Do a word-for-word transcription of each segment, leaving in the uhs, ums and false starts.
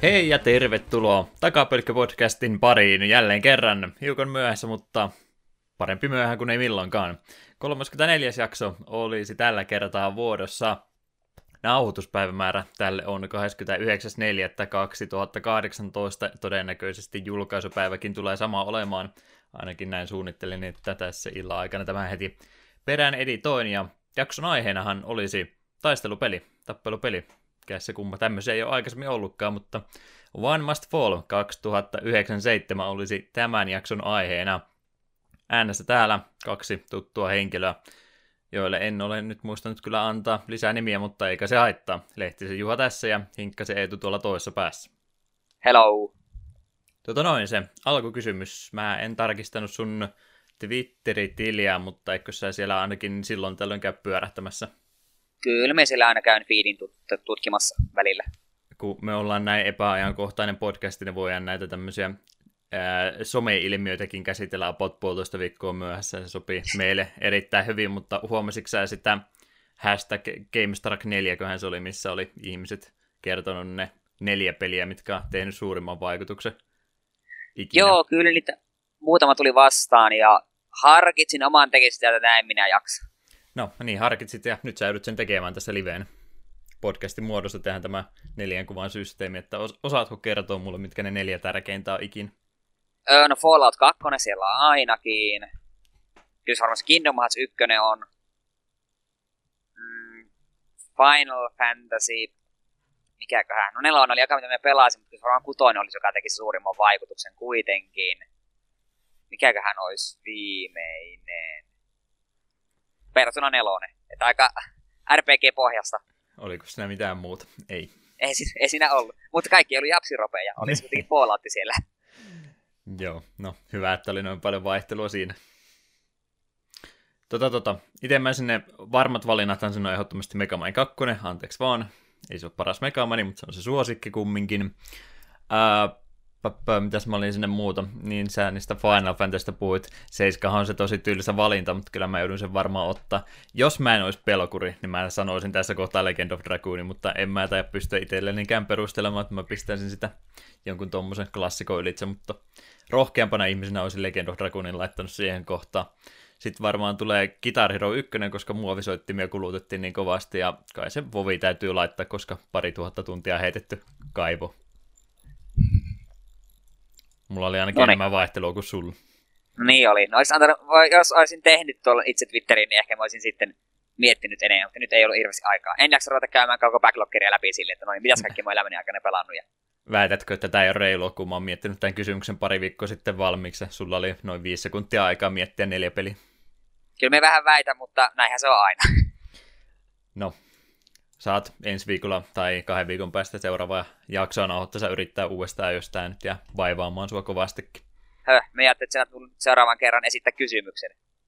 Hei ja tervetuloa Takapölkkä-podcastin pariin jälleen kerran. Hiukan myöhässä, mutta parempi myöhään kuin ei milloinkaan. kolmaskymmenesneljäs jakso olisi tällä kertaa vuodossa. Nauhoituspäivämäärä tälle on kahdeskymmenesyhdeksäs neljättä kaksituhattakahdeksantoista. Todennäköisesti julkaisupäiväkin tulee sama olemaan. Ainakin näin suunnittelin, että tässä illan aikana tämä heti perään editoin. Ja jakson aiheenahan olisi taistelupeli, tappelupeli. Mikä se kumma, tämmöisiä ei ole aikaisemmin ollutkaan, mutta One Must Fall kaksituhattayhdeksänseitsemän olisi tämän jakson aiheena. Äänessä täällä kaksi tuttua henkilöä, joille en ole nyt muistanut kyllä antaa lisää nimiä, mutta eikä se haittaa. Lehtisen Juha tässä ja Hinkkasen Eetu tuolla toisessa päässä. Hello! Tota noin se alkukysymys. Mä en tarkistanut sun Twitter-tiliä, mutta eikö sä siellä ainakin silloin tällöin käy pyörähtämässä? Kyllä me siellä aina käyn feedin tut- tutkimassa välillä. Kun me ollaan näin epäajankohtainen podcasti, niin voidaan näitä tämmöisiä ää, some-ilmiöitäkin käsitellä about puolitoista viikkoa myöhässä. Se sopii meille erittäin hyvin, mutta huomasitko sä sitä hashtag GameStark neljä, köhän se oli, missä oli ihmiset kertonut ne neljä peliä, mitkä on tehnyt suurimman vaikutuksen ikinä? Joo, kyllä niitä muutama tuli vastaan ja harkitsin oman tekemistä, että näin minä jaksa. No niin, harkitsit ja nyt sä joudut sen tekemään tässä liveen podcastin muodossa. Tehdään tämä neljän kuvan systeemi, että osaatko kertoa mulle, mitkä ne neljä tärkeintä on ikin? Öö, no Fallout kaksi siellä on ainakin. Kyllä varmasti Kingdom Hearts yksi on. Mm, Final Fantasy. Mikäköhän? No nelonen oli joka, mitä me pelasin, mutta kyllä varmaan kutoinen olisi, joka teki suurimman vaikutuksen kuitenkin. Mikäköhän olisi viimeinen? Persona nelonen. Että aika R P G-pohjasta. Oliko siinä mitään muuta? Ei. Ei, ei siinä ollut. Mutta kaikki ei ollut japsiropeja. Oli kuitenkin Fallout siellä. Joo, no hyvä, että oli noin paljon vaihtelua siinä. Tota, tota. Itse mä sinne varmat valinnathan sinne on ehdottomasti Mega Man kaksi. Anteeksi vaan. Ei se ole paras Mega Man, mutta se on se suosikki kumminkin. Ää, Päppä, mitäs mä olin sinne muuta, niin sä niistä Final Fantasystä puhuit. Seiskahan on se tosi tylsä valinta, mutta kyllä mä joudun sen varmaan ottaa. Jos mä en olisi pelokuri, niin mä sanoisin tässä kohtaa Legend of Dragoonin, mutta en mä taida pystyä itsellenikään perustelemaan, että mä pistäisin sitä jonkun tommosen klassikon ylitse, mutta rohkeampana ihmisenä olisin Legend of Dragoonin laittanut siihen kohtaan. Sitten varmaan tulee Guitar Hero yksi, koska muovisoittimia kulutettiin niin kovasti, ja kai se vovi täytyy laittaa, koska pari tuhatta tuntia heitetty kaivo. Mulla oli ainakin enemmän vaihtelua kuin sulla. Niin oli. No, olisi antanut, jos olisin tehnyt tuolla itse Twitteriin, niin ehkä mä olisin sitten miettinyt enemmän, mutta nyt ei ollut hirveästi aikaa. En jaksa ruveta käymään koko backloggeria läpi silleen, että noin, mitäs kaikki mun elämäni aikana pelannut. Ja... Väitätkö, että tämä ei ole reilua, kun mä oon miettinyt tämän kysymyksen pari viikkoa sitten valmiiksi. Sulla oli noin viisi sekuntia aikaa miettiä neljä peliä. Kyllä me vähän väitä, mutta näinhän se on aina. No. Saat ensi viikolla tai kahden viikon päästä seuraavaa jaksoa nauhoittaessa yrittää uudestaan, jos tämä nyt jää vaivaamaan sua kovastikin. Höh, me ajattelin, että sinä seuraavan kerran esittää kysymyksen.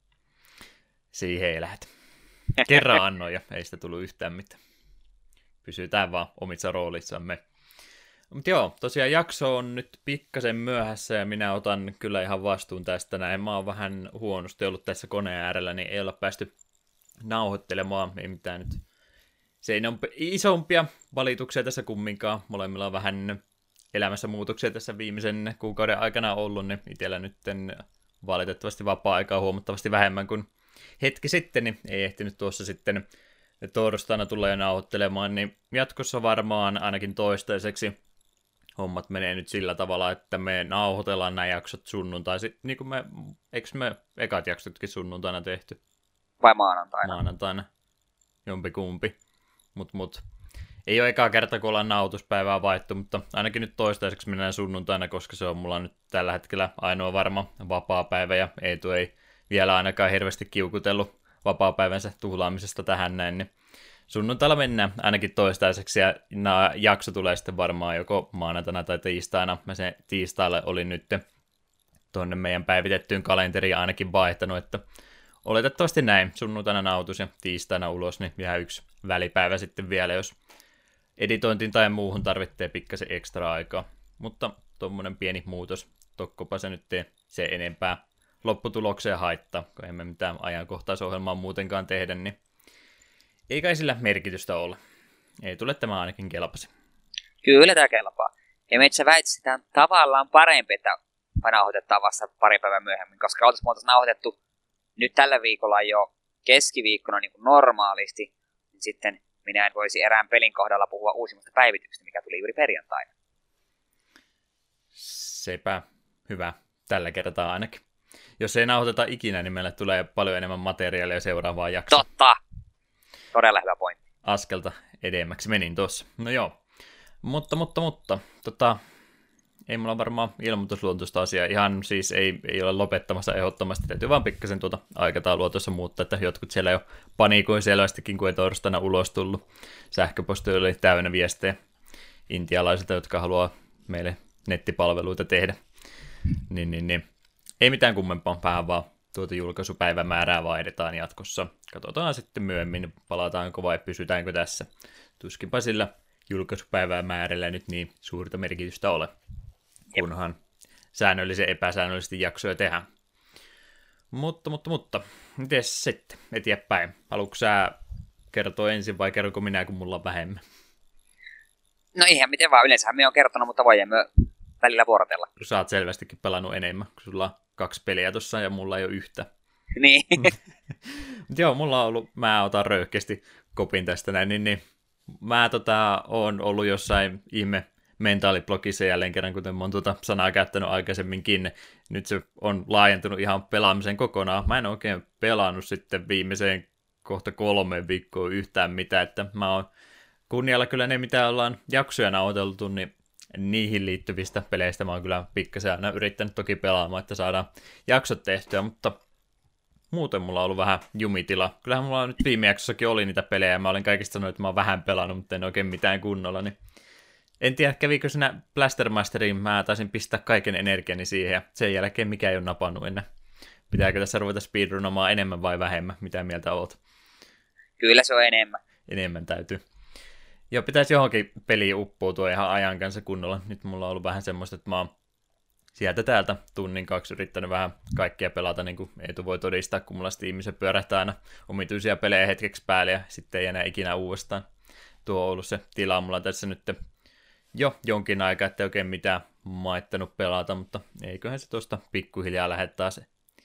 Siihen ei lähde. Kerran annoin ja ei sitä tullut yhtään mitään. Pysytään vaan omissa roolissamme. Mutta joo, tosiaan jakso on nyt pikkasen myöhässä ja minä otan kyllä ihan vastuun tästä näin. Mä oon vähän huonosti ollut tässä koneen äärellä, niin ei olla päästy nauhoittelemaan, ei mitään nyt. Se ei ole isompia valituksia tässä kumminkaan. Molemmilla on vähän elämässä muutoksia tässä viimeisen kuukauden aikana ollut. Niin itsellä nyt valitettavasti vapaa-aikaa huomattavasti vähemmän kuin hetki sitten. Niin ei ehtinyt tuossa sitten torstaina tulla jo nauhoittelemaan. Niin jatkossa varmaan ainakin toistaiseksi hommat menee nyt sillä tavalla, että me nauhoitellaan nämä jaksot sunnuntaisin. Niin kuin me, eikö me ekat jaksotkin sunnuntaina tehty? Vai maanantaina? Maanantaina. Jompikumpi. Mut, mut. Ei ole ekaa kerta, kun ollaan nauhoituspäivää vaihtu, mutta ainakin nyt toistaiseksi mennään sunnuntaina, koska se on mulla nyt tällä hetkellä ainoa varma vapaa-päivä, ja Eetu ei vielä ainakaan hirveästi kiukutellut vapaa-päivänsä tuhlaamisesta tähän näin, niin sunnuntailla mennään ainakin toistaiseksi, ja nämä jakso tulee sitten varmaan joko maanantaina tai tiistaina. Mä sen tiistaille olin nyt tuonne meidän päivitettyyn kalenteriin ainakin vaihtanut, että oletettavasti näin, sunnuntaina nautus ja tiistaina ulos, niin vielä yksi välipäivä sitten vielä, jos editointiin tai muuhun tarvitsee pikkasen ekstra aikaa. Mutta tuommoinen pieni muutos, tokkopa se nyt tee se enempää lopputulokseen haittaa, kun emme mitään ajankohtaisohjelmaa muutenkaan tehdä, niin ei kai sillä merkitystä ole. Ei tule tämä ainakin kelpasi. Kyllä tämä kelpaa. Ja metsä väit sitä on tavallaan parempi, että nauhoitetaan vasta pari päivää myöhemmin, koska oltaisiin oltaisiin nauhoitettu nyt tällä viikolla jo keskiviikkona niin kuin normaalisti, niin sitten minä en voisi erään pelin kohdalla puhua uusimmasta päivityksestä, mikä tuli juuri perjantaina. Sepä hyvä, tällä kertaa ainakin. Jos ei nauhoiteta ikinä, niin meille tulee paljon enemmän materiaalia seuraavaan jaksoon. Totta! Todella hyvä pointti. Askelta edemmäksi menin tuossa. No joo, mutta, mutta, mutta, tota, ei mulla varmaan ilmoitusluontoista asiaa. Ihan siis ei, ei ole lopettamassa ehdottomasti. Täytyy vaan pikkasen tuota aikataulua tuossa muuttaa, että jotkut siellä jo paniikoi selvästikin, kun ei torstaina ulos tullut. Sähköposti oli täynnä viestejä intialaisilta, jotka haluaa meille nettipalveluita tehdä. Niin, niin, niin. Ei mitään kummempaa, vähän vaan tuota julkaisupäivämäärää vaihdetaan jatkossa. Katsotaan sitten myöhemmin, palataanko vai pysytäänkö tässä. Tuskinpa sillä julkaisupäivämäärällä nyt niin suurta merkitystä ole, kunhan säännöllisen epäsäännöllisesti jaksoja tehdään. Mutta, mutta, mutta, miten sitten eteenpäin? Haluatko sä kertoa ensin vai kerronko minä, kun mulla on vähemmän? No ihan miten vaan, yleensähän me on kertonut, mutta voimme välillä vuorotella. Sä oot selvästikin pelannut enemmän, kun sulla on kaksi peliä tossa ja mulla ei ole yhtä. Niin. Joo, mulla on ollut, mä otan röyhkeästi kopin tästä näin, niin, niin mä tota, oon ollut jossain ihme mentaaliblogissa jälleen kerran, kuten mä oon tuota sanaa käyttänyt aikaisemminkin. Nyt se on laajentunut ihan pelaamisen kokonaan. Mä en oikein pelannut sitten viimeiseen kohta kolme viikkoa yhtään mitään, että mä oon kunnialla kyllä ne, mitä ollaan jaksoja nauhoiteltu, niin niihin liittyvistä peleistä mä oon kyllä pikkasen aina yrittänyt toki pelaamaan, että saadaan jaksot tehtyä, mutta muuten mulla on ollut vähän jumitila. Kyllähän mulla nyt viime jaksossakin oli niitä pelejä, ja mä olin kaikista sanonut, että mä oon vähän pelannut, mutta en oikein mitään kunnolla, niin en tiedä, kävikö siinä Blastermasteriin, mä taisin pistää kaiken energiani siihen, ja sen jälkeen mikä ei ole napannut enää. Pitääkö tässä ruveta speedrunamaan enemmän vai vähemmän? Mitä mieltä oot? Kyllä se on enemmän. Enemmän täytyy. Joo, pitäisi johonkin peliin uppoutua ihan ajan kanssa kunnolla. Nyt mulla on ollut vähän semmoista, että mä oon sieltä täältä tunnin kaksi yrittänyt vähän kaikkia pelata, niin kuin Eetu voi todistaa, kun mulla Steamissa pyörähtää aina omituisia pelejä hetkeksi päälle, ja sitten ei enää ikinä uudestaan. Tuo on ollut se tila mulla tässä nyt jo jonkin aikaa, ettei oikein mitään maittanut pelata, mutta eiköhän se tuosta pikkuhiljaa lähde taas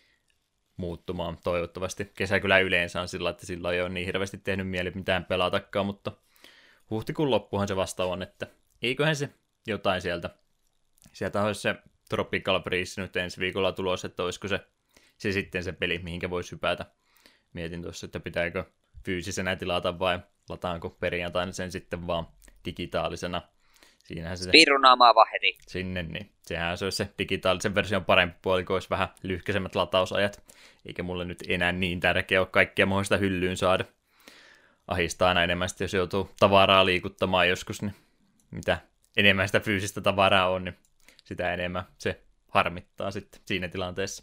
muuttumaan toivottavasti. Kesä kyllä yleensä on sillä, että silloin ei ole niin hirveästi tehnyt mieli mitään pelatakaan, mutta huhtikuun loppuhan se vasta on, että eiköhän se jotain sieltä. Sieltä olisi se Tropical Freeze nyt ensi viikolla tulossa, että olisiko se, se sitten se peli, mihinkä voisi hypätä. Mietin tuossa, että pitääkö fyysisenä tilata vai lataanko perjantaina sen sitten vaan digitaalisena. Siinähän se Speedrunaamaan vaan heti. Sinne, niin sehän se olisi se digitaalisen version parempi puoli, kun olisi vähän lyhkäisemmät latausajat. Eikä mulle nyt enää niin tärkeä ole kaikkia mahdollista hyllyyn saada. Ahistaa aina enemmän, sitten jos joutuu tavaraa liikuttamaan joskus, niin mitä enemmän sitä fyysistä tavaraa on, niin sitä enemmän se harmittaa sitten siinä tilanteessa.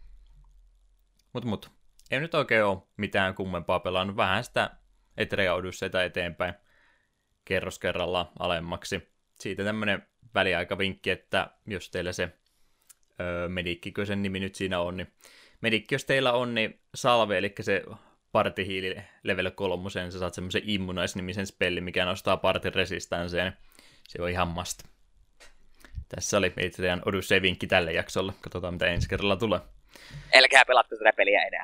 Mutta mut, ei nyt oikein ole mitään kummempaa pelannut. Vähän sitä Ethereum Odysseyta eteenpäin kerros kerrallaan alemmaksi. Siitä tämmöinen väliaikavinkki, että jos teillä se öö, medikkikö sen nimi nyt siinä on, niin medikki jos teillä on, niin salve, eli se partihiili level kolmosen, sä saat semmoisen immunize-nimisen spellin, mikä nostaa partin resistansseen. Se on ihan must. Tässä oli Ethereum Odyssey-vinkki tälle jaksolle. Katsotaan, mitä ensi kerralla tulee. Älkää pelatko tätä peliä enää.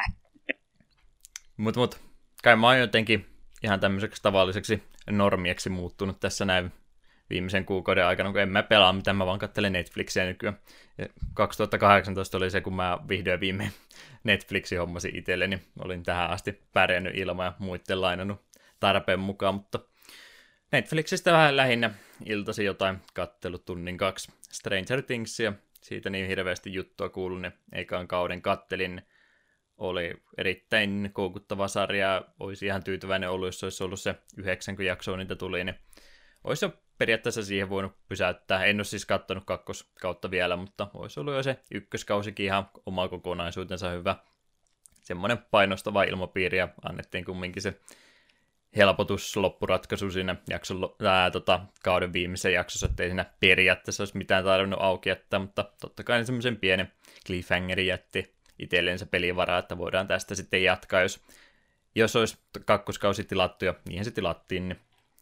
Mut mut, kai mä oon jotenkin ihan tämmöiseksi tavalliseksi normieksi muuttunut tässä näin viimeisen kuukauden aikana, kun en mä pelaa mitään, mä vaan katselen Netflixiä nykyään. Ja kaksituhattakahdeksantoista oli se, kun mä vihdoin viimein Netflixin hommasin itselleni. Olin tähän asti pärjännyt ilman ja muitten lainannut tarpeen mukaan, mutta Netflixistä vähän lähinnä iltasi jotain kattelut tunnin kaksi Stranger Thingsia. Siitä niin hirveästi juttua kuullut, niin ekaan kauden kattelin. Oli erittäin koukuttava sarja, olisi ihan tyytyväinen ollut, jos olisi ollut se yhdeksänkymmentä jaksoa niitä tuli, niin olisi jo periaatteessa siihen voinut pysäyttää. En ole siis katsonut kakkoskautta vielä, mutta olisi ollut jo se ykköskausikin ihan oma kokonaisuutensa hyvä. Semmoinen painostava ilmapiiri ja annettiin kumminkin se helpotus loppuratkaisu siinä jakson, ää, tota, kauden viimeisessä jaksossa, ettei siinä periaatteessa olisi mitään tarvinnut auki jättää, mutta totta kai semmoisen pienen cliffhangerin jätti itselleen se pelivaraa, että voidaan tästä sitten jatkaa, jos, jos olisi kakkoskausi tilattu ja niinhän se tilattiin, niin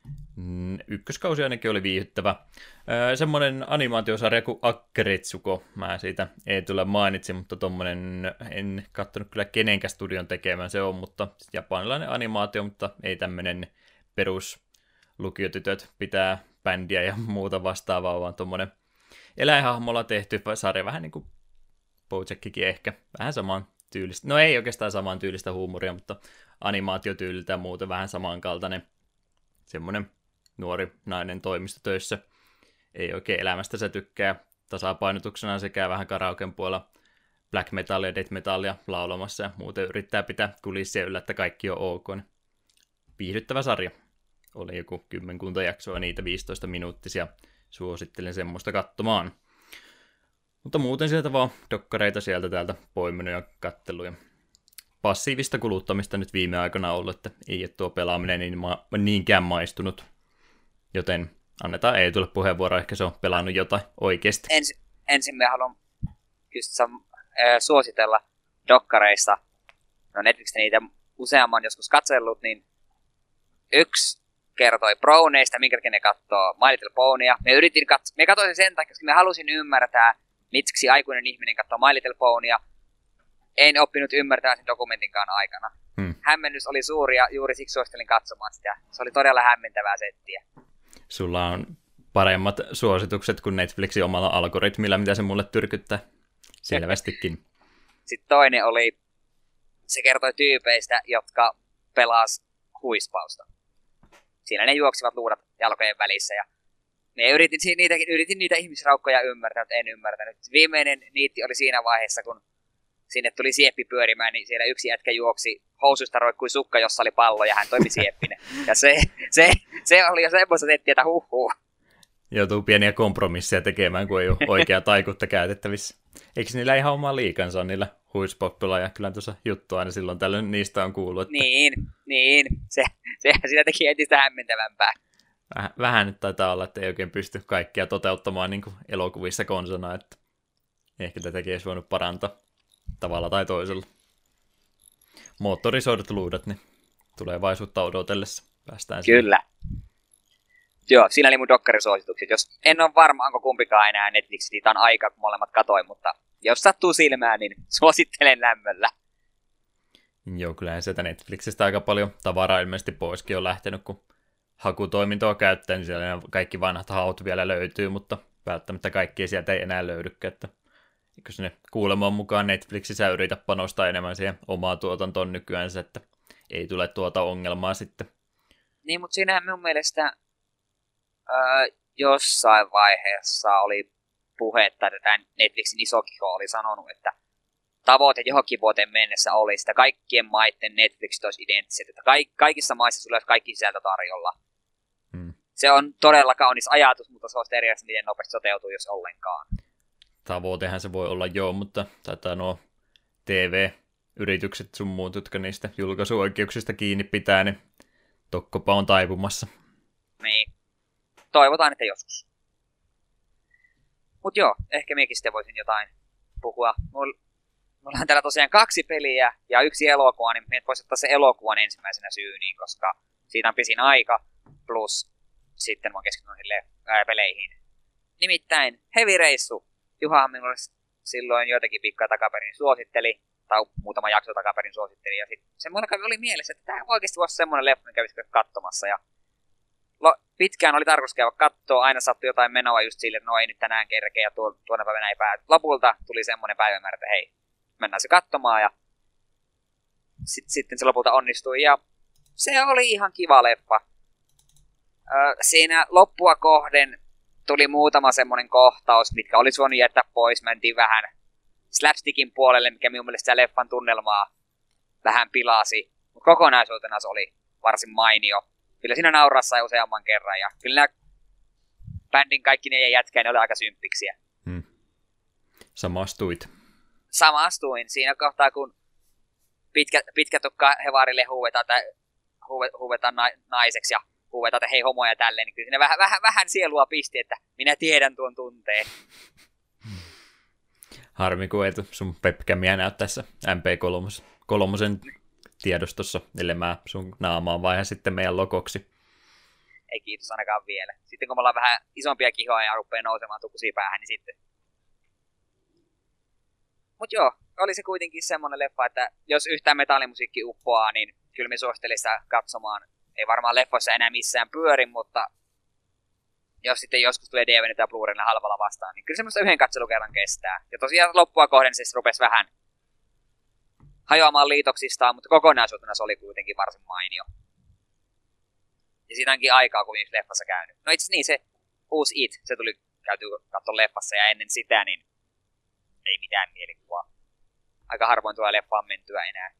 Ykköskausi ainakin oli viihdyttävä. Öö, semmoinen animaatiosarja kuin Akkeretsuko, mä siitä ei tule mainitsin, mutta tommonen, en katsonut kyllä kenenkä studion tekemään se on, mutta japanilainen animaatio, mutta ei tämmönen perus lukiotytöt pitää bändiä ja muuta vastaavaa, vaan tommonen eläinhahmolla tehty sarja, vähän niin kuin Bojackikin ehkä, vähän saman tyylistä, no ei oikeastaan saman tyylistä huumoria, mutta animaatiotyyliltä ja muuten vähän samankaltainen, semmoinen nuori nainen toimistotöissä, ei oikein elämästä se tykkää, tasapainotuksena sekä vähän karaoken puolella black metallia, death metallia laulamassa ja muuten yrittää pitää kulissia yllä, että kaikki on ok. Viihdyttävä sarja. Oli joku kymmenkunta jaksoa, niitä viisitoista minuuttisia. Suosittelen semmoista katsomaan. Mutta muuten sieltä vaan dokkareita sieltä täältä poiminut ja katteluja. Passiivista kuluttamista nyt viime aikoina ollut, että ei ole tuo pelaaminen niin ma- niinkään maistunut. Joten annetaan ei tule puheenvuoro, ehkä se on pelannut jotain oikeasti. Ensi, ensin me haluan kysyä, äh, suositella dokkareista. No Netflixistä niitä useamman joskus katsellut, niin yksi kertoi Browneista, minkä takia ne katsoo My Little Ponya. Me yritin katsoa, me katsoin sen takia, koska me halusin ymmärtää, miksi aikuinen ihminen katsoo My Little Ponya. En oppinut ymmärtää sen dokumentinkaan aikana. Hmm. Hämmennys oli suuri ja juuri siksi suosittelin katsomaan sitä. Se oli todella hämmentävää settiä. Sulla on paremmat suositukset kuin Netflixin omalla algoritmilla, mitä se mulle tyrkyttää. Selvästikin. Sitten toinen oli, se kertoi tyypeistä, jotka pelas huispausta. Siinä ne juoksivat luudat jalkojen välissä ja me yritin niitä, yritin niitä ihmisraukkoja ymmärtää, mutta en ymmärtänyt. Viimeinen niitti oli siinä vaiheessa, kun sinne tuli sieppi pyörimään, niin siellä yksi jätkä juoksi housuista roikkui sukka, jossa oli pallo ja hän toimi sieppinen. Ja se, se, se oli jo semmoista settiä, että huhhuh. Joutuu pieniä kompromisseja tekemään, kun ei ole oikea taikuutta käytettävissä. Eikö niillä ihan omaa liikansa on niillä huispoppilla, ja kyllä tuossa juttu aina silloin tällöin niistä on kuullut. Että... Niin, niin. Se, sehän sitä teki entistä hämmentävämpää. Vähän, vähän nyt taitaa olla, että ei oikein pysty kaikkia toteuttamaan niin kuin elokuvissa konsana, että ehkä tätäkin olisi voinut parantaa tavalla tai toisella. Moottorisoidut luudat, niin tulevaisuutta odotellessa päästään Kyllä. Siihen. Joo, siinä oli mun dokkarisuositukset. Jos en ole varma, onko kumpikaan enää Netflix, niitä on aika, kun molemmat katoin, mutta jos sattuu silmään, niin suosittelen lämmöllä. Joo, kyllähän sieltä Netflixistä aika paljon tavaraa ilmeisesti poiskin on lähtenyt, kun hakutoimintoa käyttää, niin siellä kaikki vanhat haut vielä löytyy, mutta välttämättä kaikkia sieltä ei enää löydykään, että eikö sinne kuulemaan mukaan Netflixissä yritä panostaa enemmän siihen omaa tuotantoon nykyään, että ei tule tuota ongelmaa sitten. Niin, mutta siinähän mun mielestä öö, jossain vaiheessa oli puhetta, että tämä Netflixin isokiho oli sanonut, että tavoite johonkin vuoteen mennessä oli sitä kaikkien maiden Netflix olisi identtiset, että kaik- kaikissa maissa sulla olisi kaikki sisältö tarjolla. Hmm. Se on todella kaunis ajatus, mutta se on eri asia, miten nopeasti toteutuu, jos ollenkaan. Tavoitehan se voi olla joo, mutta taitaa nuo T V-yritykset sun muut, jotka niistä julkaisuoikeuksista kiinni pitää, niin tokkopa on taipumassa. Niin. Toivotaan, että joskus. Mut joo, ehkä minäkin sitten voisin jotain puhua. Mulla on täällä tosiaan kaksi peliä ja yksi elokuva, niin meidät voisi ottaa se elokuvan ensimmäisenä syyniin, koska siitä on pisin aika, plus sitten mä oon keskittynyt sille ää, peleihin. Nimittäin Heavy Reissu. Juhahan minulle silloin joitakin pikkaa takaperin suositteli, tai muutama jakso takaperin suositteli, ja sitten semmoinen oli mielessä, että tämä oikeasti voisi semmoinen leffa, mikä kävisi katsomassa, ja lo, pitkään oli tarkoitus käydä katsoa, aina sattui jotain menoa just sille, että no ei nyt tänään kerkeä, ja tuo, tuona päivänä ei pääty. Lopulta tuli semmoinen päivämäärä, että hei, mennään se katsomaan, ja sitten, sitten se lopulta onnistui, ja se oli ihan kiva leffa. Öö, siinä loppua kohden tuli muutama semmoinen kohtaus, mitkä olisi voinut jättää pois. Mentiin vähän slapstickin puolelle, mikä minun mielestä leffan tunnelmaa vähän pilasi. Mutta kokonaisuutena se oli varsin mainio. Kyllä siinä nauraa sai useamman kerran. Ja kyllä nämä bändin kaikki ne jätkä, ne oli aika symppiksiä. Hmm. Samastuit. Samastuin. Siinä kohtaa, kun pitkä, pitkä tukka hevaarille huuvetaan, tai huuve, huuvetaan na, naiseksi ja huuvetaan, että hei homoja tälleen, niin kyllä siinä vähän, vähän, vähän sielua pisti, että minä tiedän tuon tunteen. Harmi, kun ei sun webcamia näy tässä M P kolme tiedostossa, ellei mä sun naamaan vaihan sitten meidän logoksi. ei kiitos ainakaan vielä. Sitten kun me ollaan vähän isompia kihoja ja rupeaa nousemaan tukusia päähän, niin sitten. Mut joo, oli se kuitenkin semmonen leffa, että jos yhtään metallimusiikki uppoaa, niin kyllä me suosittelen sitä katsomaan. Ei varmaan leffoissa enää missään pyöri, mutta jos sitten joskus tulee D V D tai Blu-raylla halvalla vastaan, niin kyllä semmoista yhden katselukerran kestää. Ja tosiaan loppua kohden se rupesi vähän hajoamaan liitoksistaan, mutta kokonaisuutena se oli kuitenkin varsin mainio. Ja siitä onkin aikaa, kun yksi leffassa käynyt. No itse niin, se uusi It, se tuli käyty katsoa leffassa, ja ennen sitä, niin ei mitään mielikuvaa. Aika harvoin tuo leffaan mentyä enää.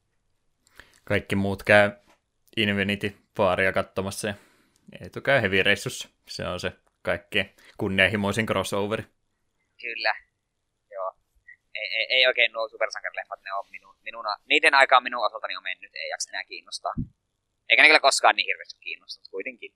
Kaikki muut käy Infinity-paaria katsomassa, ja Eetu käy Heavy-reissussa. Se on se kaikkein kunnianhimoisin crossoveri. Kyllä, joo. Ei, ei, ei oikein nuo supersankarileffat, ne on minun, minun, niiden aikaan minun osaltani on mennyt, ei jaksa enää kiinnostaa. Eikä ne kyllä koskaan niin hirveästi kiinnostunut kuitenkin.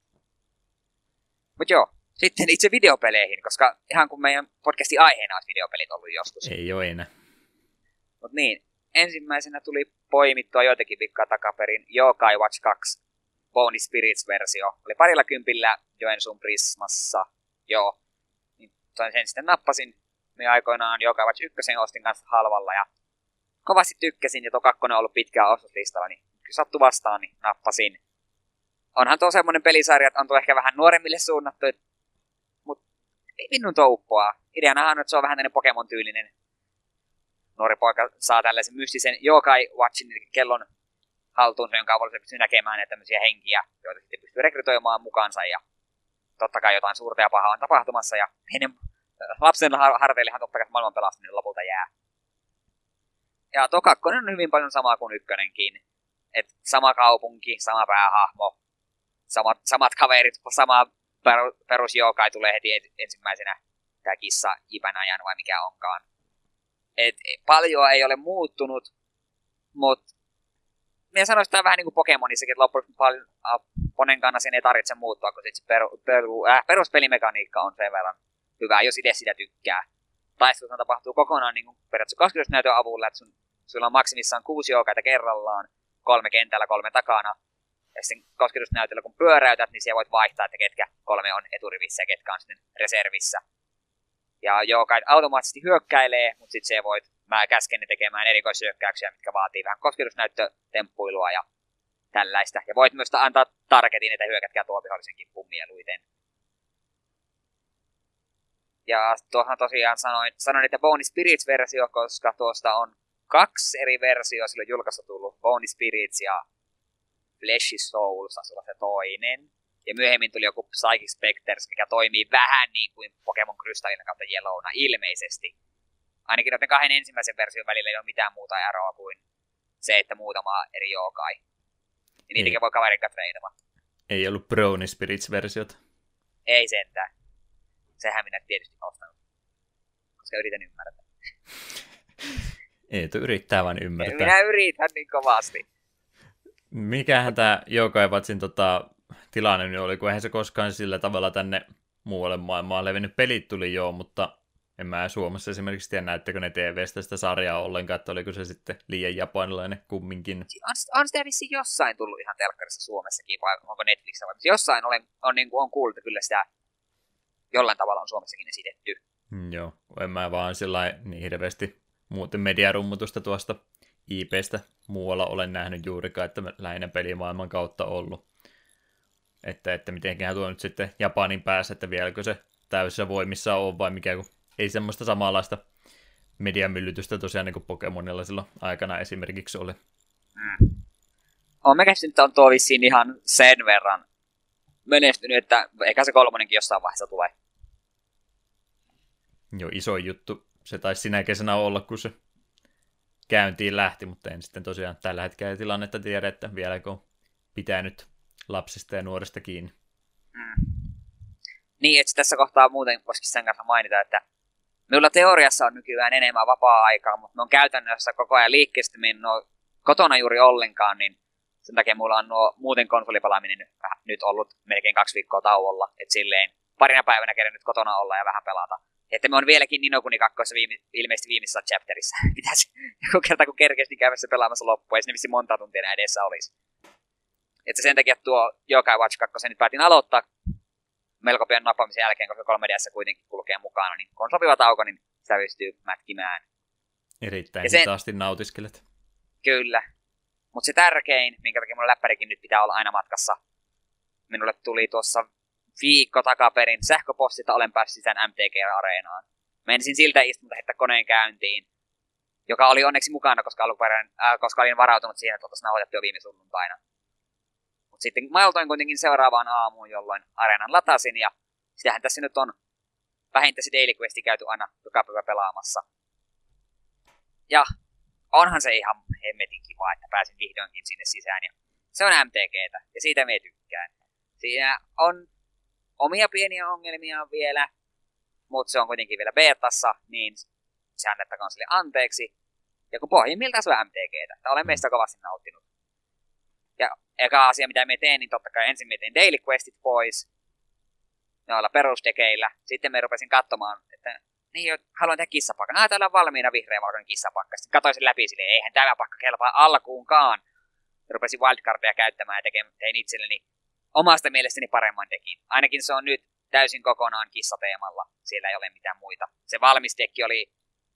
Mut joo, sitten itse videopeleihin, koska ihan kun meidän podcastin aiheena olisi videopelit ollut joskus. Ei ole enää. Mut niin, ensimmäisenä tuli poimittua joitakin vikkaa takaperin Yokai Watch kaksi Bony Spirits-versio. Oli parilla kympillä Joensuun Prismassa. Joo. Niin sen sitten nappasin. Me aikoinaan Yokai Watch yksi ostin kanssa halvalla ja kovasti tykkäsin. Ja tuo kakkonen on ollut pitkään ostoslistalla, niin kun sattui vastaan, niin nappasin. Onhan tuo semmonen pelisarja, että on tuo ehkä vähän nuoremmille suunnattu, mutta ei minun tuo uppoa. Ideanahan on, että se on vähän tämmöinen Pokemon-tyylinen. Nuori poika saa tällaisen mystisen Yokai Watchin, eli kellon haltuunsa, jonka avulla se pystyy näkemään näitä tämmöisiä henkiä, joita sitten pystyy rekrytoimaan mukaansa. Ja totta kai jotain suurta ja pahaa on tapahtumassa. Ja heidän lapsen harteillehan totta kai maailman pelastaminen lopulta jää. Ja tuo kakkonen on hyvin paljon samaa kuin ykkönenkin. Et sama kaupunki, sama päähahmo, samat, samat kaverit, sama perus Yokai tulee heti ensimmäisenä. Tää kissa Ipänajan vai mikä onkaan. Et paljon ei ole muuttunut, mutta minä sanoisin, että tämä on vähän niin kuin Pokemonissakin, että loppujen paljon Ponen kannassa ei tarvitse muuttua, kun se peru, peru, äh, peruspelimekaniikka on sen verran hyvä, jos itse sitä tykkää. Taisteluthan tapahtuu kokonaan niin kuin periaatteessa kosketusnäytön avulla, että sun, sulla on maksimissaan kuusi Yokaita kerrallaan, kolme kentällä, kolme takana. Ja sitten kosketusnäytöllä kun pyöräytät, niin siellä voit vaihtaa, että ketkä kolme on eturivissä ja ketkä on sitten reservissä. Ja Yokai automaattisesti hyökkäilee, mutta sitten se voit, mä käsken ne tekemään erikoishyökkäyksiä, mitkä vaatii vähän kosketusnäyttötemppuilua ja tällaista. Ja voit myös antaa targetin, että hyökätkää tuo vihollisen kimppuun mieluiten. Ja tuohan tosiaan sanoin, sanoin että Bony Spirits-versio, koska tuosta on kaksi eri versioa silloin julkaista tullut. Bony Spirits ja Fleshy Souls on se toinen. Ja myöhemmin tuli joku Psychic Spectres, mikä toimii vähän niin kuin Pokemon Crystallina kautta Yellowna ilmeisesti. Ainakin noiden kahden ensimmäisen version välillä ei ole mitään muuta eroa kuin se, että muutama eri Yokai. Ja niitäkin voi kaverin kanssa treenata. Ei ollut Brony Spirits-versiota. Ei sentään. Sehän minä tietysti ostanut. Koska yritän ymmärtää. Ei, tu yrittää vain ymmärtää. Minä yritän niin kovasti. Mikähän tämä Yokai Watchin tota, tilanne nyt oli, kun eihän se koskaan sillä tavalla tänne muualle maailmaan levinnyt. Pelit tuli joo, mutta en mä Suomessa esimerkiksi tiedä, näyttekö ne T V:stä sitä sarjaa ollenkaan, että oliko se sitten liian japanilainen kumminkin. On, on sitä vissiin jossain tullut ihan telkkarissa Suomessakin, vai onko Netflixissä, vai jossain olen, on, niin kuin, on kuullut, kyllä sitä jollain tavalla on Suomessakin esitetty. Mm, joo, en mä vaan sillä niin hirveästi muuten mediarummutusta tuosta I P:stä muualla olen nähnyt juurikaan, että lähinnä pelimaailman kautta ollut. Että, että mitenköhän tuo nyt sitten Japanin päässä, että vieläkö se täysissä voimissa on vai mikä, kun ei semmoista samanlaista mediamyllytystä tosiaan niin kuin Pokemonilla silloin aikana esimerkiksi oli. Mm. On me käsitin, että on tuo vissiin ihan sen verran menestynyt, että eikä se kolmonenkin jossain vaiheessa tulee. Joo, iso juttu. Se taisi sinä kesänä olla, kun se käyntiin lähti, mutta en sitten tosiaan tällä hetkellä tilannetta tiedä, että vieläkö on pitänyt lapsista ja nuorista kiinni. Mm. Niin, että tässä kohtaa muuten voisikin sen kanssa mainita, että minulla teoriassa on nykyään enemmän vapaa-aikaa, mutta me on käytännössä koko ajan liikkeestä, minä ole kotona juuri ollenkaan, niin sen takia mulla on nuo muuten konsolipelaaminen nyt ollut melkein kaksi viikkoa tauolla, että silleen parina päivänä kerran nyt kotona olla ja vähän pelata. Että me on vieläkin Ninokuni kakkoissa viime, ilmeisesti viimeisessä chapterissa. Pitäisi joku kerta kun kerkeästi käymässä pelaamassa loppuun, ei sinne vissi monta tuntia enää edessä olisi. Että sen takia tuo Yokai Watch kaksi nyt päätin aloittaa melko pian nappaamisen jälkeen, koska kolme D S kuitenkin kulkee mukana, niin kun on sopiva tauko, niin sitä pystyy mätkimään. Erittäin sen... hitaasti nautiskelet. Kyllä. Mutta se tärkein, minkä takia mun läppärikin nyt pitää olla aina matkassa, minulle tuli tuossa viikko takaperin sähköpostista, olen päässyt sisään M T G-areenaan. Menisin siltä istulta heittää koneen käyntiin, joka oli onneksi mukana, koska, alkuperäinen, äh, koska olin varautunut siihen, että oltaisiin nauhoitettu jo viime sunnuntaina. Mutta sitten mailtoin kuitenkin seuraavaan aamuun, jolloin areenan latasin, ja sitähän tässä nyt on vähintään se Daily Questi käyty aina joka päivä pelaamassa. Ja onhan se ihan hemmetin kiva, että pääsin vihdoinkin sinne sisään, ja se on M T G:tä, ja siitä me tykkään. Siinä on omia pieniä ongelmia vielä, mutta se on kuitenkin vielä betassa, niin se annettakoon sille anteeksi. Ja kun pohjimmiltaan se on M T G:tä, olen meistä kovasti nauttinut. Ja eka asia, mitä me teen, niin totta kai ensin me tein Daily Questit pois, noilla perusdekeillä. Sitten me rupesin katsomaan, että niin, haluan tehdä kissapakka. Ah, täällä on valmiina vihreä valkoinen kissapakka. Sitten katsoin sen läpi silleen, eihän tämä pakka kelpaa alkuunkaan. Ja rupesin wildcardia käyttämään ja tekemään, tein itselleni omasta mielestäni paremman dekin. Ainakin se on nyt täysin kokonaan kissateemalla. Siellä ei ole mitään muita. Se valmis dekki oli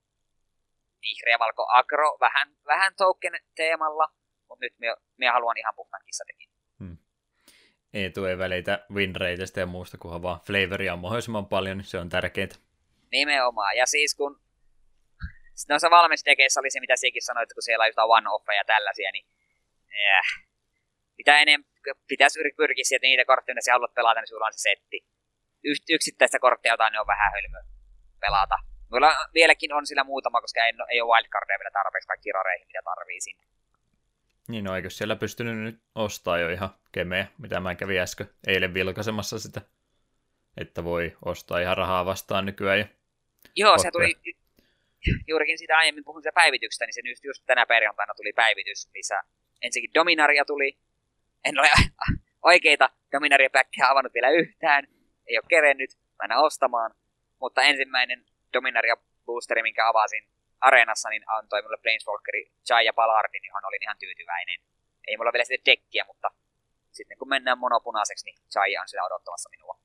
vihreä valko agro, vähän, vähän token teemalla, mutta nyt minä, minä haluan ihan puhtaan kissadekin. Hmm. Eetu ei välitä winrateista ja muusta, kunhan vaan flavoria on mahdollisimman paljon, niin se on tärkeintä. Nimenomaan. Ja siis kun noissa valmisdekeissä oli se, mitä sinäkin sanoit, kun siellä on jotain one-offeja ja tällaisia, niin äh. mitä enemmän pitäisi pyrkiä sieltä niitä kortteja, jos haluat pelata, niin sulla on se setti. Y- yksittäistä korttia jotain, ne on vähän hölmö pelata. Mulla vieläkin on sillä muutama, koska ei, ei ole wildcardia vielä tarpeeksi kaikki rareihin, mitä tarvii sinne. Niin, no eikö siellä pystynyt nyt ostaa jo ihan kemeä, mitä mä kävin äsken eilen vilkaisemassa sitä, että voi ostaa ihan rahaa vastaan nykyään. Ja joo, se tuli juurikin sitä aiemmin puhun sitä päivityksestä, niin se just, just tänä perjantaina tuli päivitys, missä ensinnäkin Dominaria tuli. En ole oikeita Dominaria-päkkejä avannut vielä yhtään, ei ole kerennyt mennä ostamaan, mutta ensimmäinen Dominaria-boosteri, minkä avasin areenassa, niin antoi mulle Planeswalkeri Jaya Ballardin, johon olin ihan tyytyväinen. Ei mulla vielä sitä dekkiä, mutta sitten kun mennään monopunaiseksi, niin Jaya on sitä odottamassa minua.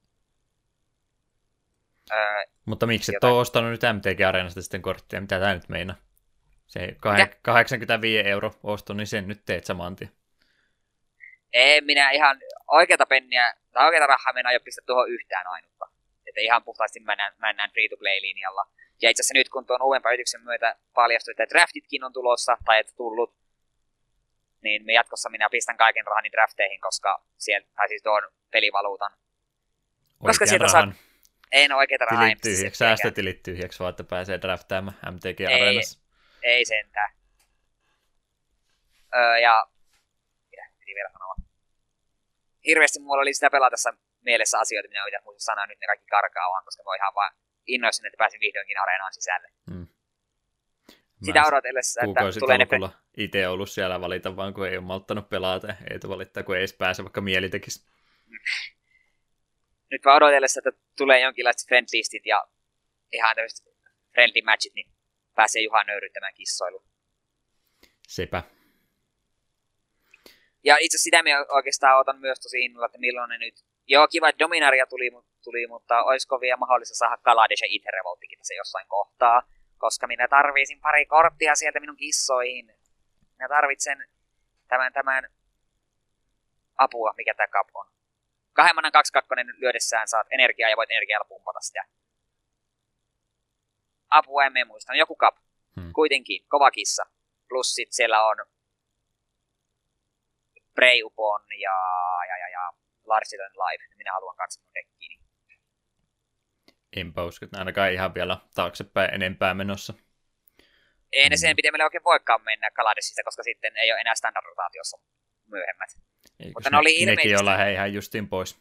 Öö, mutta miksi et ole ostanut nyt M T G-areenasta sitten korttia? Mitä tää nyt meinaa? Se kahdeksankymmentäviisi euro osto, niin sen nyt teet saman tien. Ei minä ihan oikeata penniä, tai oikeata rahaa minä aio pistä tuohon yhtään ainutta. Että ihan puhtaasti mennään, mennään free-to-play-linjalla. Ja itse asiassa nyt kun tuon uuden päivityksen myötä paljastui, että draftitkin on tulossa, tai että tullut, niin me jatkossa minä pistän kaiken rahani drafteihin, koska siellä, tai siis tuon pelivaluutan. Oikean koska sieltä rahan. Saa, ei ole oikeita rahaa. Tilit tyhjäksi, säästötilit tyhjäksi, vaan että pääsee draftaamaan M T G-areenassa. Ei, ei sentään. Öö, ja mitä piti vielä sanoa? Hirveästi mulla oli sitä pelatessa mielessä asioita, mitä oikein muista sanoa, nyt ne kaikki karkaa vaan, koska mä oon ihan vaan innoissani, että pääsin vihdoinkin areenaan sisälle. Hmm. Sitä mä odotellessa, että tulee ne... Kuukausi itse ollut siellä valita vaan, kun ei ole malttanut pelata, ei tule valittaa, kun ei edes pääse, vaikka mieli tekisi. Nyt vaan odotellessa, että tulee jonkinlaiset friendlistit ja ihan tämmöiset friendly matchit, niin pääsee Juha nöyryttämään kissoiluun. Sepä. Ja itse sitä minä oikeastaan otan myös tosi innolla, että milloin ne nyt... Joo, kiva, että Dominaria tuli, tuli mutta olisiko vielä mahdollista saada Kaladesh ja Ether Revoltikin tässä jossain kohtaa, koska minä tarvisin pari korttia sieltä minun kissoihin. Minä tarvitsen tämän, tämän apua, mikä tämä kap on. Kahden kaksi kakkonen lyödessään saat energiaa ja voit energialla pumpata sitä. Apua emme muista, joku kap. Hmm. Kuitenkin, kova kissa. Plus sit siellä on Prey Upon ja, ja, ja, ja Larger Than Life. Minä haluan kanssa mun dekkiini. Enpä usko, että ainakaan ihan vielä taaksepäin enempää menossa. Ei ne sen pidemmälle oikein voikaan mennä Kaladesista, koska sitten ei ole enää standard-rotaatiossa myöhemmät. Eikö mutta ne, ne oli ilmeisesti... Nekin olla ihan justiin pois.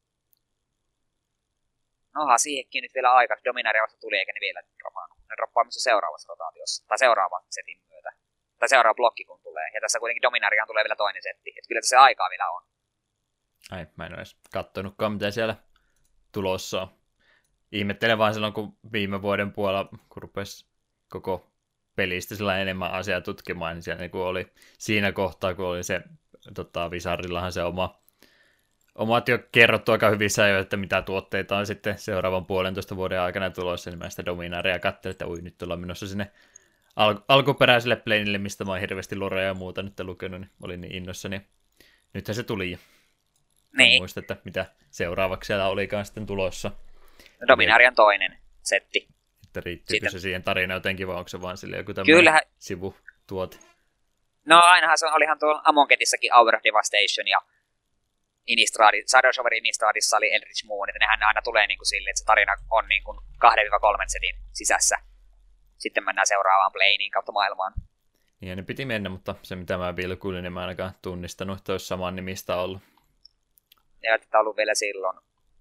Noha, siihenkin nyt vielä aika. Dominaria vasta tuli, eikä ne vielä dropannut. Ne droppaa myös seuraavassa rotaatiossa. Tai seuraavan setin myötä. Tai seuraava blokki kun tulee. Ja tässä kuitenkin Dominariaan tulee vielä toinen setti. Että kyllä tässä aikaa vielä on. Ai, mä en ole edes kattonutkaan, mitä siellä tulossa on. Ihmettelen vaan silloin, kun viime vuoden puolella, kun rupesi koko pelistä sillä enemmän asiaa tutkimaan, niin siellä niin oli siinä kohtaa, kun oli se tota, Wizardillahan se oma, omat jo kerrottu aika hyvissä ajoin, että mitä tuotteita on sitten seuraavan puolentoista vuoden aikana tulossa, niin mä sitä Dominaaria katselin, että ui, nyt ollaan menossa sinne al- alkuperäiselle planille, mistä mä oon hirveästi lorea ja muuta nyt lukenut, niin olin niin innossani. Nythän se tuli. Niin. En muista, että mitä seuraavaksi siellä olikaan sitten tulossa. Dominarian toinen setti. Että riittyykö Siitä. se siihen tarinaan jotenkin, vai onko se vaan sille joku tämmöinen Kyllähän, sivutuote? no ainahan se on, olihan tuolla Amonketissakin Hour of Devastation ja Innistrad, Shadows over Innistradissa oli Eldritch Moon, että nehän aina tulee niin kuin silleen, että se tarina on niin kuin kahden kolmen setin sisässä. Sitten mennään seuraavaan planeen kautta maailmaan. Niin, ne piti mennä, mutta se mitä mä vilkuilin, niin mä ainakaan tunnistanut, että olisi saman nimistä ollut. Ja tätä on ollut vielä silloin.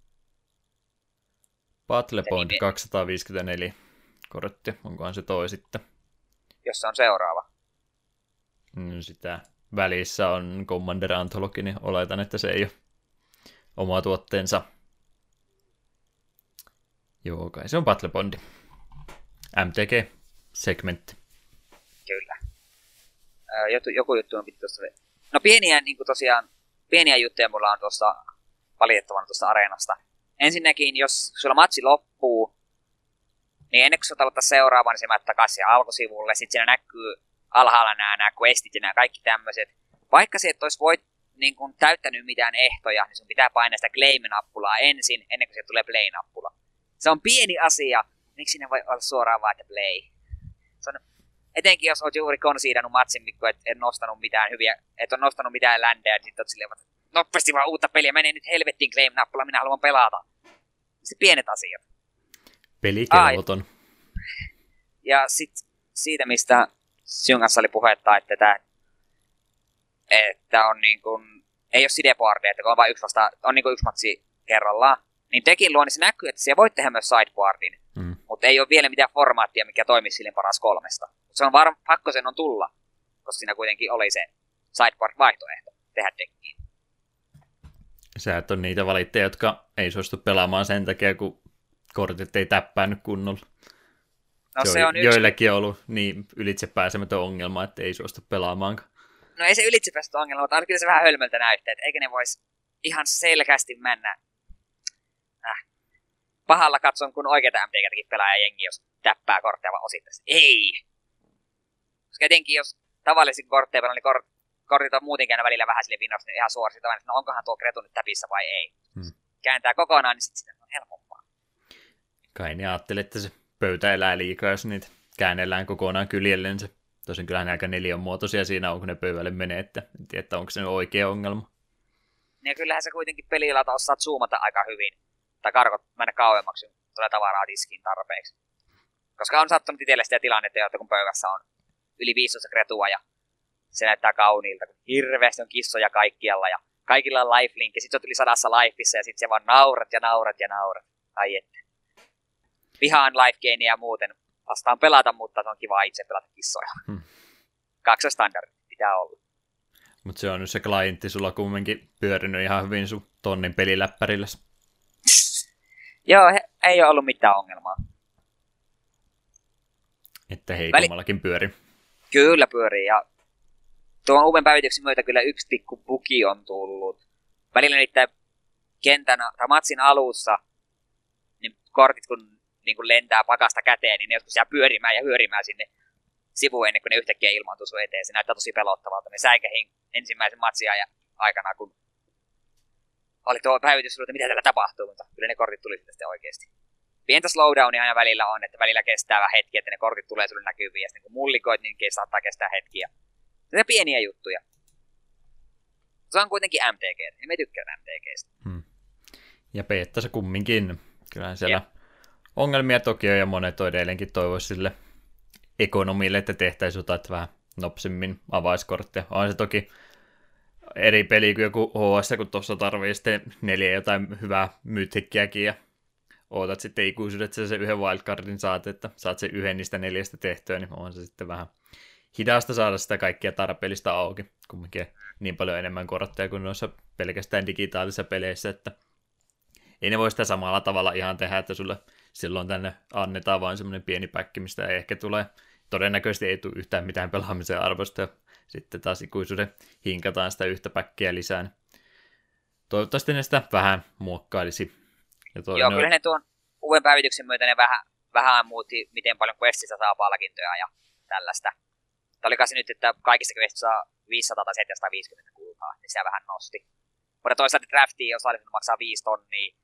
Battle Point nimi... kaksisataaviisikymmentäneljä kortti, onkohan se toi sitten? Jos se on seuraava. No, sitä välissä on Commander Anthology, niin oletan, että se ei ole oma tuotteensa. Joo, kai se on Battle Bondi. M T G-segmentti. Kyllä. Öö, joku, joku juttu on pitää tuossa. No pieniä, niin kuin tosiaan, pieniä juttuja mulla on tuossa valitettavana tuosta areenasta. Ensinnäkin, jos sulla matsi loppuu, niin ennen kuin sä aloittaa seuraavan, niin se mä takaisin alkusivulle. Sitten siinä näkyy alhaalla nämä, nämä questit ja nämä kaikki tämmöiset. Vaikka se et olisi voit, niin kun, täyttänyt mitään ehtoja, niin sun pitää painaa sitä claim-nappulaa ensin, ennen kuin se tulee play-nappula. Se on pieni asia. Miksi ne voi olla suoraan vaan, että play? Se on, etenkin jos olet juuri konsiidannut matsin, kun et, et nostanut mitään hyviä, et ole nostanut mitään ländejä, niin sitten olet silleen, että nopeasti vaan uutta peliä, menee nyt helvettiin claim-nappula, minä haluan pelata. Se pienet asiat. Pelikelvoton. Ja sitten siitä, mistä sinun kanssa oli puhetta, että, tämä, että on niin kuin, ei ole sideboardia, että kun on vain yksi, vasta, on niin kuin yksi matsi kerrallaan, niin tekin luo, niin se näkyy, että siellä voit tehdä myös sideboardin, mm. mutta ei ole vielä mitään formaattia, mikä toimisi silleen paras kolmesta. Mutta se on varm, pakko sen on tulla, koska siinä kuitenkin oli se sideboard-vaihtoehto tehdä dekkiin. Sä et ole niitä valittajia, jotka ei suostu pelaamaan sen takia, kun kortit ei täppäänyt kunnolla. No, se, se on joillekin yksi... on ollut niin ylitsepääsemätön ongelma, että ei suostu pelaamaankaan. No ei se ylitsepääsemätön ongelma, mutta kyllä se vähän hölmöltä näyttää, että eikö ne voisi ihan selkeästi mennä äh. pahalla katson, kun oikeita M T G:täkin pelaa jengi, jos täppää kortteja vaan osittain. Ei! Koska etenkin jos tavallisin kortteja pelaa, niin kort, kortit on muutenkin aina välillä vähän sille vinnossa, niin ihan suorastaan, että no onkohan tuo kretu nyt täpissä vai ei. Hmm. Kääntää kokonaan, niin sitten on helpompaa. Kai ne ajattelee, että se pöytä elää liikaa, jos niitä käännellään kokonaan kyljellensä. Tosin kyllähän ne aika neliönmuotoisia siinä on, kun ne pöydälle menee, että en tiedä, että onko se oikea ongelma. Ja kyllähän se kuitenkin pelilata osaat zoomata aika hyvin. Tai karkot mennä kauemmaksi, kun tulee tavaraa diskiin tarpeeksi. Koska on sattunut itselle sitä tilannetta, että kun pöydässä on yli viisitoista kretua ja se näyttää kauniilta, kun hirveästi on kissoja kaikkialla ja kaikilla on lifelink ja sit se on yli sadassa lifeissa ja sit se vaan naurat ja naurat ja naurat. Ai että. Vihaan lifegamea ja muuten. Vastaan pelata, mutta on kiva itse pelata kissoja. Hmm. Kaksoistandard pitää olla. Mutta se on nyt se klientti sulla kumminkin pyörinyt ihan hyvin sun tonnin peliläppärillä. Joo, he, ei ole ollut mitään ongelmaa. Että heikommallakin Väli... pyöri. Kyllä pyörii, ja tuon uuden päivityksen myötä kyllä yksi pikku bugi on tullut. Välillä niitä kentän tai matsin alussa, niin kortit kun, niin kun lentää pakasta käteen, niin ne joskus jää pyörimään ja hyörimään sinne sivuun ennen kuin ne yhtäkkiä ilmaantuu sun eteen. Se näyttää tosi pelottavalta. Ne säikähin ensimmäisen matsin aikana, kun oli tuo päivitys, että mitä täällä tapahtuu, mutta kyllä ne kortit tuli sitten oikeasti. Pientä slowdownia aina välillä on, että välillä kestää vähän hetki, että ne kortit tulee sulle näkyviin, ja sitten kun mullikoit, niin saattaa kestää hetkiä. Ne pieniä juttuja. Se on kuitenkin M T G, ja me tykkään M T G:stä. Hmm. Ja Peettassa kumminkin. Kyllähän siellä yeah. ongelmia toki on, ja monet on edelleenkin toivoisi sille ekonomille, että tehtäisiin jotain vähän nopsimmin avaiskortteja. On se toki eri peli kuin joku H S, kun tuossa tarvii sitten neljä jotain hyvää mythikkiäkin, ja ootat sitten ikuisuudet, että sä sen yhden wildcardin saat, että saat sen yhden niistä neljästä tehtyä, niin on se sitten vähän hidasta saada sitä kaikkia tarpeellista auki, kumminkin niin paljon enemmän kortteja kuin noissa pelkästään digitaalisissa peleissä, että ei ne voi sitä samalla tavalla ihan tehdä, että sulle silloin tänne annetaan vain semmoinen pieni päkki, mistä ei ehkä tule, todennäköisesti ei tule yhtään mitään pelaamisen arvosta, ja sitten taas ikuisuuden hinkataan sitä yhtä päkkiä lisää. Toivottavasti ne sitä vähän muokkailisi. Ja Joo, kyllä ne tuon uuden päivityksen myötä ne vähän, vähän muutti, miten paljon Questissa saa palkintoja ja tällaista. Tämä oli kai nyt, että kaikissa Questissa saa viisisataa tai seitsemänsataaviisikymmentä kultaa, niin se vähän nosti. Mutta toisaalta draftiin osallistunut maksaa viisi tonnia.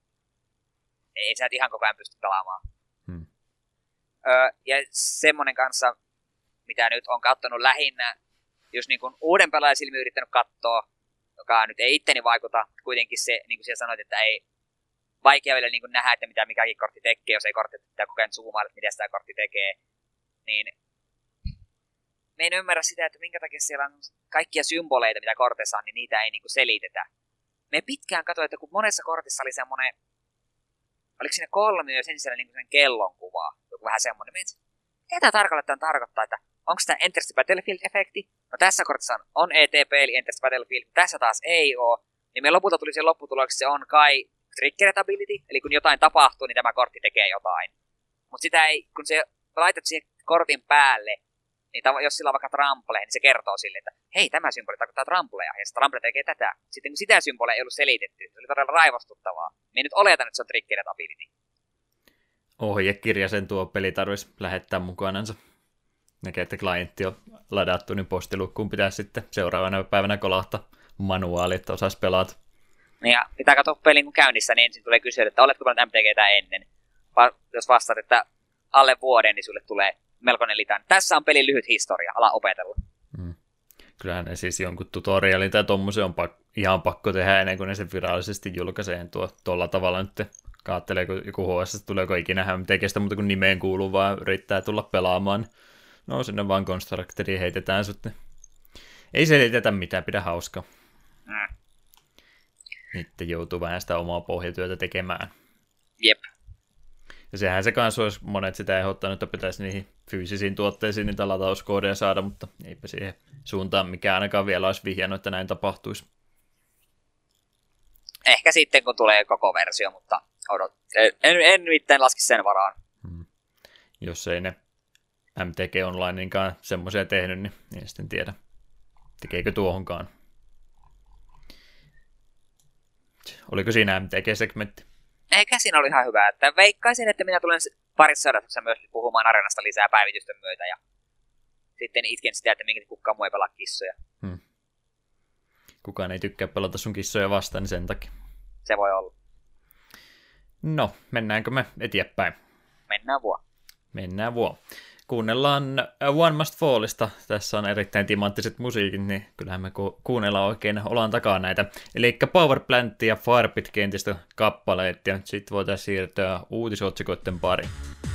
Ei sä ihan koko ajan pysty pelaamaan. Hmm. Öö, ja semmonen kanssa, mitä nyt on katsonut lähinnä, jos niin kuin uuden pelaajan silmiin yrittänyt katsoa, joka nyt ei itteni vaikuta, kuitenkin se, niin kuin siellä sanoit, että ei vaikea vielä niin kuin nähdä, että mitä mikäkin kortti tekee, jos ei kortti pitää koko ajan zoomailla, mitä sitä kortti tekee, niin me en ymmärrä sitä, että minkä takia siellä on kaikkia symboleita, mitä korteissa on, niin niitä ei niin kuin selitetä. Me pitkään katsoin, että kun monessa kortissa oli semmoinen, oliko siinä kolmio ja sen siellä niin kuin sen kellon kuva, joku vähän semmoinen, mitä tämä tarkalleen tarkoittaa, että onko tämä Enter the Battlefield-efekti? No tässä kortissa on, on E T P, eli Enter the Battlefield, tässä taas ei ole. Niin me lopulta tuli siihen lopputuloksi, se on kai Triggered Ability, eli kun jotain tapahtuu, niin tämä kortti tekee jotain. Mutta sitä ei, kun se laitat siihen kortin päälle, niin tav- jos sillä on vaikka trample, niin se kertoo sille, että hei, tämä symboli tarkoittaa trampleja, ja se trample tekee tätä. Sitten kun sitä symbolia ei ollut selitetty, se oli todella raivostuttavaa. Me nyt oletan, että se on Triggered Ability. Ohjekirja sen tuo peli tarvitsisi lähettää mukanansa. Näkee, että klientti on ladattu, niin postilukkuun pitäisi sitten seuraavana päivänä kolahtaa manuaali, että osaisi pelata. Ja pitää katsoa pelin kun käynnissä, niin ensin tulee kysyä, että oletko pelannut M T G:tä ennen. Va- jos vastaat, että alle vuoden, niin sulle tulee melkoinen litän. Tässä on pelin lyhyt historia, ala opetella. Mm. Kyllähän ne siis jonkun tutorialin tai tommosen on pak- ihan pakko tehdä ennen kuin ne sen virallisesti julkaisee tuo tuolla tavalla nyt. Kaattelee, kun joku H S tuleeko ikinä M T G:stä, mutta kun nimeen kuuluu vaan yrittää tulla pelaamaan. No sinne vaan Constructoriin heitetään sut. Ei selitetä mitään, pidä hauskaa. Mm. Sitten joutuu vähän sitä omaa pohjatyötä tekemään. Jep. Ja sehän se kanssa olisi, monet sitä ehdottanut, että pitäisi niihin fyysisiin tuotteisiin niitä latauskoodeja saada, mutta eipä siihen suuntaan mikään ainakaan vielä olisi vihjannut, että näin tapahtuisi. Ehkä sitten, kun tulee koko versio, mutta odot. En, en mitään laski sen varaan. Hmm. Jos ei ne M T G Onlineinkaan semmoisia tehnyt, niin en sitten tiedä, tekeekö tuohonkaan. Oliko siinä M T G-segmentti? Eikä siinä oli ihan hyvä. Että veikkaisin, että minä tulen parissa seuratuksessa myös puhumaan Arenasta lisää päivitysten myötä. Ja sitten itken sitä, että minkä kukaan muu ei pelaa kissoja. Hmm. Kukaan ei tykkää pelata sun kissoja vastaan, niin sen takia. Se voi olla. No, mennäänkö me eteenpäin? Mennään vuo. Mennään vuo. Kuunnellaan One Must Fallista. Tässä on erittäin timanttiset musiikit, niin kyllähän me ku- kuunnellaan oikein olan takaa näitä. Eli Power Plant ja Firebit-kentistä kappaleet, ja sitten voitaisiin siirtyä uutisotsikoiden pariin.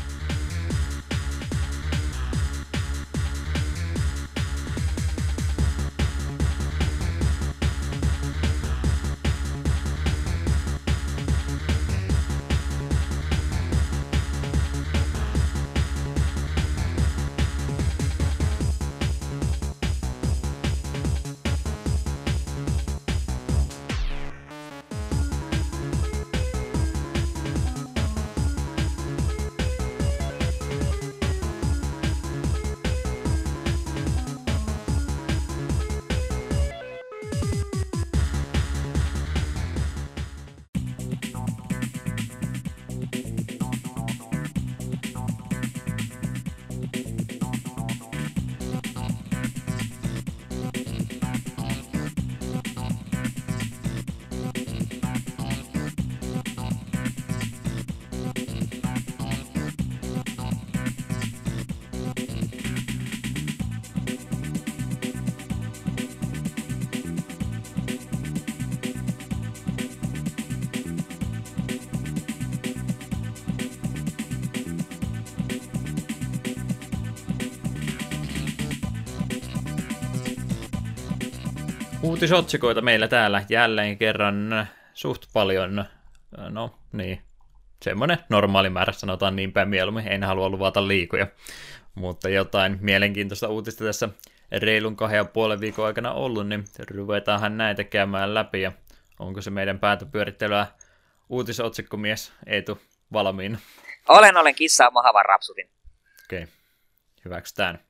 Uutisotsikoita meillä täällä jälleen kerran suht paljon, no niin, semmoinen normaali määrä, sanotaan niin päin mieluummin, en halua luvata liikoja, mutta jotain mielenkiintoista uutista tässä reilun kahden ja puolen viikon aikana ollut, niin ruvetaanhan näitä käymään läpi, ja onko se meidän päätä pyörittelyä uutisotsikkomies Eetu valmiina? Olen, olen kissaa mahavan rapsutin. Okei, okay. Hyväksytään.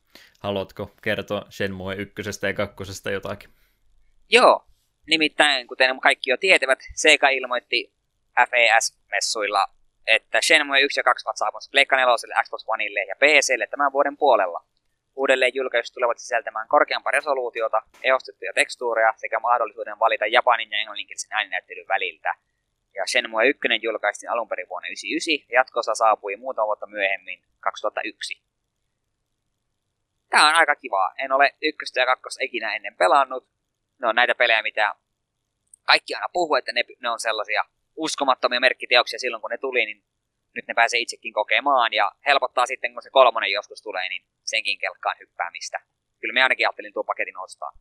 Haluatko kertoa Shenmue ykkösestä ja kakkosesta jotakin? Joo, nimittäin kuten kaikki jo tietävät, Sega ilmoitti F E S-messuilla, että Shenmue yksi ja kaksi ovat saapumassa Pleikka neljä, Xbox Oneille ja P C:lle tämän vuoden puolella. Uudelleen julkaisut tulevat sisältämään korkeampaa resoluutiota, eostettuja tekstuureja sekä mahdollisuuden valita japanin ja englanninkielisen ääninäyttelyn väliltä. Ja Shenmue yksi julkaistiin alun perin vuonna yhdeksänkymmentäyhdeksän ja jatkossa saapui muutama vuotta myöhemmin kaksituhattayksi. Tää on aika kivaa. En ole ykköstä ja kakkosta ikinä ennen pelannut. Ne on näitä pelejä, mitä kaikki aina puhuu, että ne, ne on sellaisia uskomattomia merkkiteoksia silloin, kun ne tuli, niin nyt ne pääsee itsekin kokemaan. Ja helpottaa sitten, kun se kolmonen joskus tulee, niin senkin kelkkaan hyppäämistä. Kyllä me ainakin ajattelin tuon paketin ostaa.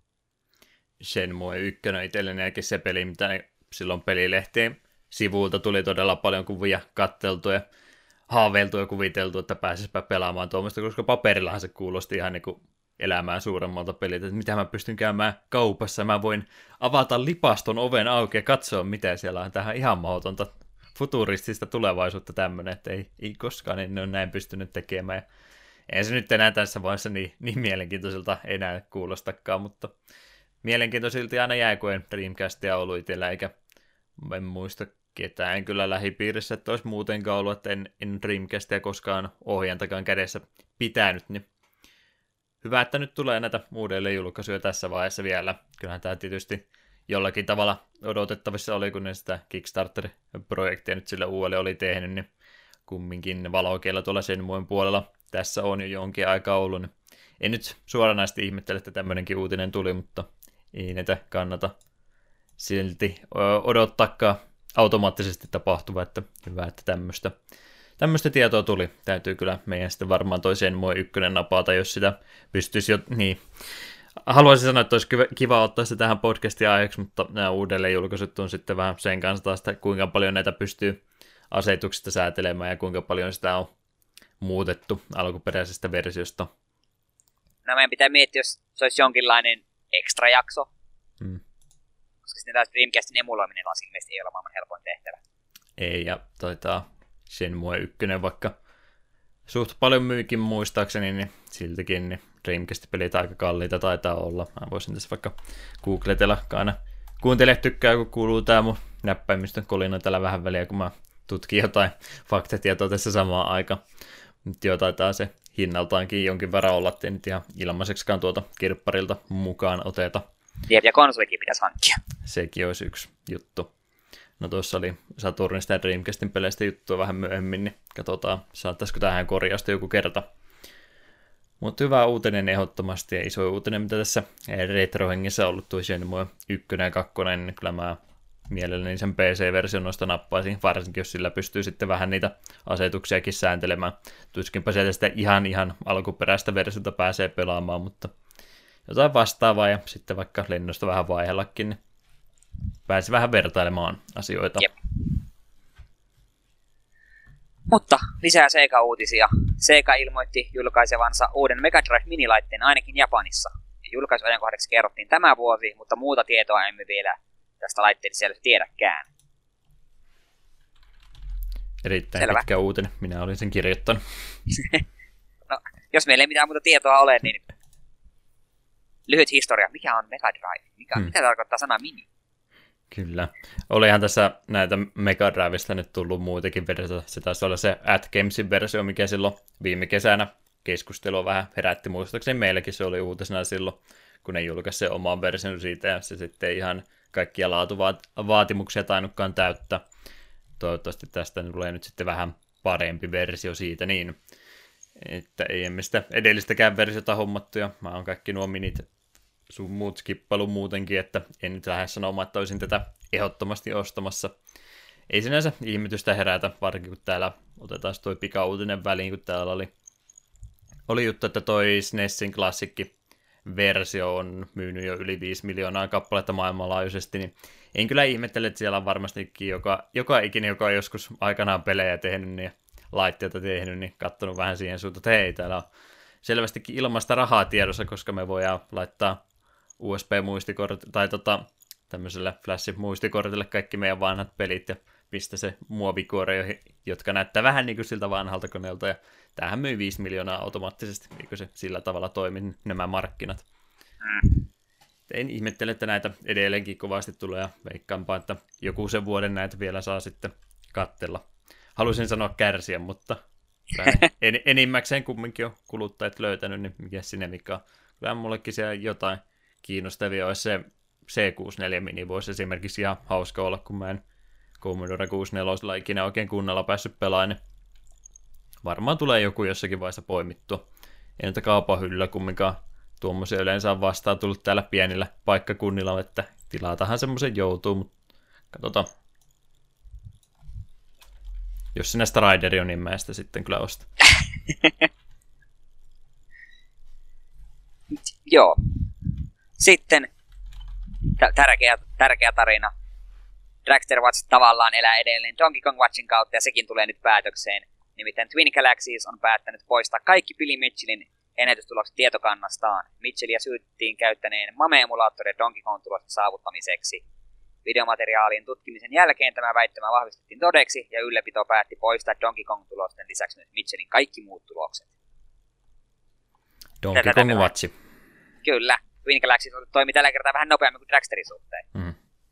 Shenmue yksi on itselleni se peli, mitä silloin pelilehteen sivuilta tuli todella paljon kuvia katteltu ja haaveiltu ja kuviteltu, että pääsisipä pelaamaan tuommoista, koska paperillahan se kuulosti ihan niin kuin elämään suuremmalta peliltä, että mitä mä pystyn käymään kaupassa, mä voin avata lipaston oven auki ja katsoa, mitä siellä on. Tähän ihan mahdotonta futuristista tulevaisuutta tämmöinen, että ei, ei koskaan en ole näin pystynyt tekemään. Ja ei se nyt enää tässä vaiheessa niin, niin mielenkiintoiselta enää kuulostakaan, mutta mielenkiintoisilta aina jäi, kun en Dreamcastia ollut itsellä, eikä en muista ketään kyllä lähipiirissä, että olisi muutenkaan ollut, että en, en Dreamcastia koskaan ohjantakaan kädessä pitänyt, niin hyvä, että nyt tulee näitä uudelleen julkaisuja tässä vaiheessa vielä. Kyllähän tämä tietysti jollakin tavalla odotettavissa oli, kun ne sitä Kickstarter-projektia nyt sille uudelle oli tehnyt, niin kumminkin valokeilla tuolla Shenmuen puolella tässä on jo jonkin aikaa ollut. Niin en nyt suoranaisesti ihmettele, että tämmöinenkin uutinen tuli, mutta ei näitä kannata silti odottaakaan automaattisesti tapahtuvaa, että hyvä, että tämmöistä. Tämmöistä tietoa tuli. Täytyy kyllä meidän sitten varmaan toi Shenmue yksi napata, jos sitä pystyisi jo, niin. Haluaisin sanoa, että olisi kiva ottaa se tähän podcastin aiheeksi, mutta nämä uudelleen julkaisut on sitten vähän sen kanssa taas, että kuinka paljon näitä pystyy asetuksista säätelemään ja kuinka paljon sitä on muutettu alkuperäisestä versiosta. No meidän pitää miettiä, jos se olisi jonkinlainen ekstra jakso. Hmm. Koska sitten taas Dreamcastin emuloiminen on ilmeisesti ei ole maailman helpoin tehtävä. Ei, ja taitaa Shenmue yksi, vaikka suht paljon myykin muistaakseni, niin siltikin niin Dreamcast-pelit aika kalliita taitaa olla. Mä voisin tässä vaikka googletella aina. Kuuntele tykkää, kun kuuluu tää mun näppäimistön kolina tällä vähän väliä, kun mä tutkin jotain faktatietoa tässä samaan aikaan. Nyt jo taitaa se hinnaltaankin jonkin verran olla, ettei nyt ihan ilmaiseksikaan tuota kirpparilta mukaan oteta. Jep, ja konsolikin pitäisi hankkia. Sekin olisi yksi juttu. No tuossa oli Saturnista ja Dreamcastin peleistä juttua vähän myöhemmin, niin katsotaan, saattaisiko tähän korjausta joku kerta. Mutta hyvä uutinen ehdottomasti ja iso uutinen, mitä tässä retrohengessä on ollut tuo Shenmue yksi ja kaksi, niin kyllä mä mielelläni sen P C-version noista nappaisin, varsinkin jos sillä pystyy sitten vähän niitä asetuksiakin sääntelemään. Tuskinpä sieltä sitä ihan ihan alkuperäistä versiota pääsee pelaamaan, mutta jotain vastaavaa ja sitten vaikka lennosta vähän vaihellakin, niin pääsi vähän vertailemaan asioita. Jep. Mutta lisää Sega-uutisia. Sega ilmoitti julkaisevansa uuden Mega Drive minilaitteen ainakin Japanissa. Julkaisuajankohdaksi kerrottiin tämä vuosi, mutta muuta tietoa emme vielä tästä laitteesta siellä tiedäkään. Erittäin Selvä. Pitkä uutinen. Minä olin sen kirjoittanut. No, jos meillä ei mitään muuta tietoa ole, niin lyhyt historia. Mikä on Mega Drive? Mikä, hmm. Mitä tarkoittaa sana mini? Kyllä. Olihan tässä näitä Mega Drivesta nyt tullut muitakin versioita. Se taisi olla se At Gamesin versio, mikä silloin viime kesänä keskustelua vähän herätti. Muistaakseni meilläkin se oli uutisena silloin, kun ne julkaisi sen oman version siitä, ja se sitten ihan kaikkia laatuvaatimuksia tainnutkaan täyttää. Toivottavasti tästä tulee nyt sitten vähän parempi versio siitä, niin että ei emme sitä edellistäkään versiota hommattu, ja mä oon kaikki nuo minit sun muut skippailu muutenkin, että en nyt lähde sanomaan, että olisin tätä ehdottomasti ostamassa. Ei sinänsä ihmetystä herätä, varsinkin kun täällä otetaan toi pikauutinen väliin, kun täällä oli, oli juttu, että toi S N E Sin klassikki-versio on myynyt jo yli viisi miljoonaa kappaletta maailmanlaajuisesti, niin en kyllä ihmettele, että siellä on varmastikin joka, joka ikinen, joka on joskus aikanaan pelejä tehnyt niin laitteita tehnyt, niin katsonut vähän siihen suuntaan, että hei, täällä on selvästikin ilmaista rahaa tiedossa, koska me voidaan laittaa U S B-muistikortille tai tota, tämmöiselle flash-muistikortille kaikki meidän vanhat pelit ja pistä se muovikuore jotka näyttää vähän niin kuin siltä vanhalta koneelta, ja tämähän myy viisi miljoonaa automaattisesti, eikö se sillä tavalla toimi nämä markkinat. Mm. En ihmettele, että näitä edelleenkin kovasti tulee, ja veikkaanpa, että joku sen vuoden näitä vielä saa sitten katsella. Haluaisin sanoa kärsiä, mutta en, enimmäkseen kumminkin on kuluttajat löytänyt, niin mikä sinne mikä. Kyllä mullekin siellä jotain kiinnostavia olisi se C kuusikymmentäneljä Mini voisi esimerkiksi ihan hauska olla, kun mä en Commodore kuusikymmentäneljä ikinä oikein kunnolla päässyt pelaamaan, niin varmaan tulee joku jossakin vaiheessa poimittua. Ei näitä kaupan hyllyllä kumminkaan tuommoisia yleensä on vastaan tullut täällä pienillä paikkakunnilla, että tilatahan semmoisen joutuu, mutta katsotaan. Jos sinä Strideri on, niin mä sitä sitten kyllä osta. Joo. Sitten t- tärkeä, tärkeä tarina. Dragster Watch tavallaan elää edelleen Donkey Kong Watchin kautta, ja sekin tulee nyt päätökseen. Nimittäin Twin Galaxies on päättänyt poistaa kaikki Billy Mitchellin ennätystulokset tietokannastaan. Mitchellia syyttiin käyttäneen Mame-emulaattoria Donkey Kong-tulosten saavuttamiseksi. Videomateriaalin tutkimisen jälkeen tämä väittämä vahvistettiin todeksi, ja ylläpito päätti poistaa Donkey Kong-tulosten lisäksi myös Mitchellin kaikki muut tulokset. Donkey Kong Watch. Kyllä. Twin Galaxies toimii tällä kertaa vähän nopeammin kuin Dragsterin suhteen. Mm.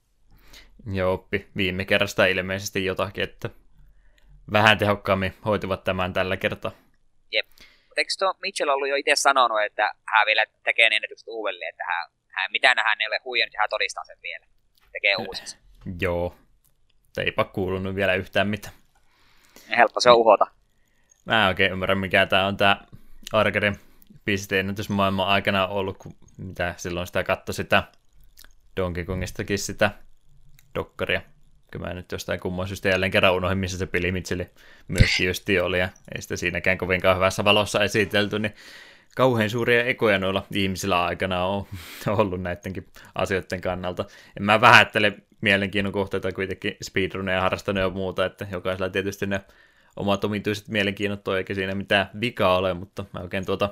Joo, oppi viime kerrasta ilmeisesti jotakin, että vähän tehokkaammin hoitivat tämän tällä kertaa. Jep. Mutta eikö tuo Mitchell ollut jo itse sanonut, että hän vielä tekee ne ennätykset uudelleen, että hän, hän, mitään hän ei ole huijannut ja hän todistaa sen vielä. Tekee uusiksi. Joo. Eipä kuulunut vielä yhtään mitään. Helppo se on uhota. Mä en oikein ymmärrä, mikä tää on tää Arcaden pisteennätysmaailman aikana ollut, kun mitä silloin sitä katsoi sitä Donkey Kongistakin sitä dokkaria. Kyllä mä nyt jostain kumman syystä jälleen kerran unohdin, missä se Billy Mitchell myöskin justi oli, ja ei sitä siinäkään kovinkaan hyvässä valossa esitelty, niin kauhean suuria ekoja noilla ihmisillä aikana on ollut näidenkin asioiden kannalta. En mä vähättele mielenkiinnon kohteita kuitenkin speedruneja harrastanut ja muuta, että jokaisella tietysti ne omat omituiset mielenkiinnot on, eikä siinä mitään vikaa ole, mutta mä oikein tuota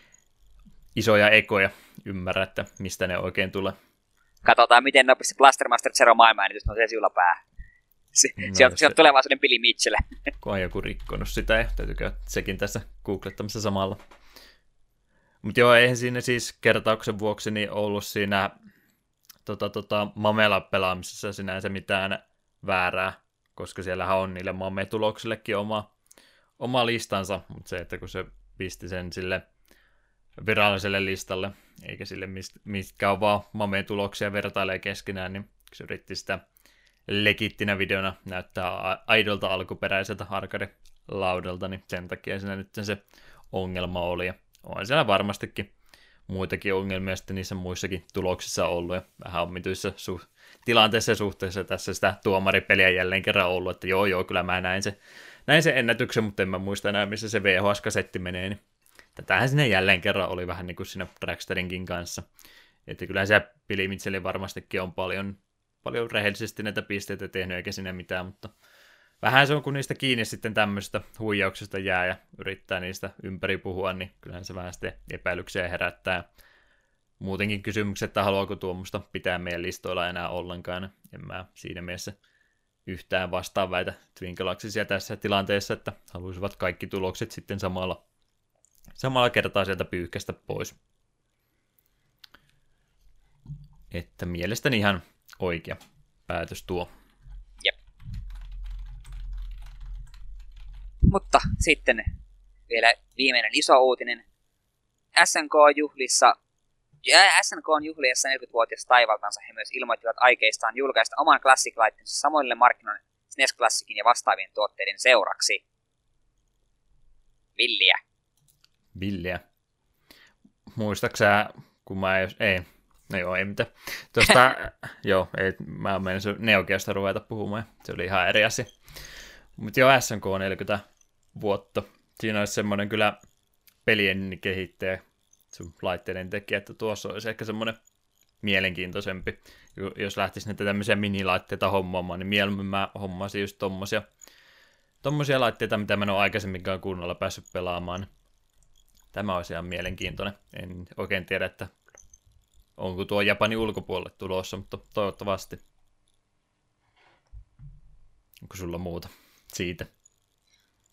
isoja ekoja ymmärrä, että mistä ne oikein tulee. Katsotaan, miten nopeasti Blaster Master Zero maailmanennätys on se siulapää. Se, no, sieltä, sieltä tulevaisuuden Billy Mitchell. Kun on joku rikkonut sitä, ja täytyykö sekin tässä googlettamassa samalla. Mutta joo, eihän siinä siis kertauksen vuoksi niin ollut siinä tota, tota, Mamela-pelaamisessa sinänsä mitään väärää, koska siellähän on niille Mame-tuloksillekin oma, oma listansa, mutta se, että kun se pisti sen sille viralliselle listalle, eikä sille, mitkä on vaan Mame-tuloksia vertailee keskenään, niin se yritti sitä legittinä videona näyttää aidolta alkuperäiseltä arcade-laudalta, niin sen takia siinä nyt se ongelma oli. Ja on siellä varmastikin muitakin ongelmia sitten niissä muissakin tuloksissa ollut, ja vähän omituissa su- tilanteessa ja suhteessa tässä sitä tuomaripeliä jälleen kerran ollut, että joo joo, kyllä mä näin, se, näin sen ennätyksen, mutta en mä muista enää, missä se V H S-kasetti menee, niin tätähän sinne jälleen kerran oli vähän niin kuin siinä Dragsterinkin kanssa, että kyllä se Billy Mitchell varmastikin on paljon, paljon rehellisesti näitä pisteitä tehnyt, eikä sinne mitään, mutta vähän se on, kun niistä kiinni sitten tämmöisestä huijauksesta jää ja yrittää niistä ympäri puhua, niin kyllähän se vähän sitten epäilyksiä herättää. Muutenkin kysymykset, että haluaako tuommoista pitää meidän listoilla enää ollenkaan. En mä siinä mielessä yhtään vastaan väitä Twin Galaxiesia tässä tilanteessa, että haluaisivat kaikki tulokset sitten samalla, samalla kertaa sieltä pyyhkästä pois. Että mielestäni ihan oikea päätös tuo. Mutta sitten vielä viimeinen iso uutinen. S N K-juhlissa, ja S N K-juhliessa neljäkymmenvuotias taivaltansa he myös ilmoittivat aikeistaan julkaista oman Classic-laitteensa samoille markkinoille S N E S Classicin ja vastaavien tuotteiden seuraksi. Villiä. Villiä. Muistaaksä, kun mä ei... ei. No joo, ei mitään. Tuosta, joo, ei, mä menin Neo Geosta ruveta puhumaan, se oli ihan eri asia. Mutta joo, S N K on neljäkymmentä vuotta. Siinä olisi semmoinen kyllä pelien kehittäjä, sun laitteiden tekijä, että tuossa olisi ehkä semmoinen mielenkiintoisempi. Jos lähtisi näitä tämmöisiä minilaitteita hommaamaan, niin mieluummin mä hommaisin just tommosia, tommosia laitteita, mitä mä en ole aikaisemminkaan kunnolla päässyt pelaamaan. Tämä olisi ihan mielenkiintoinen. En oikein tiedä, että onko tuo Japanin ulkopuolelle tulossa, mutta toivottavasti. Onko sulla muuta siitä?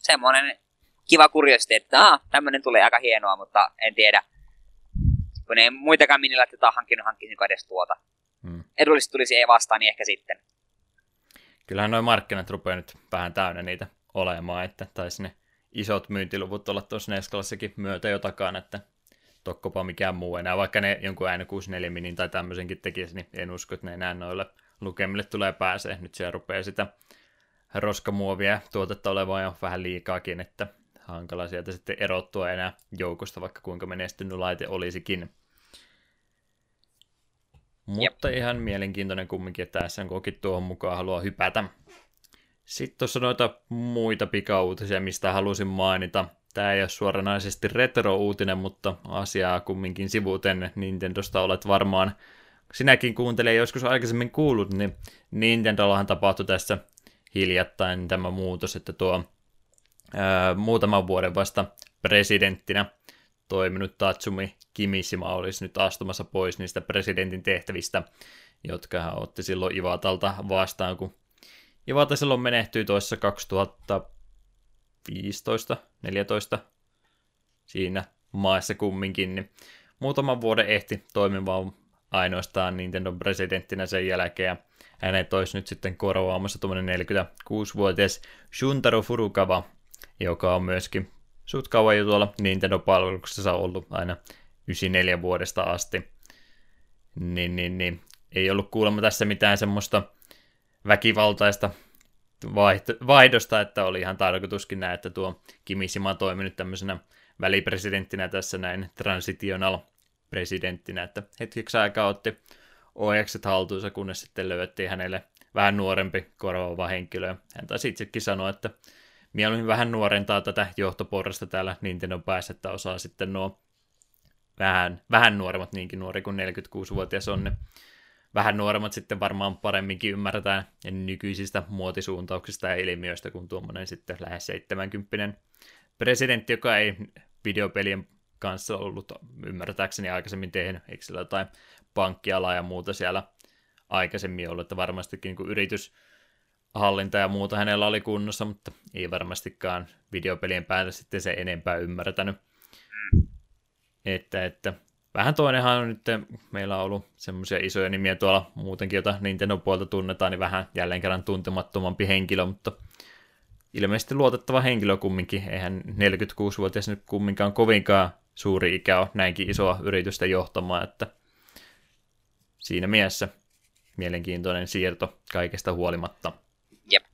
semmoinen kiva kuriositeetti, että ah, tämmönen tulee aika hienoa, mutta en tiedä. Kun ei muitakaan minilaitteita ole hankkinut, hankkinut edes tuota. Hmm. Edullisesti tulisi ei vastaan, niin ehkä sitten. Kyllähän nuo markkinat rupeaa nyt vähän täynnä niitä olemaan, että taisi ne isot myyntiluvut olla tuossa Nesklassakin myötä jo takana, että tokkopa mikään muu enää, vaikka ne jonkun N kuusikymmentäneljä minin tai tämmöisenkin tekisi, niin en usko, että ne enää noille lukemille tulee pääsee. Nyt siellä rupeaa sitä roskamuovia tuotetta olevan jo vähän liikaakin, että hankala sieltä sitten erottua enää joukosta, vaikka kuinka menestynyt laite olisikin. Mutta Jep. ihan mielenkiintoinen kumminkin, että S N K:kin tuohon mukaan haluaa hypätä. Sitten tuossa noita muita pikauutisia, mistä halusin mainita. Tämä ei ole suoranaisesti retro-uutinen, mutta asiaa kumminkin sivuten Nintendosta olet varmaan, sinäkin kuuntelee joskus aikaisemmin kuullut, niin Nintendollahan tapahtui tässä hiljattain tämä muutos, että tuo ää, muutaman vuoden vasta presidenttinä toiminut Tatsumi Kimishima olisi nyt astumassa pois niistä presidentin tehtävistä, jotka hän otti silloin Iwatalta vastaan, kun Iwata silloin menehtyi tuossa kaksituhattaviisitoista neljätoista siinä maassa kumminkin, niin muutaman vuoden ehti toimimaan ainoastaan Nintendo presidenttinä sen jälkeen, ja hänet olisi nyt sitten korvaamassa tuommoinen neljäkymmentäkuusivuotias Shuntaro Furukawa, joka on myöskin suht kauan jo tuolla Nintendo-palveluksessa ollut aina yhdeksänkymmentäneljä vuodesta asti. Niin, niin, niin. Ei ollut kuulemma tässä mitään semmoista väkivaltaista vaihdosta, että oli ihan tarkoituskin näin, että tuo Kimishima on toiminut tämmöisenä välipresidenttinä tässä näin transitional presidenttinä, että hetkeksi aikaa otti ohjakset haltuunsa, kunnes sitten löydettiin hänelle vähän nuorempi korvaava henkilö. Hän taisi itsekin sanoa, että mieluummin vähän nuorentaa tätä johtoporrasta täällä Nintendon päässä, että osaa sitten nuo vähän, vähän nuoremmat, niinkin nuori kuin neljäkymmentäkuusivuotias on, ne vähän nuoremmat sitten varmaan paremminkin ymmärretään nykyisistä muotisuuntauksista ja ilmiöistä kuin tuommoinen sitten lähes seitsemänkymppinen presidentti, joka ei videopelien kanssa ollut ymmärtääkseni aikaisemmin tehnyt, eikö sillä jotain pankkialaa ja muuta siellä aikaisemmin ollut, että varmastikin niin kuin yrityshallinta ja muuta hänellä oli kunnossa, mutta ei varmastikaan videopelien päällä sitten se enempää ymmärtänyt. Että, että vähän toinenhan on nyt, meillä on ollut semmoisia isoja nimiä tuolla muutenkin, jota Nintendo puolta tunnetaan, niin vähän jälleen kerran tuntemattomampi henkilö, mutta ilmeisesti luotettava henkilö kumminkin. Eihän neljäkymmentäkuusivuotias nyt kumminkaan kovinkaan suuri ikä ole näinkin isoa yritystä johtamaan, että siinä mielessä mielenkiintoinen siirto kaikesta huolimatta. Jep.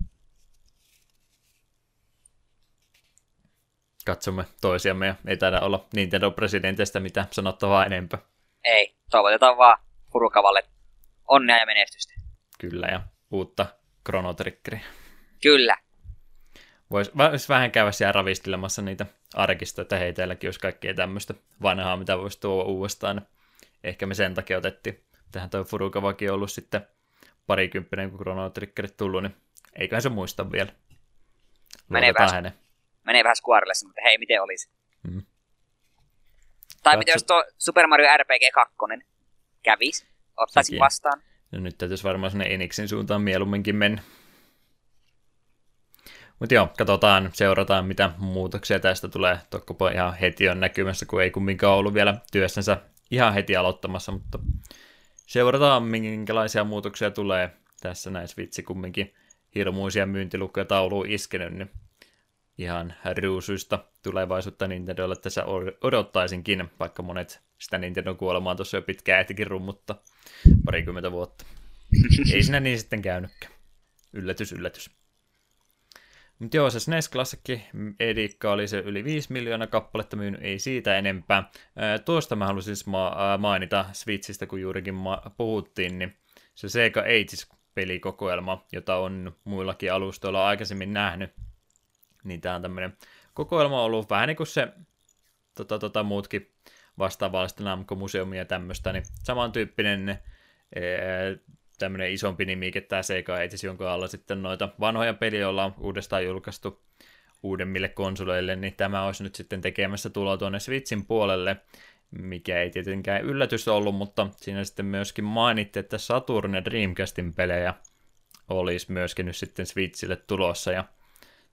Katsomme toisiamme ja ei taida olla Nintendo-presidenteistä mitään sanottavaa enempää. Ei, toivotetaan vaan Furukavalle onnea ja menestystä. Kyllä, ja uutta Chrono Triggeria. Kyllä. Voisi vois vähän käydä siellä ravistelemassa niitä arkistoja, että hei, teilläkin olisi kaikkea tämmöistä vanhaa, mitä voisi tuoda uudestaan. Ehkä me sen takia otettiin. Tähän toi Furukavakin on ollut sitten parikymppinen, kun Chrono Triggerit tullut, niin eiköhän se muista vielä. Menee vähän, menee vähän Squarelle, mutta hei, miten olisi? Hmm. Tai Katso... miten jos tuo Super Mario R P G kaksi kävisi? Ottaisin Sekin. vastaan. No nyt täytyisi varmaan sinne Enixin suuntaan mieluumminkin mennä. Mutta joo, katsotaan, seurataan mitä muutoksia tästä tulee. Tokkopa ihan heti on näkymässä, kun ei kumminkaan ollut vielä työssänsä ihan heti aloittamassa, mutta seurataan minkälaisia muutoksia tulee. Tässä näin Switchi kumminkin hirmuisia myyntilukkoja tauluun iskenyt, niin ihan ruusuista tulevaisuutta Nintendolle tässä odottaisinkin, vaikka monet sitä Nintendon kuolemaan tuossa jo pitkään ehtikin rummutta parikymmentä vuotta. Ei siinä niin sitten käynytkään. Yllätys, yllätys. Mutta joo, se S N E S Classic Edikka oli se yli viisi miljoonaa kappaletta myynyt, ei siitä enempää. Ää, tuosta mä halusin ma- mainita Switchistä, kun juurikin ma- puhuttiin, niin se Sega Ages-pelikokoelma, jota on muillakin alustoilla aikaisemmin nähnyt, niin tää on tämmönen kokoelma ollut vähän niin kuin se tota, tota, muutkin vastaavallista Namco-museumia ja tämmöistä, niin samantyyppinen ää, tämmöinen isompi nimikin, tämä Sega Ages, jonka alla sitten noita vanhoja peliä ollaan uudestaan julkaistu uudemmille konsoleille, niin tämä olisi nyt sitten tekemässä tuloa tuonne Switchin puolelle, mikä ei tietenkään yllätys ollut, mutta siinä sitten myöskin mainittiin, että Saturn ja Dreamcastin pelejä olisi myöskin nyt sitten Switchille tulossa, ja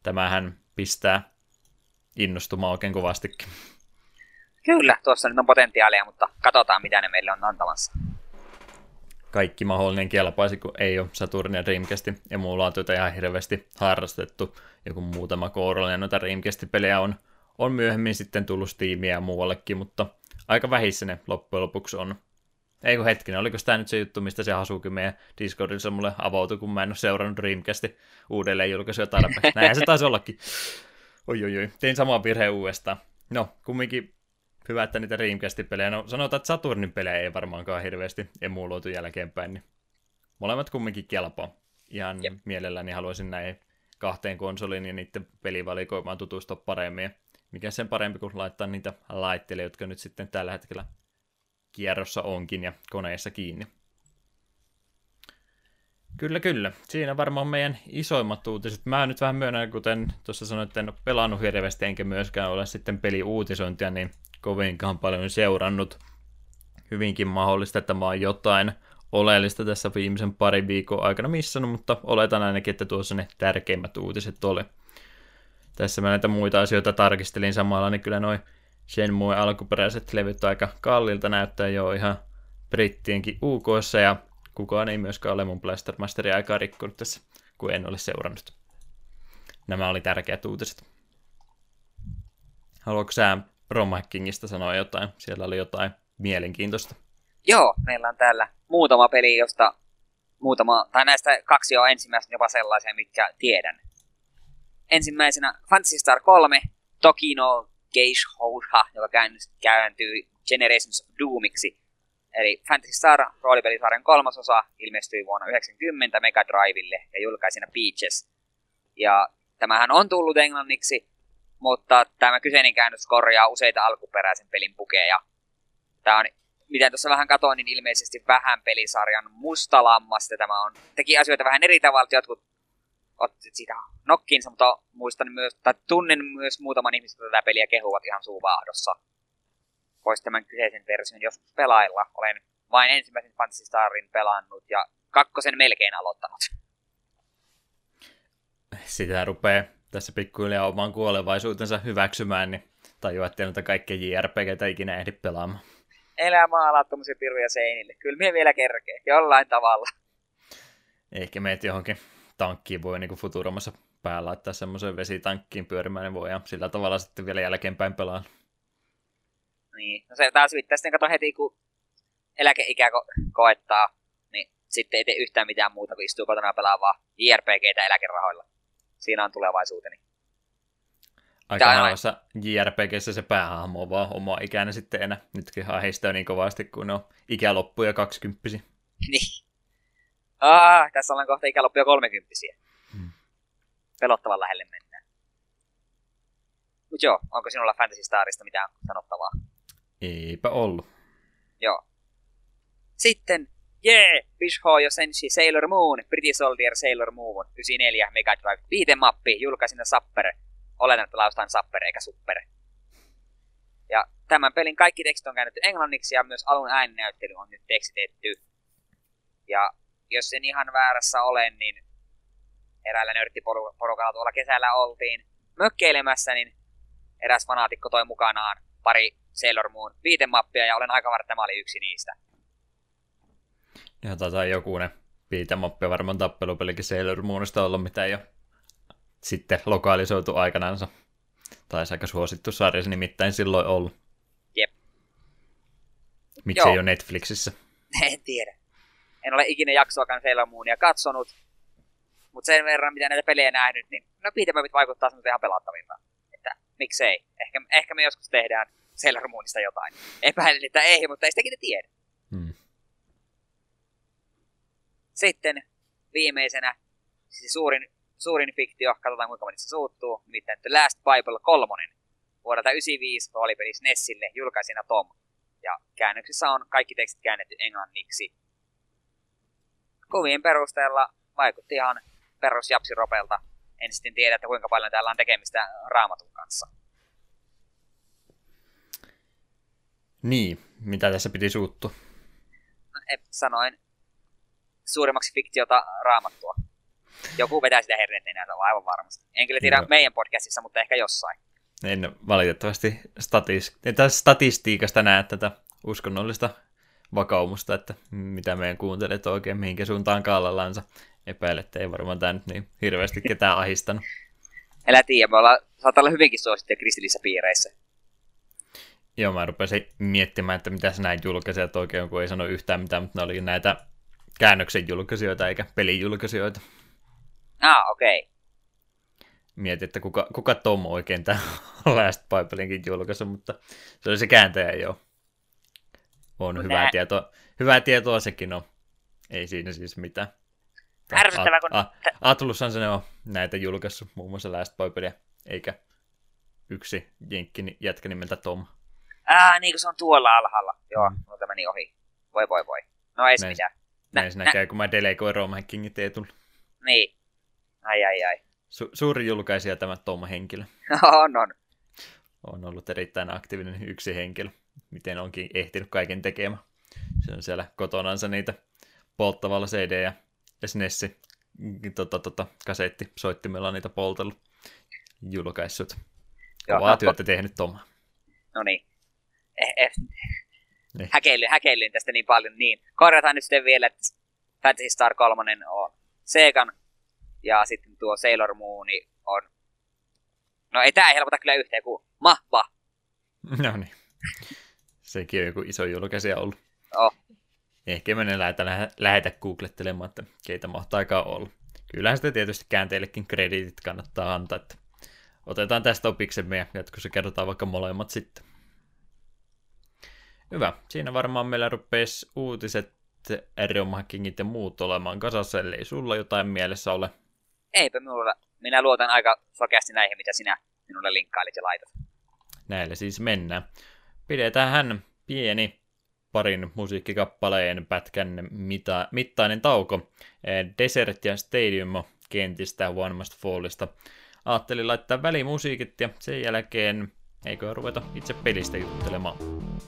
tämähän pistää innostumaan oikein kovastikin. Kyllä, tuossa nyt on potentiaalia, mutta katsotaan mitä ne meille on antamassa. Kaikki mahdollinen kelpaisi, kun ei ole Saturn ja Dreamcastin emulaatioita ihan hirveästi harrastettu. Joku muutama kourallinen noita Dreamcast-pelejä on, on myöhemmin sitten tullut Steamia ja muuallekin, mutta aika vähissä ne loppujen lopuksi on. Ei kun hetkinen, oliko tämä nyt se juttu, mistä se Hasuki meidän Discordissa mulle avautui, kun mä en ole seurannut Dreamcastin uudelleen julkaisuja tarpeeksi. Näinhän se taisi ollakin. Oi, oi, oi. Tein samaa virheen uudestaan. No, kumminkin hyvä, että niitä Dreamcastin pelejä. No, sanotaan, että Saturnin pelejä ei varmaankaan hirveästi emuloitu jälkeenpäin, niin molemmat kumminkin kelpaa. Ihan Jep. mielelläni haluaisin näin kahteen konsoliin ja niiden pelivalikoimaan tutustua paremmin. Ja mikä sen parempi kuin laittaa niitä laitteille, jotka nyt sitten tällä hetkellä kierrossa onkin ja koneessa kiinni. Kyllä, kyllä. Siinä varmaan meidän isoimmat uutiset. Mä nyt vähän myönnän, kuten tuossa sanoin, että en ole pelannut hirveästi, enkä myöskään ole sitten peliuutisointia, niin kovinkaan paljon seurannut. Hyvinkin mahdollista, että mä oon jotain oleellista tässä viimeisen parin viikon aikana missannut, mutta oletan ainakin, että tuossa ne tärkeimmät uutiset oli. Tässä mä näitä muita asioita tarkistelin samalla, niin kyllä noi Shenmue alkuperäiset levyt aika kallilta näyttää jo ihan brittienkin U K:ssa, ja kukaan ei myöskään ole mun Blaster Masteria aikaa rikkonut tässä, kun en ole seurannut. Nämä oli tärkeät uutiset. Haluatko sä ROM-hackingista sanoa jotain? Siellä oli jotain mielenkiintoista. Joo, meillä on täällä muutama peli, josta muutama, tai näistä kaksi on ensimmäisenä jopa sellaisia, mitkä tiedän. Ensimmäisenä Phantasy Star kolme, Tokino Geishouha, joka kääntyy Generations of Doomiksi. Eli Phantasy Star roolipelisarjan kolmas osa ilmestyi vuonna yhdeksänkymmentä Mega Drivelle ja julkaisina Peaches. Ja tämähän on tullut englanniksi, mutta tämä kyseinen käännös korjaa useita alkuperäisen pelin pukeja. Tämä on, miten tuossa vähän katoin, niin ilmeisesti vähän pelisarjan musta lammas. Tämä on, teki asioita vähän eri tavalla, jotkut otti siitä nokkiinsa, mutta muistan myös, tai tunnen myös muutaman ihmisen, jotka tätä peliä kehuvat ihan suuvaahdossa. Voisi tämän kyseisen version joskus pelailla. Olen vain ensimmäisen Phantasy Starin pelannut ja kakkosen melkein aloittanut. Sitä rupeaa tässä pikkuhiljaa oman kuolevaisuutensa hyväksymään, niin tajuaa, että noita kaikkia J R P G:tä ikinä ehdi pelaamaan. Elää maalaa tommosia piruja seinille. Kyllä minä vielä kerkee, jollain tavalla. Ehkä meet johonkin tankkiin voi niin kuin Futuromassa päällä laittaa semmoisen vesitankkiin pyörimään, niin voi ja sillä tavalla sitten vielä jälkeenpäin pelaa. Niin, no se taas vittää sitten kato heti, kun eläkeikä ko- koettaa, niin sitten ei tee yhtään mitään muuta, kun istuu kotona pelaa vaan J R P G:tä eläkerahoilla. Siinä on tulevaisuuteni. Aika harvassa J R P G:ssä se päähahmo on vaan oma ikäinen sitten enää. Nytkin heistä niin kovasti, kun ne on ikäloppuja kaksikymppisiä. Niin. Ah, tässä ollaan kohta ikäloppuja kolmekymppisiä. Hmm. Pelottavan lähelle mennään. Mut joo, onko sinulla Phantasy Starista mitään sanottavaa? Eipä ollut. Joo. Sitten, jee, yeah, Bisho ja Senshi Sailor Moon, Pretty Soldier Sailor Moon, yhdeksänkymmentäneljä Mega Drive, viitemappi, julkaisina Sapper. Oletan, että laustaan Sapper eikä Super. Ja tämän pelin kaikki tekstit on käännetty englanniksi ja myös alun ääninäyttely on nyt tekstitetty. Ja jos en ihan väärässä olen, niin eräällä nörttiporukalla tuolla kesällä oltiin mökkeilemässä, niin eräs fanaatikko toi mukanaan pari Sailor Moon viitemappia ja olen aika varma, että tämä oli yksi niistä. Ja taitaa joku ne viitemappi varmaan tappelupelikin Sailor Moonista olla, mitä ei ole sitten lokalisoitu aikanaansa. Taisi aika suosittu sarjassa nimittäin silloin ollut. Jep. Miksi ei ole Netflixissä? En tiedä. En ole ikinä jaksoakaan Sailor Moonia katsonut. Mutta sen verran, mitä näitä pelejä nähnyt, niin no beat'em vaikuttaa semmoista ihan pelattavilta. Että miksei. Ehkä, ehkä me joskus tehdään Sailor Moonista jotain. Epäilen, että ei, mutta ei sitäkin tiedä. Hmm. Sitten viimeisenä, siis suurin, suurin fiktio, katsotaan kuinka moni se suuttuu, nimittäin The Last Bible kolme. Vuodelta yhdeksänkymmentäviisi roolipeli SNESille, julkaisina Tom. Ja käännöksissä on kaikki tekstit käännetty englanniksi. Kuvien perusteella vaikutti ihan perus japsiropelta. En sitten tiedä, että kuinka paljon täällä on tekemistä Raamatun kanssa. Niin, mitä tässä piti suuttua? No, sanoin suurimmaksi fiktiota Raamattua. Joku vetää sitä herneet nenää, aivan varmasti. En kyllä tiedä Joo. meidän podcastissa, mutta ehkä jossain. En valitettavasti statis- tästä statistiikasta näe tätä uskonnollista vakaumusta, että mitä meidän kuuntelet oikein, mihinkä suuntaan kaallallansa. Epäilen, että ei varmaan tämä nyt niin hirveästi ketään ahistanut. Älä tiedä, me ollaan, saattaa olla hyvinkin suosittuja kristillisissä piireissä. Joo, mä rupesin miettimään, että mitä näin julkaisijat oikein, kun ei sano yhtään mitään, mutta ne oli näitä käännöksen julkaisijoita eikä pelin julkaisijoita. Ah, okei. Okay. Mietin, että kuka, kuka Tom oikein tämä Last Bibelinkin julkaisu, mutta se oli se kääntäjä, joo. On hyvää nää... tietoa. Hyvää tietoa sekin on. Ei siinä siis mitään. Ärsyttävää, kun... Atlushan se on näitä julkaissut, muun muassa Last Bibelia, eikä yksi jenkki jätkä nimeltä Tom. Ah, niin kuin se on tuolla alhaalla. Joo, mm. multa meni ohi. Voi voi voi. No ei se mitään. Näin se näkee, kun mä delegoin Rome Hackingit Eetulle. Niin. Ai ai ai. Su- suuri julkaisija tämä Tom-henkilö. on, on. On ollut erittäin aktiivinen yksi henkilö. Miten onkin ehtinyt kaiken tekemään. Se on siellä kotonansa niitä polttavalla C D- ja S N E S tota, tota, kasetti soittimella niitä poltellut julkaissut. Kovaa no, työtä tehnyt Tom. No niin. Eh, eh. Niin. Häkeilyin, häkeilyin tästä niin paljon. Niin. Korjataan nyt sitten vielä, että Phantasy Star kolme on Segan ja sitten tuo Sailor Moon on... No ei tää helpota kyllä yhteen kuin Mahva. No niin. Sekin on joku iso julkaisija ollut. Oh. Ehkä me ne lähetä, lähetä googlettelemaan, että keitä mahtaakaan olla. Kyllähän sitä tietysti käänteillekin krediitit kannattaa antaa, että otetaan tästä opiksemme ja jatkossa kerrotaan vaikka molemmat sitten. Hyvä. Siinä varmaan meillä rupesi uutiset, Realm Hackingit ja muut olemaan kasassa, ellei sulla jotain mielessä ole. Eipä minulla. Minä luotan aika sokeasti näihin, mitä sinä minulle linkkailit ja laitat. Näillä siis mennään. Pidetään hän pieni parin musiikkikappaleen pätkän mita- mittainen tauko. Desert ja Stadium kentistä One Must Fallista. Ajattelin laittaa välimusiikit ja sen jälkeen eikö ruveta itse pelistä juttelemaan.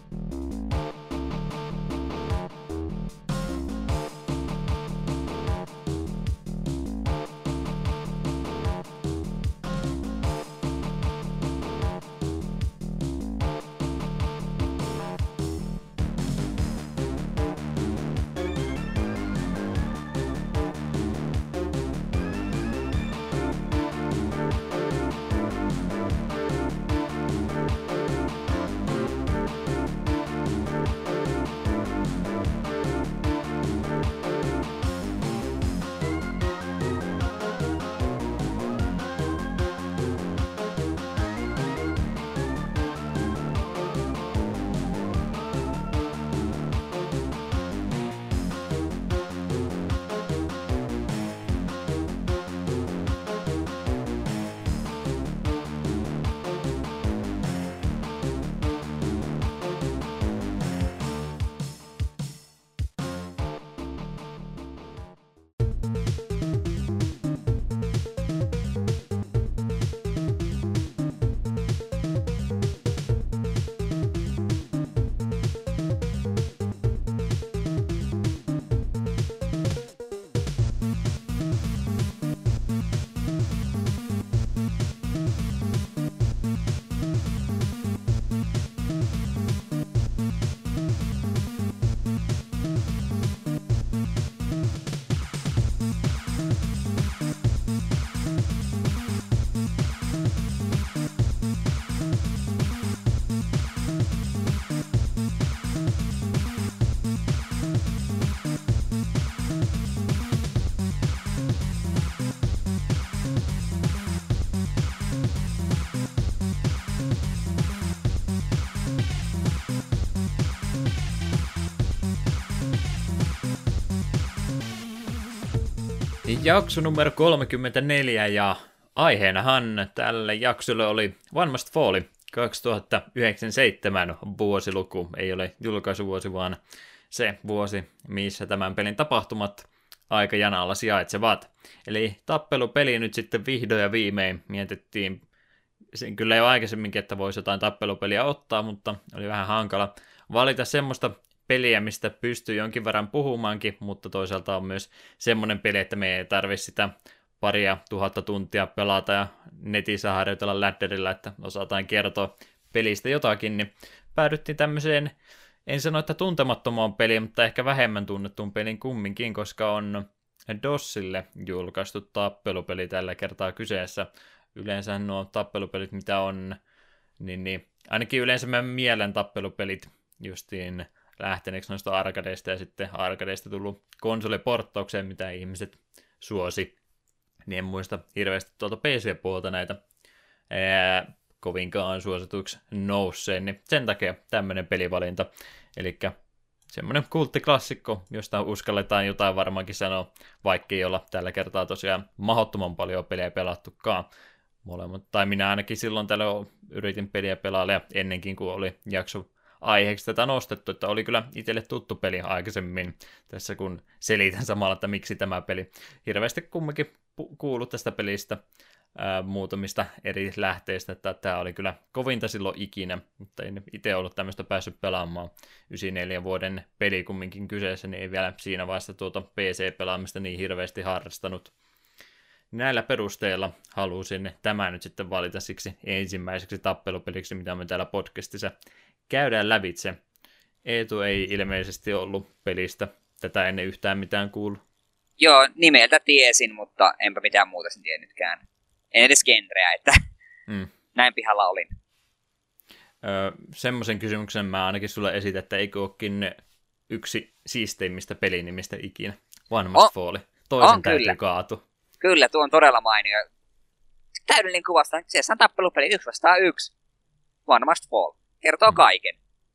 Jakso numero kolmekymmentäneljä ja aiheenahan tälle jaksolle oli One Must Fall kaksituhattayhdeksänseitsemän vuosiluku. Ei ole julkaisuvuosi, vaan se vuosi, missä tämän pelin tapahtumat aikajanalla sijaitsevat. Eli tappelupeli nyt sitten vihdoin ja viimein mietittiin. Kyllä jo aikaisemminkin, että voisi jotain tappelupeliä ottaa, mutta oli vähän hankala valita semmoista peliä, mistä pystyy jonkin verran puhumaankin, mutta toisaalta on myös semmoinen peli, että me ei tarvitse sitä paria tuhatta tuntia pelata ja netissä harjoitella ladderilla, että osataan kertoa pelistä jotakin, niin päädyttiin tämmöiseen, en sano, että tuntemattomaan peliin, mutta ehkä vähemmän tunnettuun pelin kumminkin, koska on DOSille julkaistu tappelupeli tällä kertaa kyseessä. Yleensä nuo tappelupelit, mitä on, niin, niin ainakin yleensä meidän mielen tappelupelit justiin lähteneeksi noista arcadeista ja sitten arcadeista tullut konsoliporttaukseen, mitä ihmiset suosi. Niin en muista hirveästi tuolta P C-puolta näitä ää, kovinkaan suosituiksi nousseen, niin sen takia tämmöinen pelivalinta. Eli semmoinen kulttiklassikko, josta uskalletaan jotain varmaankin sanoa, vaikkei olla tällä kertaa tosiaan mahdottoman paljon pelejä pelattukaan. Molemmat, tai minä ainakin silloin tällöin yritin peliä pelailla ennenkin, kun oli jakso aiheeksi tätä nostettu, että oli kyllä itselle tuttu peli aikaisemmin tässä, kun selitän samalla, että miksi tämä peli. Hirveästi kumminkin kuullut tästä pelistä ää, muutamista eri lähteistä, että tämä oli kyllä kovinta silloin ikinä, mutta en itse ollut tämmöistä päässyt pelaamaan. yhdeksänkymmentäneljä vuoden peli kumminkin kyseessä, niin ei vielä siinä vaiheessa tuota P C-pelaamista niin hirveästi harrastanut. Näillä perusteilla halusin tämän nyt sitten valita siksi ensimmäiseksi tappelupeliksi, mitä me täällä podcastissa käydään lävitse. Eetu ei ilmeisesti ollut pelistä tätä ennen yhtään mitään kuullut. Joo, nimeltä tiesin, mutta enpä mitään muuta sen tiennytkään. En edes genreä, että mm. näin pihalla olin. Öö, semmoisen kysymyksen mä ainakin sulle esitän, että eikö olekin yksi siisteimmistä pelinimistä ikinä. One Must Fall. Toisen on, täytyy kyllä kaatua. Kyllä, tuo on todella mainio. Täydellinen kuvasta. Siellä on tappelupeli yksi vastaan yksi. One Must Fall. Kertoo mm. kaiken.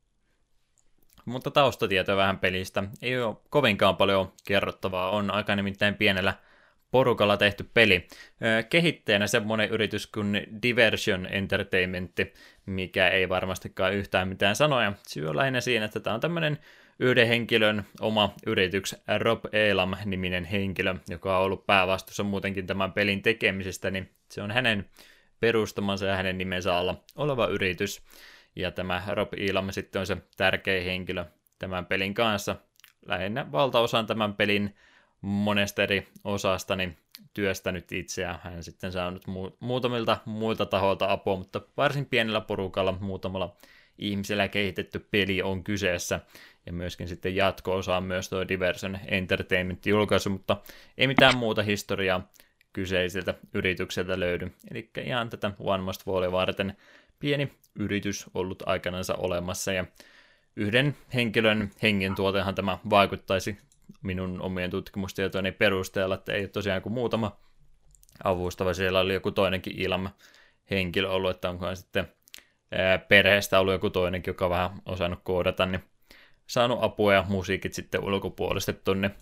Mutta taustatietoja vähän pelistä. Ei ole kovinkaan paljon kerrottavaa. On aika nimittäin pienellä porukalla tehty peli. Kehittäjänä semmoinen yritys kuin Diversion Entertainment, mikä ei varmastikaan yhtään mitään sanoja. Syy on lähinnä siinä, että tämä on tämmöinen yhden henkilön oma yritys, Rob Elam-niminen henkilö, joka on ollut päävastuussa muutenkin tämän pelin tekemisestä, niin se on hänen perustamansa ja hänen nimensä alla oleva yritys. Ja tämä Rob Elam sitten on se tärkeä henkilö tämän pelin kanssa. Lähinnä valtaosan tämän pelin monesta eri osasta niin työstänyt itseään. Hän sitten saanut mu- muutamilta muilta tahoilta apua, mutta varsin pienellä porukalla, muutamalla ihmisellä kehitetty peli on kyseessä. Ja myöskin sitten jatko-osa on myös tuo Diversion Entertainment-julkaisu, mutta ei mitään muuta historiaa kyseiseltä yritykseltä löydy. Eli ihan tätä One Must Fallia varten pieni yritys ollut aikanansa olemassa, ja yhden henkilön hengen tuotehan tämä vaikuttaisi minun omien tutkimustietojeni perusteella, että ei ole tosiaan kuin muutama avustava, siellä oli joku toinenkin ilma henkilö ollut, että onkohan sitten perheestä ollut joku toinenkin, joka on vähän osannut koodata, niin saanut apua ja musiikit sitten ulkopuolistettu, niin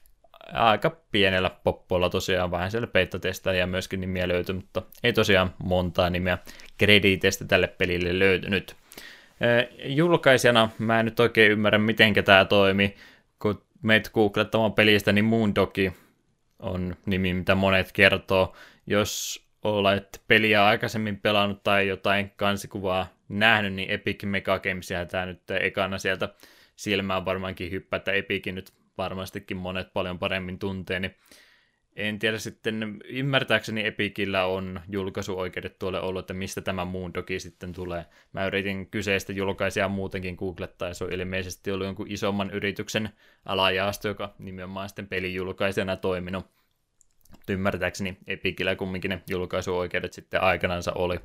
aika pienellä poppolla tosiaan, vähän siellä beta-testejä ja myöskin nimiä löytyi, mutta ei tosiaan montaa nimeä krediteistä tälle pelille löytynyt. Julkaisijana mä en nyt oikein ymmärrä, miten tämä toimi, kun meitä googlettamaan pelistä, niin Moondogi on nimi, mitä monet kertoo. Jos olet peliä aikaisemmin pelannut tai jotain kansikuvaa nähnyt, niin Epic Mega Gamesia tämä nyt ekana sieltä silmään varmaankin hyppää, että Epicin nyt varmastikin monet paljon paremmin tuntee, niin en tiedä sitten, ymmärtääkseni Epicillä on julkaisuoikeudet tuolle ollut, että mistä tämä Moondogi sitten tulee. Mä yritin kyseistä julkaisijaa muutenkin googlettaa, ja se on ilmeisesti ollut jonkun isomman yrityksen alajaasto, joka nimenomaan sitten pelijulkaisijana toiminut. Mutta ymmärtääkseni Epicillä kumminkin ne julkaisuoikeudet sitten aikanansa oli.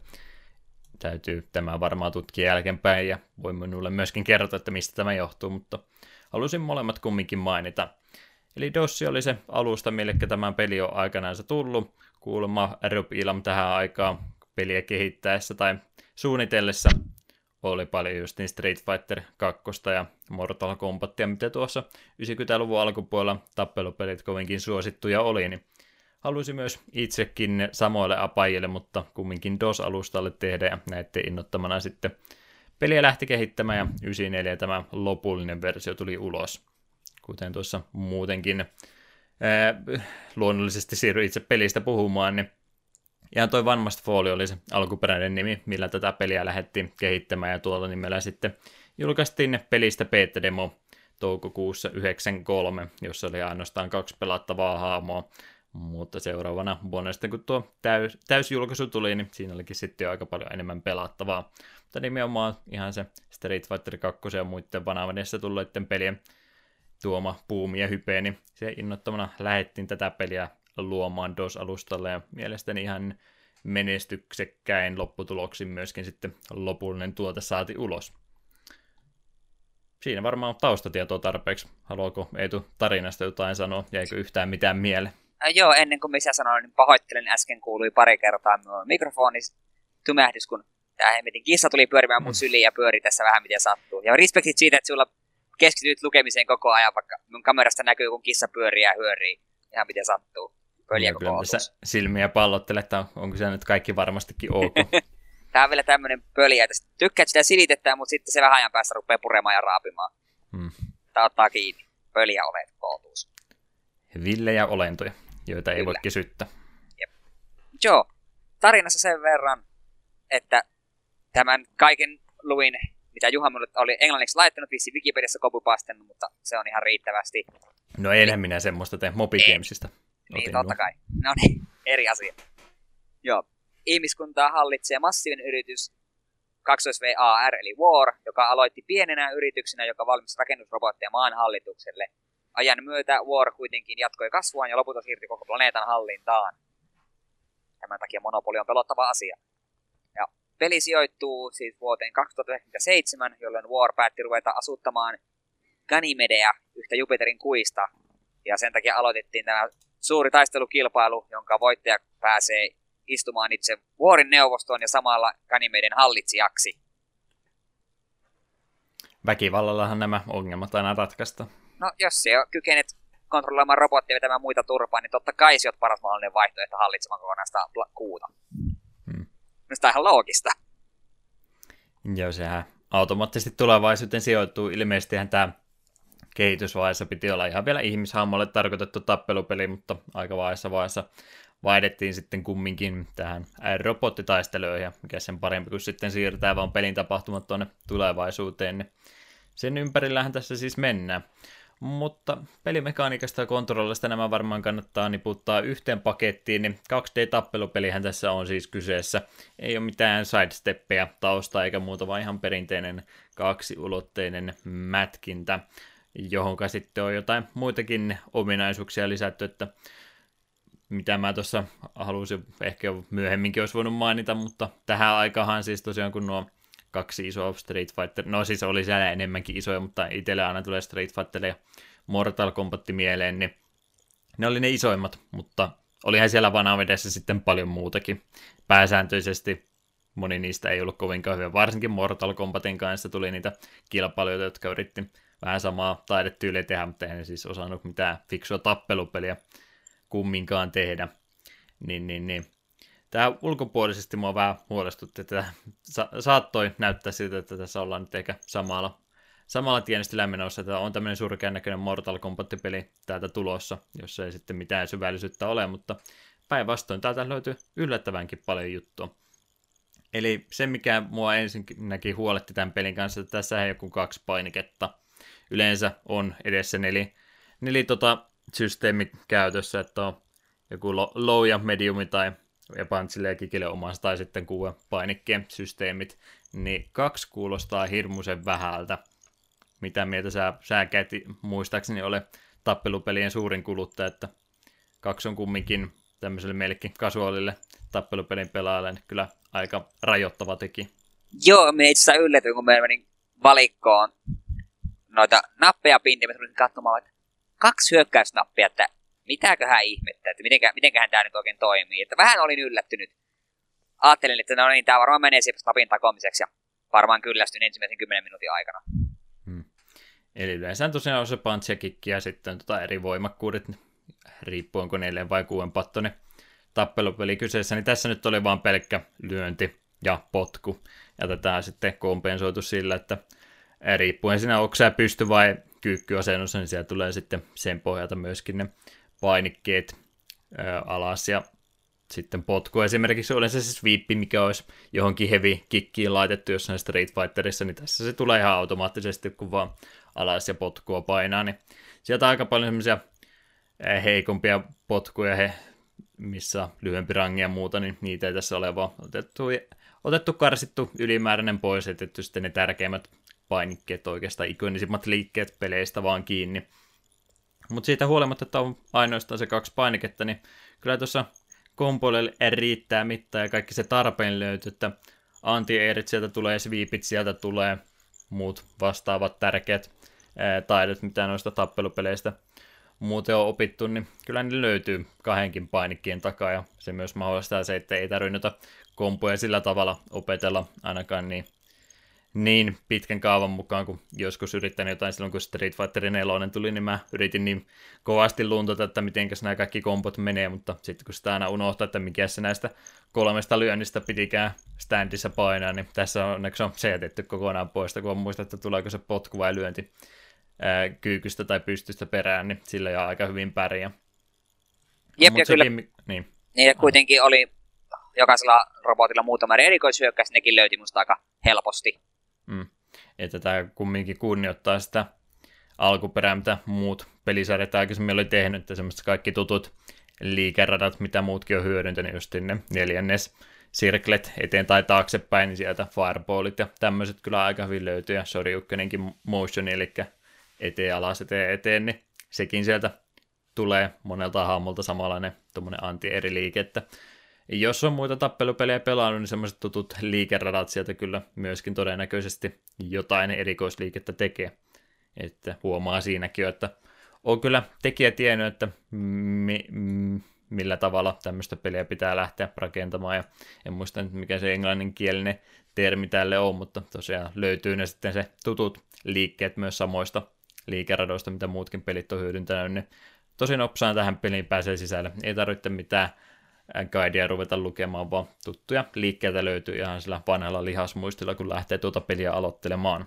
Täytyy tämä varmaan tutkia jälkeenpäin, ja voi minulle myöskin kertoa, että mistä tämä johtuu, mutta halusin molemmat kumminkin mainita. Eli DOS oli se alusta, mille tämän peli on aikanaansa tullut. Kuulemma Rob Elam tähän aikaan peliä kehittäessä tai suunnitellessa oli paljon just niin Street Fighter kaksi ja Mortal Kombatia, mitä tuossa yhdeksänkymmentäluvun alkupuolella tappelupelit kovinkin suosittuja oli, niin halusin myös itsekin samoille apajille, mutta kumminkin DOS-alustalle tehdä, ja näiden innottamana sitten peliä lähti kehittämään, ja yhdeksänkymmentäneljä tämä lopullinen versio tuli ulos. Kuten tuossa muutenkin ää, luonnollisesti siirryin itse pelistä puhumaan, niin ihan toi One Must Fall oli se alkuperäinen nimi, millä tätä peliä lähdettiin kehittämään, ja tuolla nimellä sitten julkaistiin pelistä beta-demo toukokuussa yhdeksänkymmentäkolme, jossa oli ainoastaan kaksi pelattavaa haamoa. Mutta seuraavana vuonna sitten, kun tuo täys, täysjulkaisu tuli, niin siinä olikin sitten jo aika paljon enemmän pelattavaa. Mutta nimenomaan ihan se Street Fighter kaksi ja muiden Vanavedessä tulleiden pelien tuoma puumi ja hype, niin se innottamana lähdettiin tätä peliä luomaan D O S-alustalle, ja mielestäni ihan menestyksekkäin lopputuloksin myöskin sitten lopullinen tuote saati ulos. Siinä varmaan on taustatietoa tarpeeksi. Haluaako Eetu tarinasta jotain sanoa? Jäikö yhtään mitään mieleen? Äh, joo, ennen kuin mitä sanoin, niin pahoittelen, äsken kuului pari kertaa minun mikrofonis tymähdys, kun tämä hemmetin kissa tuli pyörimään mun syliin ja pyöri tässä vähän miten sattuu. Ja respektit siitä, että sulla keskityt lukemiseen koko ajan, vaikka mun kamerasta näkyy, kun kissa pyörii ja hyörii ihan miten sattuu. Pöliä koko osuus. Silmiä pallottele, että onko se nyt kaikki varmastikin ok. Tää on vielä tämmönen pöliä, että tykkäät sitä silitetään, mutta sitten se vähän ajan päästä rupeaa puremaan ja raapimaan. Hmm. Tää ottaa kiinni. Pöliä olet kootuus. Villejä olentoja, joita Kyllä. ei voi kysyttää. Jep. Joo, tarinassa sen verran, että tämän kaiken luin, mitä Juha minulle oli englanniksi laittanut, vissiin Wikipediassa copypastenut, mutta se on ihan riittävästi. No enhän niin. minä semmoista tee Moby Gamesista. Niin, totta kai. No niin, eri asia. Joo. Ihmiskuntaa hallitsee massiivinen yritys kaksi V A R eli War, joka aloitti pienenä yrityksenä, joka valmisti rakennusrobotteja maan hallitukselle. Ajan myötä War kuitenkin jatkoi kasvuaan ja lopulta siirtyi koko planeetan hallintaan. Tämän takia monopoli on pelottava asia. Ja peli sijoittuu siis vuoteen kaksituhattayhdeksänkymmentäseitsemän, jolloin War päätti ruveta asuttamaan Ganymedea, yhtä Jupiterin kuista. Ja sen takia aloitettiin tämä suuri taistelukilpailu, jonka voittaja pääsee istumaan itse Warin neuvostoon ja samalla Ganymeden hallitsijaksi. Väkivallallahan nämä ongelmat aina ratkaista. No, jos se kykenet kontrolloimaan robottia vetämään muita turpaan, niin totta kai se on paras mahdollinen vaihtoehto hallitsemaan kokonaista kuuta. Hmm. Minusta on ihan loogista. Joo, sehän automaattisesti tulevaisuuteen sijoittuu. Ilmeisestihän tämä kehitysvaiheessa piti olla ihan vielä ihmishahmolle tarkoitettu tappelupeli, mutta aika vaiheessa vaiheessa vaihdettiin sitten kumminkin tähän robottitaisteluun, ja mikä sen parempi, kun sitten siirtää vaan pelin tapahtumat tuonne tulevaisuuteen, niin sen ympärillähän tässä siis mennään. Mutta pelimekaniikasta ja kontrollista nämä varmaan kannattaa niputtaa yhteen pakettiin, niin kaksi D-tappelupelihän tässä on siis kyseessä. Ei ole mitään sidesteppejä tausta eikä muuta, vaan ihan perinteinen kaksiulotteinen mätkintä, johonka sitten on jotain muitakin ominaisuuksia lisätty, että mitä mä tuossa halusin, ehkä jo myöhemminkin olisi voinut mainita, mutta tähän aikahan siis tosiaan kun nuo kaksi isoa Street Fighter, no siis oli siellä enemmänkin isoja, mutta itselle aina tulee Street Fighter ja Mortal Kombat mieleen, niin ne oli ne isoimmat, mutta olihan siellä Vanavedessä sitten paljon muutakin. Pääsääntöisesti moni niistä ei ollut kovinkaan hyvä, varsinkin Mortal Kombatin kanssa tuli niitä kilpailuja, jotka yritti vähän samaa taidetyyliä tehdä, mutta eihän ne siis osannut mitään fiksua tappelupeliä kumminkaan tehdä. Niin, niin, niin. Tämä ulkopuolisesti mua vähän huolestutti, että sa- saattoi näyttää siltä, että tässä ollaan nyt ehkä samalla, samalla tienestillä menossa, että on tämmöinen surkean näköinen Mortal Kombat-peli täältä tulossa, jossa ei sitten mitään syvällisyyttä ole, mutta päinvastoin täältä löytyy yllättävänkin paljon juttua. Eli se, mikä mua ensinnäkin huoletti tämän pelin kanssa, että tässä ei joku kaksi painiketta. Yleensä on edessä neli, neli tota, systeemi käytössä, että on joku low ja mediumi tai ja punchille ja kikille omansa, tai sitten kuuden painikkeen systeemit, niin kaksi kuulostaa hirmuisen vähältä. Mitä mieltä sä, sä käyt, muistaakseni ole tappelupelien suurin kuluttaja, että kaksi on kumminkin tämmöiselle meillekin kasuaalille tappelupelin pelaajalle, niin kyllä aika rajoittava teki. Joo, me itse asiassa yllätyin, kun me menin valikkoon noita nappeja pintiin, me tulin katsomaan, että kaksi hyökkäysnappia, että mitäköhän ihmettä, että mitenkä, mitenköhän tämä nyt oikein toimii. Että vähän olin yllättynyt. Ajattelin, että no niin, tämä varmaan menee siihen napin takomiseksi ja varmaan kyllästyn ensimmäisen kymmenen minuutin aikana. Hmm. Eli yleensä tosiaan on se punch ja kikki ja sitten tota eri voimakkuudet, riippuen onko neljän vai kuuden pattonen tappelupeli kyseessä, niin tässä nyt oli vaan pelkkä lyönti ja potku. Ja tätä on sitten kompensoitu sillä, että riippuen siinä onko sä pysty vai kyykkyasennossa, niin siellä tulee sitten sen pohjalta myöskin ne painikkeet ää, alas ja sitten potku. Esimerkiksi yleensä se sweepi, mikä olisi johonkin heavy kickiin laitettu jossain Street Fighterissa, niin tässä se tulee ihan automaattisesti, kun vaan alas ja potkua painaa, niin sieltä aika paljon semmoisia heikompia potkuja, he, missä lyhyempi rangi ja muuta, niin niitä ei tässä ole vaan otettu, otettu karsittu ylimääräinen pois, etetty sitten ne tärkeimmät painikkeet, oikeastaan ikonisimmat liikkeet peleistä vaan kiinni. Mutta siitä huolimatta, että on ainoastaan se kaksi painiketta, niin kyllä tuossa kompoille riittää mittaa ja kaikki se tarpeen löytyy, että anti-airit sieltä tulee, sweepit sieltä tulee, muut vastaavat tärkeät ää, taidot, mitä noista tappelupeleistä muuten on opittu, niin kyllä ne löytyy kahdenkin painikkeen takaa, ja se myös mahdollistaa se, että ei tarvitse noita kompoja sillä tavalla opetella ainakaan niin, niin pitkän kaavan mukaan, kun joskus yrittänyt jotain silloin, kun Street Fighter neljä tuli, niin mä yritin niin kovasti luntata, että mitenkäs nämä kaikki kompot menee, mutta sitten kun sitä aina unohtaa, että mikä se näistä kolmesta lyönnistä pitikään standissa painaa, niin tässä on onneksi on se jätetty kokonaan poista, kun on muistettu, että tuleeko se potku vai lyönti ää, kyykystä tai pystystä perään, niin sillä jo aika hyvin pärjää. Jep, ja kyllä, sekin, niin. niin kuitenkin oli jokaisella robotilla muutama erikoishyökkäys, nekin löyti musta aika helposti. Mm. Että tämä kumminkin kunnioittaa sitä alkuperää, mitä muut pelisarjat aikaisemmin oli tehnyt, että semmoista kaikki tutut liikeradat, mitä muutkin on hyödyntänyt, just ne neljännes sirklet eteen tai taaksepäin, niin sieltä fireballit ja tämmöiset kyllä aika hyvin löytyy, ja Shoryukenenkin motion, eli eteen alas eteen eteen, niin sekin sieltä tulee monelta hahmolta samanlainen tuommoinen anti-eri liike, että jos on muita tappelupelejä pelannut, niin semmoiset tutut liikeradat sieltä kyllä myöskin todennäköisesti jotain erikoisliikettä tekee. Että huomaa siinäkin, että on kyllä tekijä tiennyt, että mi- m- millä tavalla tämmöistä peliä pitää lähteä rakentamaan. Ja en muista nyt, mikä se englanninkielinen termi tälle on, mutta tosiaan löytyy ne sitten se tutut liikkeet myös samoista liikeradoista, mitä muutkin pelit on hyödyntänyt. Niin tosi nopsaan tähän peliin pääsee sisälle. Ei tarvitse mitään guidea ruveta lukemaan, vaan tuttuja liikkeitä löytyy ihan sillä vanhalla lihasmuistilla, kun lähtee tuota peliä aloittelemaan.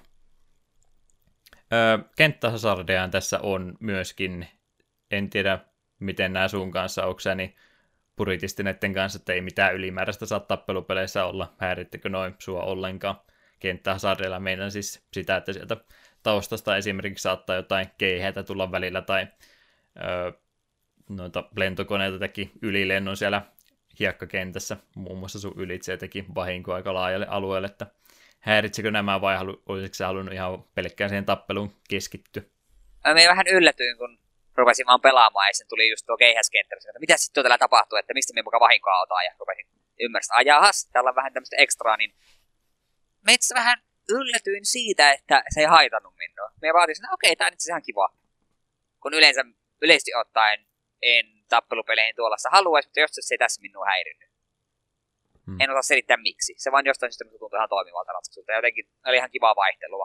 Öö, kenttähasardeaan tässä on myöskin, en tiedä miten nämä sun kanssa, onko sä niin puritisti näiden kanssa, että ei mitään ylimääräistä saa tappelupeleissä olla, häirittekö noin sua ollenkaan. Kenttähasardeilla meidän siis sitä, että sieltä taustasta esimerkiksi saattaa jotain keihäitä tulla välillä tai öö, noita lentokoneita teki ylilennon siellä hiekkakentässä, muun muassa sun ylitse teki vahinkoa aika laajalle alueelle, että häiritsekö nämä vai halu, olisiko sä halunnut ihan pelkkään siihen tappeluun keskittyä? Mä vähän yllätyin, kun rupesin vaan pelaamaan ja sen tuli just tuo keihäskenttä, että mitä sitten täällä tapahtuu, että mistä me muka vahinkoa otaan, ja rupesin ymmärtämään, että ajahas, täällä on vähän tämmöistä ekstraa, niin mä itse vähän yllätyin siitä, että se ei haitannut minua. Mä vaatin, että okei, tää on itse ihan kiva, kun yleensä yleisesti ottaen en tappelupeleihin tuollaista haluaisi, mutta jostain se ei tässä minua häirinnyt. Hmm. En osaa selittää miksi. Se vaan jostain syystä tuntuu ihan toimivalta ratkaisulta. Jotenkin oli ihan kivaa vaihtelua.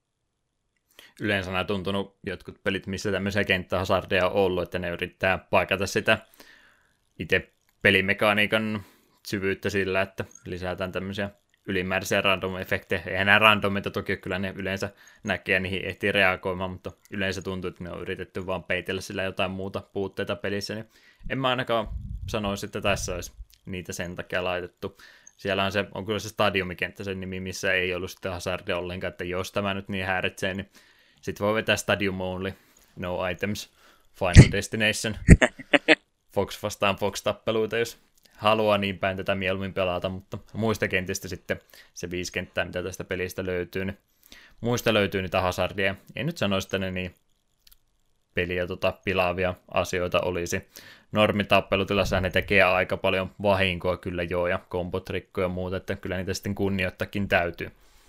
Yleensä nämä tuntunut jotkut pelit, missä tämmöisiä kenttähasardeja on ollut, että ne yrittää paikata sitä itse pelimekaniikan syvyyttä sillä, että lisätään tämmöisiä ylimääräisiä random-efektejä. Eihän nämä randomita toki kyllä ne yleensä näkee ja niihin ehtii reagoimaan, mutta yleensä tuntuu, että ne on yritetty vaan peitellä sillä jotain muuta puutteita pelissä, niin en mä ainakaan sanoisi, että tässä olisi niitä sen takia laitettu. Siellä on, se, on kyllä se stadiumikenttä sen nimi, missä ei ollut sitä hazardia ollenkaan, että jos tämä nyt niin häiritsee, niin sitten voi vetää stadium only, no items, final destination, Fox vastaan Fox-tappeluita, jos haluaa niin päin tätä mieluummin pelata, mutta muista kentistä sitten se viisi kenttää, mitä tästä pelistä löytyy, niin muista löytyy niitä hazardia. En nyt sanoisi, että ne niin peliä tota, pilaavia asioita olisi. Normitappelutilassa ne tekee aika paljon vahinkoa kyllä joo, ja kombotrikkoja ja muuta, että kyllä niitä sitten kunnioittakin täytyy.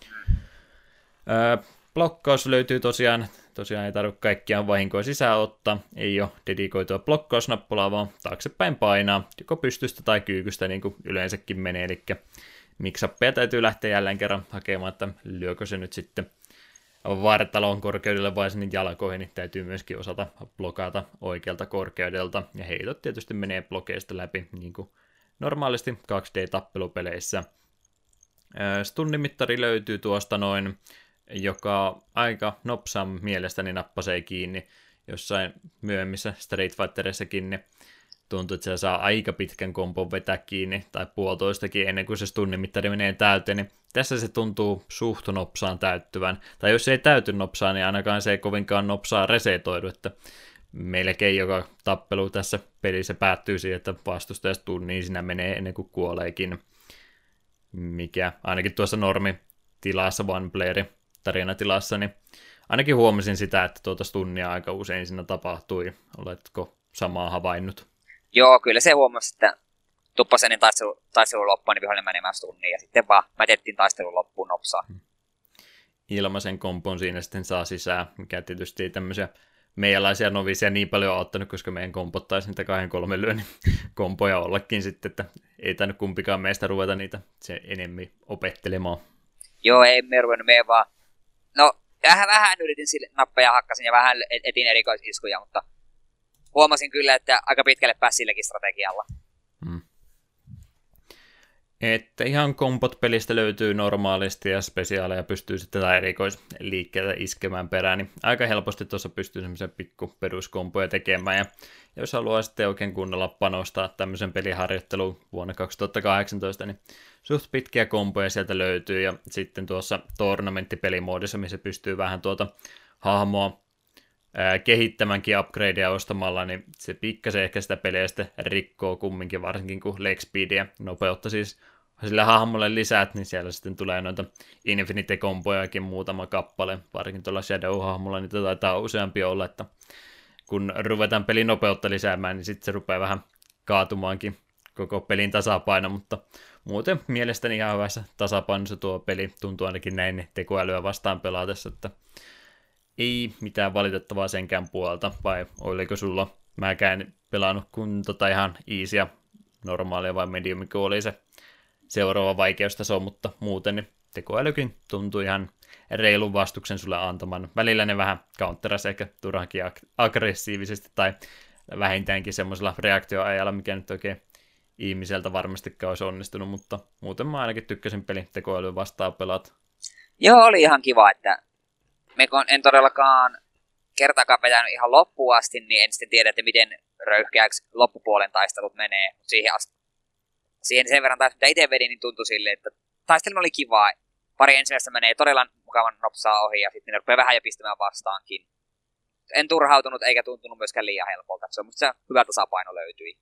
Öö, blokkaus löytyy tosiaan, tosiaan ei tarvitse kaikkiaan vahinkoa sisään ottaa, ei ole dedikoitua blokkausnappulaa, vaan taaksepäin painaa, joko pystystä tai kyykystä, niin kuin yleensäkin menee, eli miksappeja täytyy lähteä jälleen kerran hakemaan, että lyökö se nyt sitten vartalon korkeudelle vai sinne jalkoihin, niin täytyy myöskin osata blokata oikealta korkeudelta, ja heitot tietysti menee blokeista läpi, niin kuin normaalisti kaksi D-tappelupeleissä. Stunnimittari löytyy tuosta noin, joka aika nopsaan mielestäni nappasee kiinni, jossain myöhemmissä Street Fighterissakin, niin tuntuu, että se saa aika pitkän kompon vetää kiinni, tai puolitoistakin ennen kuin se stunnimittari menee täyteen, niin tässä se tuntuu suht nopsaan täyttyvän. Tai jos se ei täyty nopsaan, niin ainakaan se ei kovinkaan nopsaa resetoidu, että melkein joka tappelu tässä pelissä päättyy siihen, että vastustaja tunnin siinä menee ennen kuin kuoleekin, mikä ainakin tuossa normitilassa, one player tarinatilassa, niin ainakin huomasin sitä, että tuota tunnia aika usein siinä tapahtui. Oletko samaa havainnut? Joo, kyllä se huomasi, että tuppasenin taistelu, taistelun loppuun, niin vihollinen menemään tunnia, ja sitten vaan mätettiin taistelun loppuun nopsaa. Ilmaisen kompon siinä sitten saa sisään, mikä tietysti tämmöisiä meidänlaisia novisia niin paljon auttanut, koska meidän kompot taisi niitä kahden kolmen lyönnin kompoja ollakin sitten, että ei tainnut kumpikaan meistä ruveta niitä se enemmän opettelemaan. Joo, ei me ruvennut, me vaan, no vähän, vähän yritin sille nappeja hakkasin ja vähän etin erikoisiskuja, mutta huomasin kyllä, että aika pitkälle pääsi silläkin strategialla. Hmm. Että ihan kompot pelistä löytyy normaalisti ja spesiaaleja pystyy sitten tätä erikoisliikkeitä iskemään perään, niin aika helposti tuossa pystyy semmoisen pikku peruskompoja tekemään, ja jos haluaa sitten oikein kunnolla panostaa tämmöisen peliharjoitteluun vuonna kaksituhattakahdeksantoista, niin suht pitkiä kompoja sieltä löytyy, ja sitten tuossa tournamenttipelimoodissa, missä pystyy vähän tuota hahmoa ää, kehittämänkin upgradeja ostamalla, niin se pikkasen ehkä sitä peliä sitten rikkoo kumminkin, varsinkin kun leg speedia nopeutta siis sille hahmolle lisäät, niin siellä sitten tulee noita Infinite-kompojakin muutama kappale, varsinkin tuolla Shadow-hahmolla niitä taitaa useampi olla, että kun ruvetaan pelin nopeutta lisäämään, niin sitten se rupeaa vähän kaatumaankin koko pelin tasapaino, mutta muuten mielestäni ihan hyvässä tasapainossa tuo peli tuntuu ainakin näin tekoälyä vastaan pelaatessa, että ei mitään valitettavaa senkään puolelta, vai oliko sulla mäkään pelannut kun tota ihan easyä, normaalia vai medium, mikä oli se seuraava vaikeustaso, mutta muuten niin tekoälykin tuntuu ihan reilun vastuksen sulle antaman. Välillä ne vähän counterasi ehkä turhankin ag- aggressiivisesti tai vähintäänkin semmoisella reaktioajalla, mikä nyt oikein ihmiseltä varmastikaan olisi onnistunut, mutta muuten mä ainakin tykkäsin pelin tekoälyä vastaan pelata. Joo, oli ihan kiva, että me en todellakaan kertaakaan vetänyt ihan loppuun asti, niin en sitten tiedä, että miten röyhkeäksi loppupuolen taistelut menee, mutta siihen asti siihen sen verran taas, mitä itse vedin, niin tuntui silleen, että taistelma oli kivaa. Pari ensimmäistä menee todella mukavan nopsaa ohi ja sitten ne rupeaa vähän jo pistämään vastaankin. En turhautunut eikä tuntunut myöskään liian helpolta. Se on musta se hyvä tasapaino löytyi.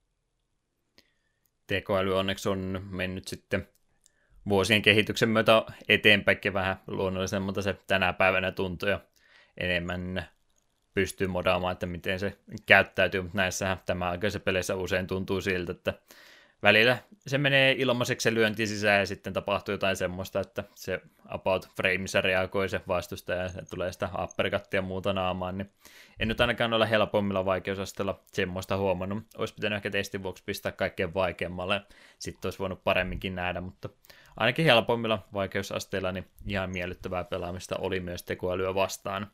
Tekoäly onneksi on mennyt sitten vuosien kehityksen myötä eteenpäin vähän luonnollisemmalta se tänä päivänä tuntuu ja enemmän pystyy modaamaan, että miten se käyttäytyy, mutta näissähän tämänaikaisessa peleissä usein tuntuu siltä, että välillä se menee ilmaiseksi se lyönti sisään ja sitten tapahtuu jotain semmoista, että se about frameissa reagoi se vastustaja ja se tulee sitä uppercuttia ja muuta naamaan, niin en nyt ainakaan olla helpommilla vaikeusasteella semmoista huomannut. Olisi pitänyt ehkä testin vuoksi pistää kaikkein vaikeammalle, sitten olisi voinut paremminkin nähdä, mutta ainakin helpommilla vaikeusasteilla niin ihan miellyttävää pelaamista oli myös tekoälyä vastaan.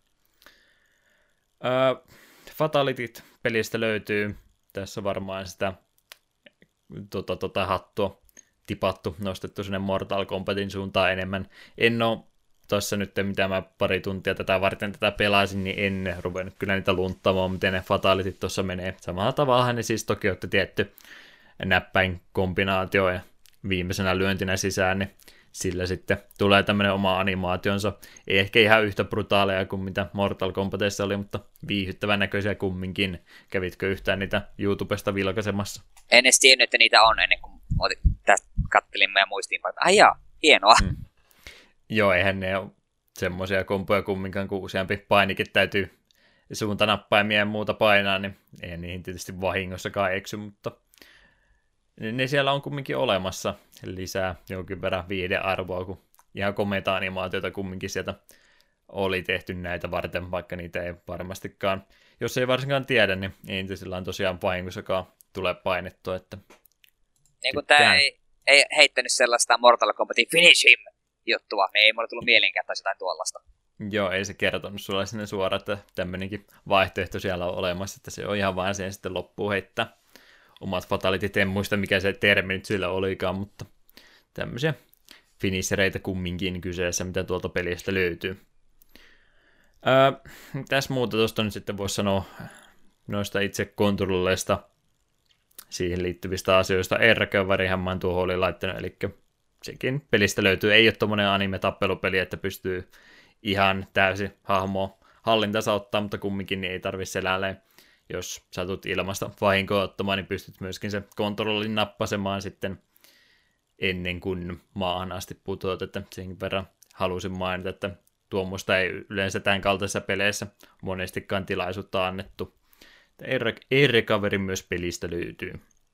Öö, Fatalityt pelistä löytyy, tässä varmaan sitä Tota, tota, hattua tipattu, nostettu sinne Mortal Kombatin suuntaan enemmän. En ole tuossa nyt, mitä mä pari tuntia tätä varten tätä pelasin, niin en ruvennut kyllä niitä lunttaamaan, miten ne fatalitit tuossa menee. Samalla tavalla ne siis toki olette tietty näppäin kombinaatio ja viimeisenä lyöntinä sisään, niin sillä sitten tulee tämmöinen oma animaationsa. Ei ehkä ihan yhtä brutaaleja kuin mitä Mortal Kombatissa oli, mutta viihyttävän näköisiä kumminkin. Kävitkö yhtään niitä YouTubesta vilkaisemassa? En edes tiennyt, että niitä on ennen kuin tästä kattelimme ja muistiinpa. Ai jaa, hienoa. Hmm. Joo, eihän ne ole semmoisia kompoja kumminkaan, kun useampi painikin täytyy suuntanappaimia ja muuta painaa, niin eihän niihin tietysti vahingossakaan eksy, mutta ne siellä on kumminkin olemassa lisää jonkin verran viihdearvoa, kun ihan komeita animaatioita kumminkin sieltä oli tehty näitä varten, vaikka niitä ei varmastikaan, jos ei varsinkaan tiedä, niin ei sillä on tosiaan vahingossakaan tule painettua, että niin kun tää ei, ei heittänyt sellaista Mortal Kombatin finish him juttua, niin ei mulle tullut mielinkään tai jotain tuollaista. Joo, ei se kertonut sulle sinne suoraan, että tämmöinenkin vaihtoehto siellä on olemassa, että se on ihan vain sen sitten loppuun heittää omat fatalitit, en muista mikä se termi nyt sillä olikaan, mutta tämmöisiä finishereitä kumminkin kyseessä, mitä tuolta pelistä löytyy. Öö, tässä muuta tuosta nyt sitten voisi sanoa noista itse kontrolleista siihen liittyvistä asioista. R-Recoveryhän mä tuohon olin laittanut, eli sekin pelistä löytyy. Ei ole tommonen anime-tappelupeli, että pystyy ihan täysin hahmoa hallintansa ottaa, mutta kumminkin niin ei tarvitse selälleen jos satut ilmasta vahinkoa ottamaan, niin pystyt myöskin se kontrollin nappasemaan sitten ennen kuin maahan asti putoat, että sen verran halusin mainita, että tuommoista ei yleensä tämän kaltaisissa peleissä monestikaan tilaisuutta annettu. E-recovery myös pelistä löytyy.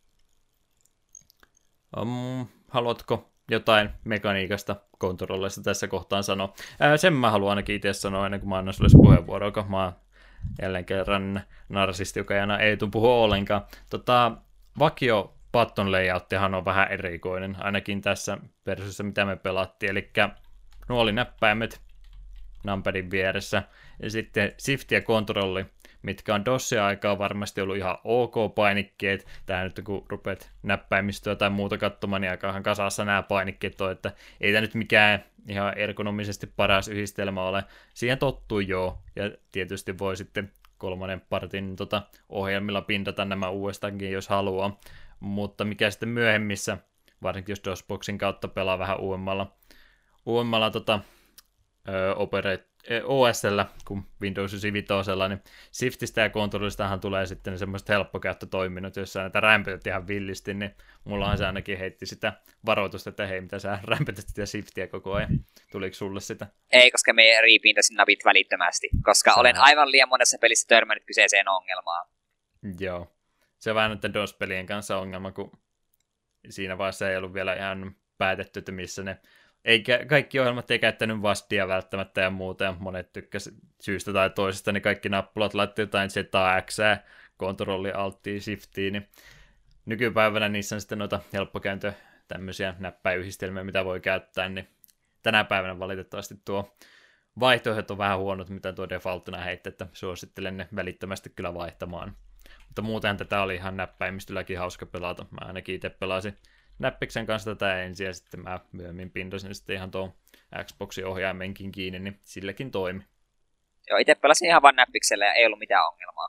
Um, haluatko jotain mekaniikasta kontrolleista tässä kohtaan sanoa? Ää, sen mä haluan ainakin itse sanoa ennen kuin mä annan sulle puheenvuoroa, kun mä oon jälleen kerran narsisti, joka ei aina ei tule puhua ollenkaan. Tota, vakio button layouttihan on vähän erikoinen, ainakin tässä versiossa, mitä me pelattiin. Eli nuolinäppäimet numpadin vieressä, ja sitten shift ja kontrolli, mitkä on DOSia aikaa varmasti ollut ihan ok-painikkeet. Tähän nyt kun rupeat näppäimistöä tai muuta katsomaan, niin aika kasassa nämä painikkeet on, että ei tämä nyt mikään ihan ergonomisesti paras yhdistelmä ole. Siihen tottuu joo, ja tietysti voi sitten kolmannen partin tota, ohjelmilla pintata nämä uudestaankin, jos haluaa. Mutta mikä sitten myöhemmissä, varsinkin jos DOSBoxin kautta pelaa vähän uudemmalla, uudemmalla tota, ö, operate, O S:llä kuin Windows yhdeksänkymmentäviisi, niin Shiftistä ja kontrollistahan tulee sitten ne semmoiset helppokäyttötoiminnot, joissa näitä rämpötät ihan villisti, niin mullahan se ainakin heitti sitä varoitusta, että hei, mitä sä rämpötät sitä Shiftiä koko ajan. Tuliko sulle sitä? Ei, koska me riipintäisin napit välittömästi, koska Sä olen aivan liian monessa pelissä törmännyt kyseiseen ongelmaan. Joo. Se on vähän näiden DOS-pelien kanssa ongelma, kun siinä vaiheessa ei ollut vielä ihan päätetty, että missä ne... Eikä, kaikki ohjelmat ei käyttänyt vastia välttämättä ja muuta, ja monet tykkäs syystä tai toisesta, niin kaikki nappulat laittoi jotain Z, X, kontrolli, Altti, Shiftiin, niin nykypäivänä niissä on sitten noita helppokäyntö tämmöisiä näppäyhdistelmiä, mitä voi käyttää, niin tänä päivänä valitettavasti tuo vaihtoehdot on vähän huonot, mitä tuo defaulttina heittää, että suosittelen ne välittömästi kyllä vaihtamaan. Mutta muutenhan tätä oli ihan näppäimistölläkin hauska pelata. Mä ainakin itse pelasin näppiksen kanssa tätä ensin, ja sitten mä myöhemmin pintasin sitten ihan tuon Xboxin ohjaimenkin kiinni, niin silläkin toimi. Joo, itse pelasin ihan vain näppiksellä ja ei ollut mitään ongelmaa.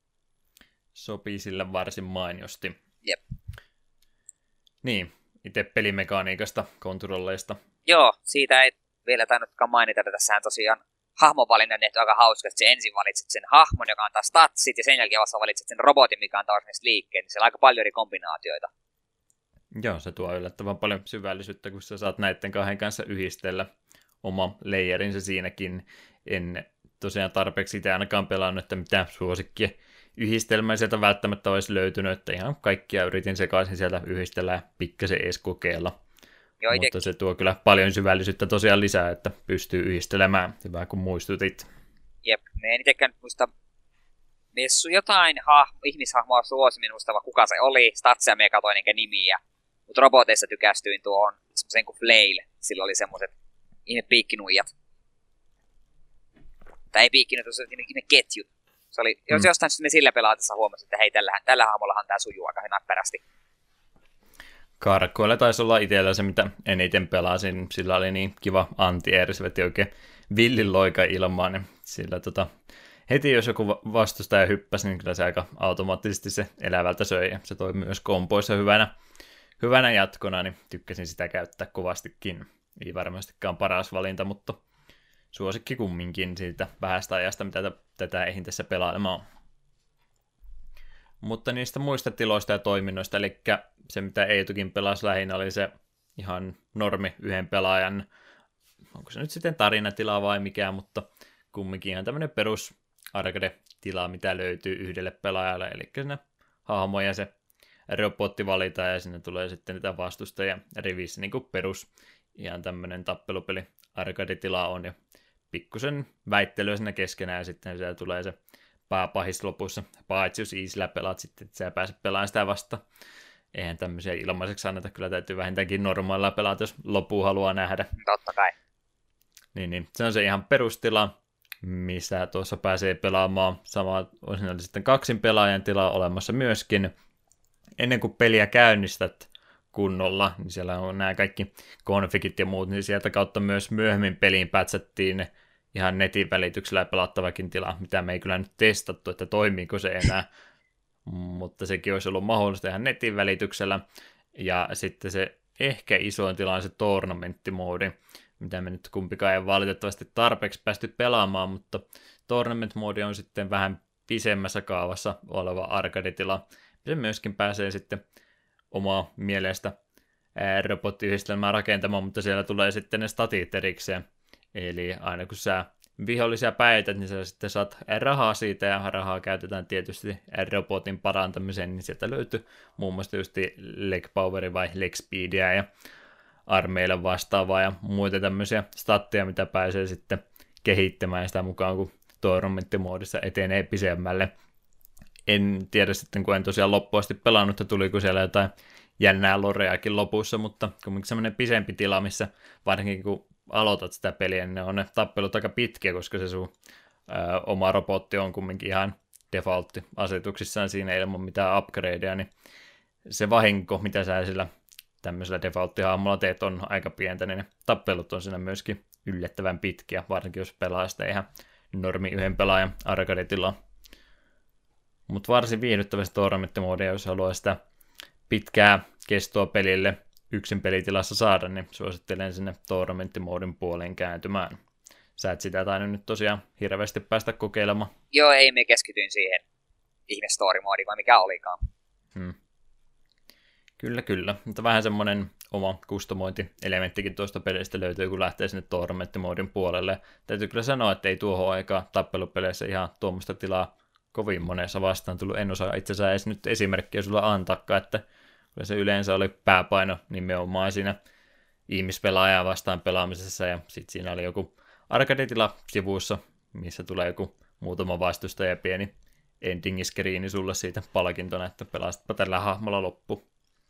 Sopii sillä varsin mainiosti. Jep. Niin, itse pelimekaniikasta, kontrolleista. Joo, siitä ei vielä tainnutkaan mainita, että tässähän tosiaan hahmonvalinnan tehty aika hauska, että se ensin valitset sen hahmon, joka antaa statsit, ja sen jälkeen vasta valitset sen robotin, mikä antaa esimerkiksi liikkeen, niin siellä on aika paljon eri kombinaatioita. Joo, se tuo yllättävän paljon syvällisyyttä, kun sä saat näiden kahden kanssa yhdistellä oma layerinsa siinäkin. En tosiaan tarpeeksi itse ainakaan pelannut, että mitään suosikkia yhdistelmää sieltä välttämättä olisi löytynyt, että ihan kaikkia yritin sekaisin sieltä yhdistellä ja pikkasen edes kokeilla. Joo, ite... Mutta se tuo kyllä paljon syvällisyyttä tosiaan lisää, että pystyy yhdistelemään, hyvä kun muistutit. Jep, me en itsekään nyt muista messu jotain hahmo, ihmishahmoa suosi minusta, vaan kuka se oli, statsia me katoin enkä nimiä. Mutta roboteissa tykästyin tuohon semmoisen kuin Flail, sillä oli semmoiset ihme piikkinuijat. Tai ei piikkinuijat, se oli ihme ketjut. Se oli, jos mm. jostain me sillä pelaatessa huomasin, että hei, tällä, tällä hahmollahan tää sujuu aika näppärästi. Karkkoilla taisi olla itsellä se, mitä eniten pelasin. Sillä oli niin kiva anti-air, se veti oikein villin loika ilmaan. Niin sillä tota, heti jos joku vastustaja hyppäsi, niin kyllä se aika automaattisesti se elävältä söi. Ja se toi myös kompoissa hyvänä, hyvänä jatkona, niin tykkäsin sitä käyttää kovastikin. Ei varmastikaan paras valinta, mutta suosikki kumminkin siitä vähästä ajasta, mitä tätä ehdin tässä pelailemaan. Mutta niistä muista tiloista ja toiminnoista, eli se mitä Eetukin pelasi lähinnä oli se ihan normi yhden pelaajan, onko se nyt sitten tarinatila vai mikä, mutta kumminkin ihan tämmöinen perus arcade-tila, mitä löytyy yhdelle pelaajalle, eli sinne hahmo ja se robotti valitaan ja sinne tulee sitten niitä vastustajia rivissä, niin kuin perus ihan tämmöinen tappelupeli arcade-tila on ja pikkusen väittelyä siinä keskenään ja sitten siellä tulee se pääpahis lopussa, paitsi jos easillä pelaat sitten, että sä pääset pelaamaan sitä vasta. Eihän tämmöisiä ilmaiseksi anneta, kyllä täytyy vähintäänkin normaalilla pelata, jos lopu haluaa nähdä. Totta kai. Niin, niin. Se on se ihan perustila, missä tuossa pääsee pelaamaan. Sama on siinä sitten kaksin pelaajan tila olemassa myöskin. Ennen kuin peliä käynnistät kunnolla, niin siellä on nämä kaikki konfigit ja muut, niin sieltä kautta myös myöhemmin peliin pätsättiin ihan netin välityksellä pelattavakin tila, mitä me ei kyllä nyt testattu, että toimiiko se enää, mutta sekin olisi ollut mahdollista ihan netin välityksellä. Ja sitten se ehkä isoin tila on se tournament-moodi, mitä me nyt kumpikaan ei valitettavasti tarpeeksi päästy pelaamaan, mutta tournament-moodi on sitten vähän pisemmässä kaavassa oleva arcade-tila. Se myöskin pääsee sitten omaa mielestä robottiyhdistelmää rakentamaan, mutta siellä tulee sitten ne statit erikseen. Eli aina kun sä vihollisia päität, niin sä sitten saat rahaa siitä, ja rahaa käytetään tietysti robotin parantamiseen, niin sieltä löytyy muun muassa just leg poweri vai leg speedia ja armeille vastaavaa ja muita tämmöisiä statteja, mitä pääsee sitten kehittämään sitä mukaan, kun tournament-moodissa etenee pisemmälle. En tiedä sitten, kun en tosiaan loppuun asti pelannut, että tuliko siellä jotain jännää loreakin lopussa, mutta kumminkin semmoinen pisempi tila, missä varsinkin kun aloitat sitä peliä, niin ne on ne tappelut aika pitkiä, koska se sun ö, oma robotti on kumminkin ihan default-asetuksissaan siinä ilman mitään upgradeja, niin se vahinko, mitä sä sillä tämmöisellä default-hahmolla teet, on aika pientä, niin ne tappelut on siinä myöskin yllättävän pitkiä, varsinkin jos pelaa sitä ihan normi yhden pelaajan arcade-tilaa. Mutta varsin viihdyttävä se tournament-moodi, jos haluaa sitä pitkää kestoa pelille yksin pelitilassa saada, niin suosittelen sinne tournament-moodin puoleen kääntymään. Sä et sitä tainnut nyt tosiaan hirveästi päästä kokeilemaan. Joo, ei, me keskityin siihen ihme story-moodiin, vai mikä olikaan. Hmm. Kyllä, kyllä. Mutta vähän semmoinen oma kustomointi-elementtikin tuosta pelistä löytyy, kun lähtee sinne tournament-moodin puolelle. Täytyy kyllä sanoa, että ei tuohon aikaan tappelupeleissä ihan tuommoista tilaa kovin monessa vastaan tullut. En osaa itse asiassa edes nyt esimerkkiä sulla antaakaan, että kyllä se yleensä oli pääpaino nimenomaan siinä ihmispelaajaa vastaan pelaamisessa, ja sitten siinä oli joku arcade-tila sivussa, missä tulee joku muutama vastustaja ja pieni ending-screeni sulle siitä palkintona, että pelasitpa tällä hahmolla loppu.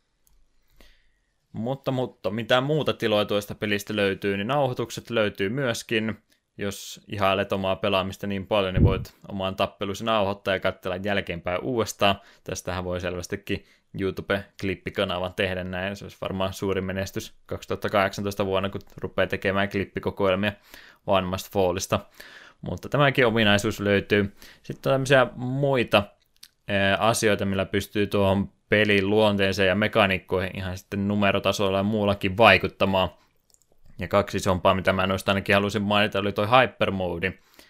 Mutta, mutta mitä muuta tiloja tuosta pelistä löytyy, niin nauhoitukset löytyy myöskin. Jos ihailet omaa pelaamista niin paljon, niin voit omaan tappelusi nauhoittaa ja katsella jälkeenpäin uudestaan. Tästähän voi selvästikin YouTube-klippikanavan tehdä näin. Se olisi varmaan suuri menestys kaksituhattakahdeksantoista vuonna, kun rupeaa tekemään klippikokoelmia vanhemmasta Fallista. Mutta tämäkin ominaisuus löytyy. Sitten on tämmöisiä muita ää, asioita, millä pystyy tuohon pelin luonteeseen ja mekaniikkoihin ihan sitten numerotasolla ja muullakin vaikuttamaan. Ja kaksi isompaa, mitä mä noista ainakin halusin mainita, oli toi Hypermode.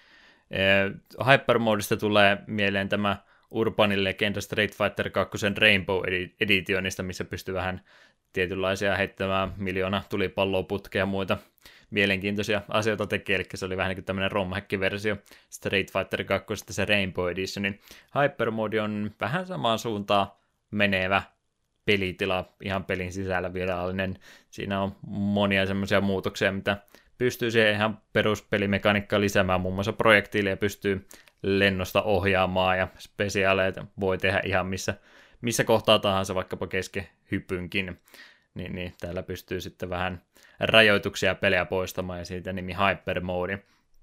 Hypermodeista tulee mieleen tämä Urbanin Legenda Street Fighter kaksi Rainbow Editionista, missä pystyy vähän tietynlaisia heittämään miljoona tulipalloa, putkeja ja muita mielenkiintoisia asioita tekee, eli se oli vähän niin kuin tämmöinen romhack-versio Street Fighter kaksi, se Rainbow Editionin. Hypermode on vähän samaan suuntaan menevä pelitila, ihan pelin sisällä virallinen. Siinä on monia semmoisia muutoksia, mitä pystyy siihen ihan peruspelimekaniikkaan lisäämään, muun muassa projektiileja pystyy lennosta ohjaamaan ja spesiaaleita voi tehdä ihan missä, missä kohtaa tahansa, vaikkapa kesken hypynkin. Niin, niin täällä pystyy sitten vähän rajoituksia pelejä poistamaan ja siitä nimi Hypermode.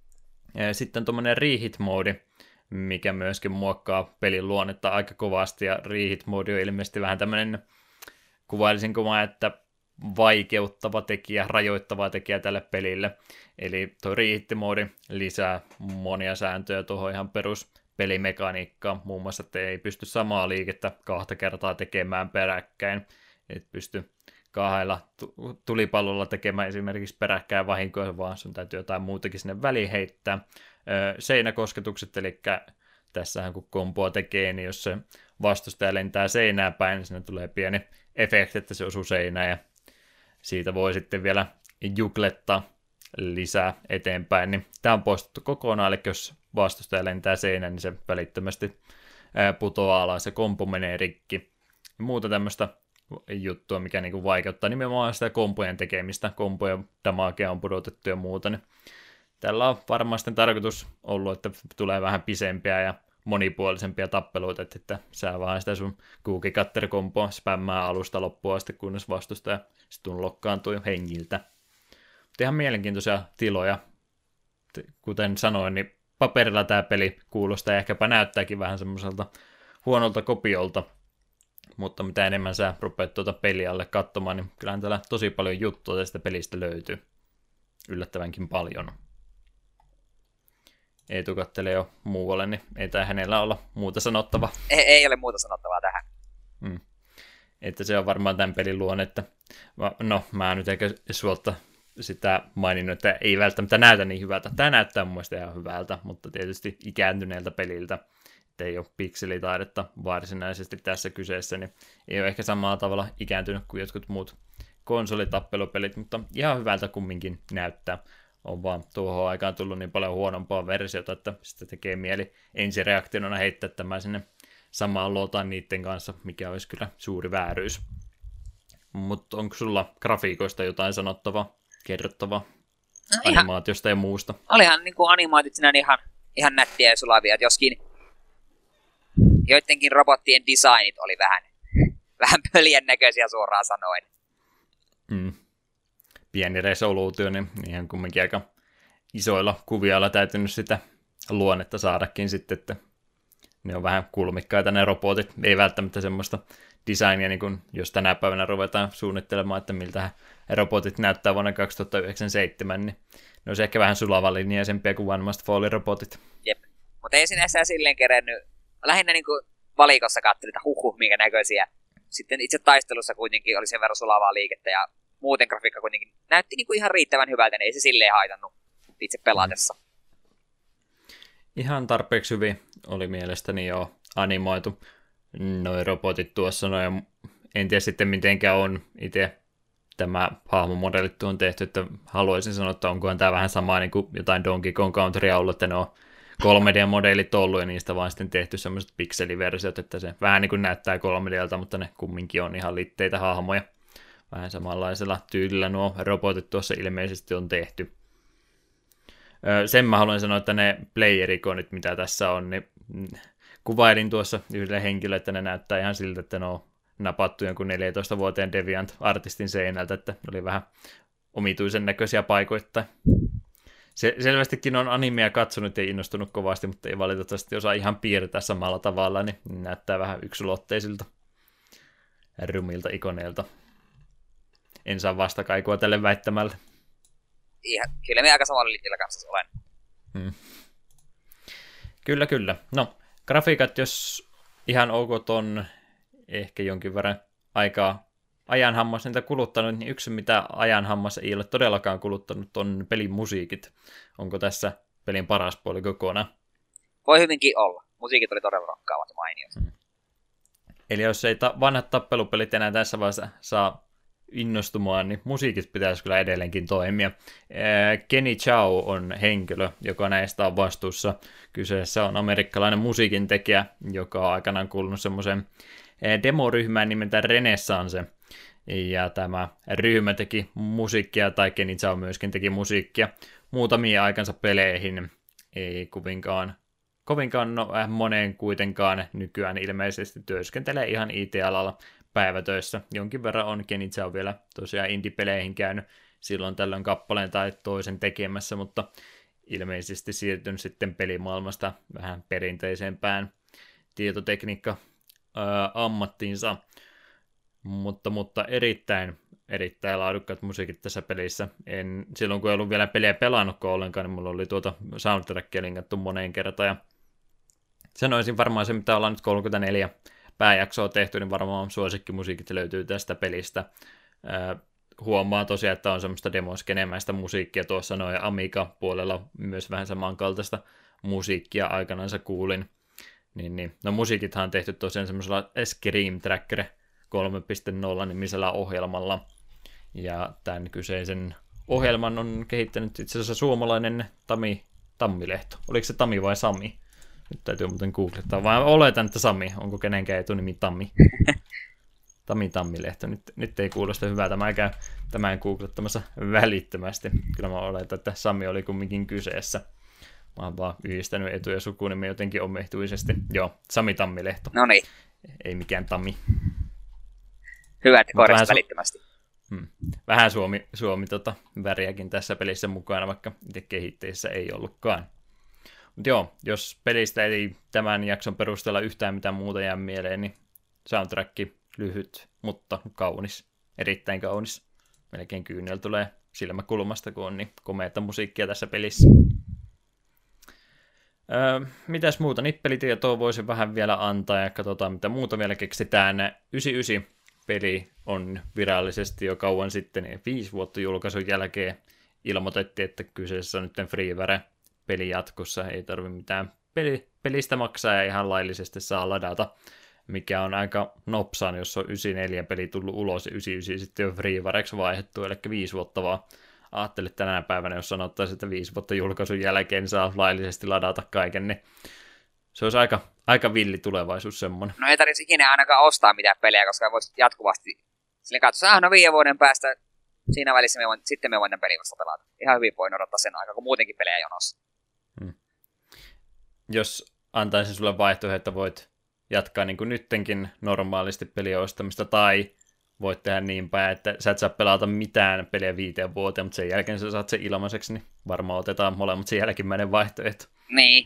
Ja sitten tuommoinen Rehit-moodi, mikä myöskin muokkaa pelin luonnetta aika kovasti, ja Rehit-moodi on ilmeisesti vähän tämmöinen, kuvailisinko mä, että vaikeuttava tekijä, rajoittava tekijä tälle pelille. Eli tuo Rehit-moodi lisää monia sääntöjä tuohon ihan peruspelimekaniikkaan, muun muassa, että ei pysty samaa liikettä kahta kertaa tekemään peräkkäin, et pysty kahdella tulipallolla tekemään esimerkiksi peräkkäin vahinkoja, vaan sun täytyy jotain muutakin sinne väliin heittää. Seinäkosketukset, eli tässähän kun komboa tekee, niin jos se vastustaja lentää seinää päin, niin sinne tulee pieni efekti, että se osuu seinään, ja siitä voi sitten vielä juklettaa lisää eteenpäin. Niin tämä on poistettu kokonaan, eli jos vastustaja lentää seinään, niin se välittömästi putoaa alas, se kompo menee rikki. Muuta tämmöistä juttua, mikä niinku vaikeuttaa nimenomaan sitä kompojen tekemistä, kompojen damagea on pudotettu ja muuta, niin tällä on varmaan sitten tarkoitus ollut, että tulee vähän pisempiä ja monipuolisempia tappeluita, että, että sä vaan sitä sun cookie cutter kompoa spämmää alusta loppuun asti, kunnes vastustaja sitten lokkaantuu hengiltä. Mutta ihan mielenkiintoisia tiloja. Kuten sanoin, niin paperilla tämä peli kuulostaa ja ehkäpä näyttääkin vähän semmoiselta huonolta kopiolta, mutta mitä enemmän sä rupeat tuota peliä alle katsomaan, niin kyllähän täällä tosi paljon juttua tästä pelistä löytyy. Yllättävänkin paljon. Eetu kattelee jo muualle, niin ei tämä hänellä olla muuta sanottavaa. Ei, ei ole muuta sanottavaa tähän. Hmm. Että se on varmaan tämän pelin luonne, että no mä nyt ehkä suolta sitä maininnut, että ei välttämättä näytä niin hyvältä. Tämä näyttää mun mielestä ihan hyvältä, mutta tietysti ikääntyneeltä peliltä. että ei ole pikselitaidetta varsinaisesti tässä kyseessä, niin ei ole ehkä samalla tavalla ikääntynyt kuin jotkut muut konsolitappelupelit, mutta ihan hyvältä kumminkin näyttää. On vaan tuohon aikaan tullut niin paljon huonompaa versiota, että sitä tekee mieli ensireaktiona heittää tämä sinne samaan lootaan niiden kanssa, mikä olisi kyllä suuri vääryys. Mutta onko sulla grafiikoista jotain sanottavaa, kerrottavaa, no, animaatiosta ja muusta? Olihan niin kuin animaatit sinä ihan, ihan nättiä ja sulavia, joskin joidenkin robottien designit oli vähän, vähän pöljän näköisiä suoraan sanoen. Mm. Pieni resoluutio, niin ihan kumminkin aika isoilla kuvioilla täytynyt sitä luonnetta saadakin sitten, että ne on vähän kulmikkaita ne robotit, ei välttämättä semmoista designia, niin kuin jos tänä päivänä ruvetaan suunnittelemaan, että miltä robotit näyttää vuonna kaksituhattayhdeksänkymmentäseitsemän, niin ne olisi ehkä vähän sulavalinjaisempia kuin One Must Fallin robotit. Jep, mutta ei sinänsä silleen kerennyt, lähinnä niin kuin valikossa katselin, että huhuh, minkä näköisiä. Sitten itse taistelussa kuitenkin oli sen verran sulavaa liikettä ja muuten grafiikka kuitenkin näytti niin kuin ihan riittävän hyvältä, niin ei se silleen haitannut itse pelatessa. Ihan tarpeeksi hyvin oli mielestäni jo animoitu noi robotit tuossa, no, en tiedä sitten mitenkään on itse tämä hahmomodellit on tehty, että haluaisin sanoa, että onkohan tämä vähän samaa niin kuin jotain Donkey Kong Countrya ollut, että ne on kolme D-modellit ollut ja niistä vaan sitten tehty semmoiset pikseliversiot, että se vähän niin kuin näyttää kolme D:ltä, mutta ne kumminkin on ihan litteitä hahmoja. Vähän samanlaisella tyylillä nuo robotit tuossa ilmeisesti on tehty. Sen mä haluan sanoa, että ne player-ikonit, mitä tässä on, niin kuvailin tuossa yhdelle henkilölle, että ne näyttää ihan siltä, että ne on napattu jonkun neljätoista-vuotiaan Deviant-artistin seinältä, että ne oli vähän omituisen näköisiä paikoittain. Se selvästikin on animea katsonut ja innostunut kovasti, mutta ei valitettavasti osaa ihan piirtää samalla tavalla, niin näyttää vähän yksulotteisilta rumilta ikoneilta. En saa vastakaikua tälle väittämälle. Ihan, kyllä me aika samalla linjalla kanssa olen. Hmm. Kyllä, kyllä. No, grafiikat, jos ihan ok on ehkä jonkin verran aikaa ajanhammas niitä kuluttanut, niin yksi mitä ajanhammas ei ole todellakaan kuluttanut on pelin musiikit. Onko tässä pelin paras puoli kokonaan? Voi hyvinkin olla. Musiikit oli todella rakkaavat ja mainiot. Hmm. Eli jos ei ta- vanhat tappelupelit enää tässä vaiheessa saa innostumaan, niin musiikit pitäisi kyllä edelleenkin toimia. Kenny Chao on henkilö, joka näistä on vastuussa. Kyseessä on amerikkalainen musiikintekijä, joka on aikanaan kuulunut semmoiseen demoryhmään nimeltä Renaissance. Ja tämä ryhmä teki musiikkia, tai Kenny Chao myöskin teki musiikkia muutamia aikansa peleihin. Ei kovinkaan, kovinkaan no, moneen kuitenkaan nykyään ilmeisesti työskentelee ihan I T-alalla päivätöissä. Jonkin verran on Kenny Chao vielä tosiaan indie-peleihin käynyt silloin tällöin kappaleen tai toisen tekemässä, mutta ilmeisesti siirtynyt sitten pelimaailmasta vähän perinteisempään tietotekniikka-ammattiinsa. Mutta, mutta erittäin, erittäin laadukkaat musiikit tässä pelissä. En, silloin kun ei ollut vielä pelejä pelannutkaan ollenkaan, niin mulla oli tuota soundtrackia linkattu moneen kertaan. Ja sanoisin varmaan se, mitä ollaan nyt kolmekymmentäneljä pääjaksoa tehty, niin varmaan suosikkimusiikit löytyy tästä pelistä. Äh, huomaa tosiaan, että on semmoista demoskenemäistä musiikkia tuossa noin Amiga-puolella myös vähän samankaltaista musiikkia aikanaansa kuulin. Niin, niin. No musiikithan on tehty tosiaan semmoisella Scream Tracker kolme piste nolla nimisellä ohjelmalla. Ja tämän kyseisen ohjelman on kehittänyt itse asiassa suomalainen Tami Tammilehto. Oliko se Tami vai Sami? Nyt täytyy muuten googlettaa, vaan oletan, että Sami, onko kenenkään etunimi Tammi? Tami Tammilehto, nyt, nyt ei kuulosta hyvältä, mä käyn tämän googlettamassa välittömästi. Kyllä mä oletan, että Sami oli kumminkin kyseessä. Mä oon vaan yhdistänyt etu- ja sukunimi jotenkin omehtuisesti. Joo, Sami Tammilehto. No niin. Ei mikään Tammi. Hyvä, että korjasit välittömästi. Su- hmm. Vähän Suomi, Suomi tota, väriäkin tässä pelissä mukana, vaikka itse kehittäjissä ei ollutkaan. Mutta joo, jos pelistä ei tämän jakson perusteella yhtään mitään muuta jää mieleen, niin soundtrack lyhyt, mutta kaunis. Erittäin kaunis. Melkein kyynel tulee silmäkulmasta, kun on niin komeata musiikkia tässä pelissä. Öö, mitäs muuta? Nippelitietoa voisin vähän vielä antaa ja katsotaan, mitä muuta vielä keksitään. yhdeksänkymmentäyhdeksän-peli on virallisesti jo kauan sitten, viisi vuotta julkaisun jälkeen ilmoitettiin, että kyseessä on nyt freeware peli jatkossa, ei tarvitse mitään peli, pelistä maksaa ja ihan laillisesti saa ladata, mikä on aika nopsaan, jos on yhdeksänkymmentäneljä peli tullut ulos ja yhdeksänkymmentäyhdeksän sitten on freewareksi vaihdettu, eli viisi vuotta vaan. Ajattelin tänä päivänä, jos sanottaisiin, että viisi vuotta julkaisun jälkeen saa laillisesti ladata kaiken, niin se olisi aika, aika villi tulevaisuus semmoinen. No ei tarvitsisi ikinä ainakaan ostaa mitään pelejä, koska voisi jatkuvasti sille katsoa, no viiden vuoden päästä siinä välissä me voin, sitten me voin tämän pelin vasta pelata. Ihan hyvin voin odottaa sen aikaa, kun muutenkin pelejä jonossa. Hmm. Jos antaisin sulle vaihtoehto, että voit jatkaa niin kuin nyttenkin normaalisti pelien ostamista, tai voit tehdä niin päin, että sä et saa pelata mitään peliä viiteen vuoteen, mutta sen jälkeen sä saat sen ilmaiseksi, niin varmaan otetaan molemmat sen jälkimmäinen vaihtoehto. Niin.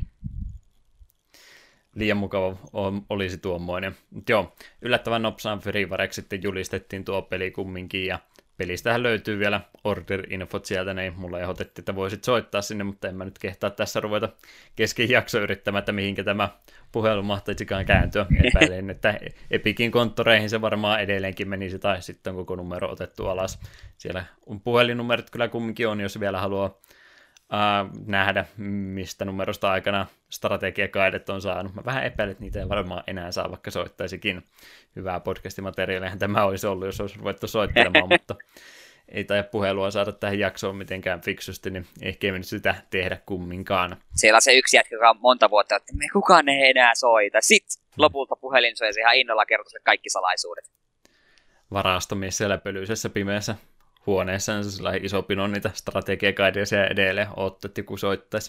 Liian mukava olisi tuommoinen. Mutta joo, yllättävän nopsaan freewareksi sitten julistettiin tuo peli kumminkin, ja pelistähän löytyy vielä order-infot sieltä, niin mulla ehdotettiin, että voisit soittaa sinne, mutta en mä nyt kehtaa tässä ruveta kesken jakso yrittämään, että mihinkä tämä puhelu mahtaisikaan kääntyä. Epäilen, että Epicin konttoreihin se varmaan edelleenkin menisi, tai sitten on koko numero otettu alas. Siellä puhelinnumerot kyllä kumminkin on, jos vielä haluaa Uh, nähdä, mistä numerosta aikana strategiakaidet on saanut. Mä vähän epäilen, että niitä ei varmaan enää saa, vaikka soittaisikin. Hyvää podcastimateriaalia tämä olisi ollut, jos olisi ruvettu soittelemaan, mutta ei taida puhelua saada tähän jaksoon mitenkään fiksusti, niin ehkä ei mennyt sitä tehdä kumminkaan. Siellä on se yksi jätkä, joka on monta vuotta, että me kukaan ei enää soita. Sitten lopulta puhelin soi, se ihan innolla kertoi kaikki salaisuudet. Varastomies siellä pölyisessä pimeässä huoneessa on sellainen iso pino niitä strategiakaideja siellä edelleen odottaa, että joku soittaisi.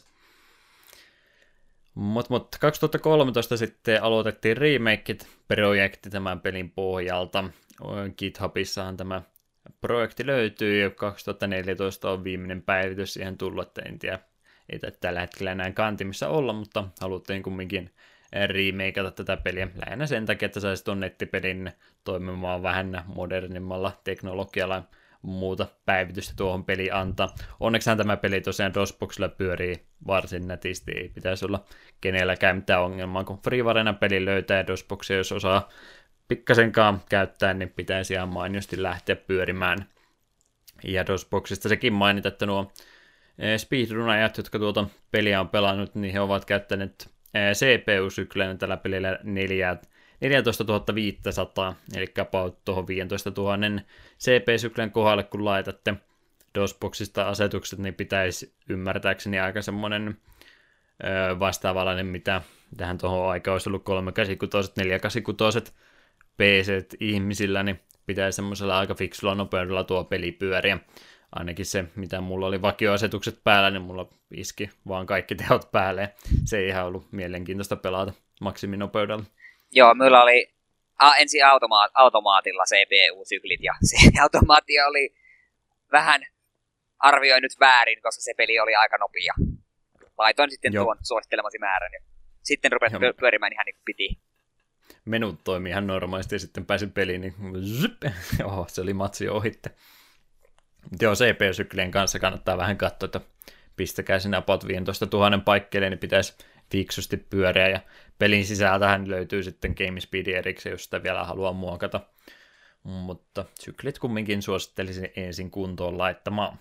Mutta mut, kaksituhattakolmetoista sitten aloitettiin remake-projekti tämän pelin pohjalta. GitHubissahan tämä projekti löytyy ja kaksituhattaneljätoista on viimeinen päivitys siihen tullut, että en tiedä, ei tällä hetkellä enää kantimissa olla, mutta haluttiin kumminkin remakeata tätä peliä lähinnä sen takia, että saisi tuon nettipelin toimimaan vähän modernimmalla teknologialla muuta päivitystä tuohon peliin antaa. Onneksihan tämä peli tosiaan DOSBoxilla pyörii varsin nätisti, ei pitäisi olla kenelläkään mitään ongelmaa, kun FreeWarena peli löytää DOSBoxia, jos osaa pikkasenkaan käyttää, niin pitäisi ihan mainiosti lähteä pyörimään. Ja DOSBoxista sekin mainita, että nuo speedrunajat, jotka tuota peliä on pelannut, niin he ovat käyttäneet C P U-sykleenä tällä pelillä neljää neljätoistatuhatta viisisataa, eli about tuohon viisitoistatuhatta C P-syklen kohdalle, kun laitatte DOSBoxista asetukset, niin pitäisi ymmärtääkseni aika semmoinen öö, vastaavallainen, mitä tähän tuohon aikaan olisi ollut kolme kahdeksankymmentäkuusi, neljä kahdeksankymmentäkuusi P C-ihmisillä, niin pitäisi semmoisella aika fiksulla nopeudella tuo peli pyöriä. Ainakin se, mitä mulla oli vakioasetukset päällä, niin mulla iski vaan kaikki tehot päälle. Se ei ihan ollut mielenkiintoista pelata maksiminopeudella. Joo, minulla oli a, ensin automa- automaatilla C P U-syklit, ja se automaatti oli vähän arvioi nyt väärin, koska se peli oli aika nopea. Laitoin sitten Joo. tuon suosittelemasi määrän, ja sitten rupesi Joo. pyörimään ihan niin kuin piti. Menut toimii ihan normaalisti, ja sitten pääsin peliin, niin zyp, oho, se oli matsi ohitte. Joo, C P U-syklien kanssa kannattaa vähän katsoa, että pistäkää sinä about viisitoistatuhatta paikkeille, niin pitäisi fiksusti pyöriä, ja pelin sisältähän löytyy sitten GameSpeed erikseen, jos sitä vielä haluaa muokata. Mutta syklit kumminkin suosittelisin ensin kuntoon laittamaan.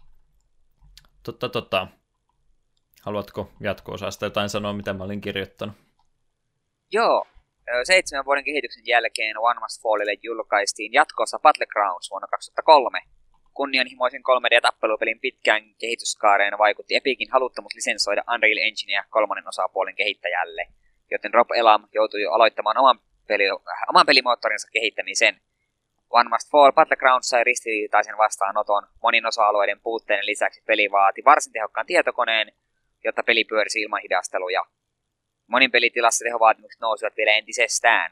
Totta, totta. Haluatko jatko-osasta jotain sanoa, mitä mä olin kirjoittanut? Joo. Seitsemän vuoden kehityksen jälkeen One Must Fallille julkaistiin jatkoosa Battlegrounds vuonna kaksituhattakolme. Kunnianhimoisen kolme D-tappelupelin pitkään kehityskaareen vaikutti Epicin haluttomuus lisensoida Unreal Enginea kolmannen osapuolen kehittäjälle, joten Rob Elam joutui jo aloittamaan oman, peli, oman pelimoottorinsa kehittämisen. One Must Fall Battlegrounds sai ristiriitaisen vastaanoton. Monin osa-alueiden puutteiden lisäksi peli vaati varsin tehokkaan tietokoneen, jotta peli pyörisi ilman hidasteluja. Monin pelitilassa tehovaatimukset nousivat vielä entisestään.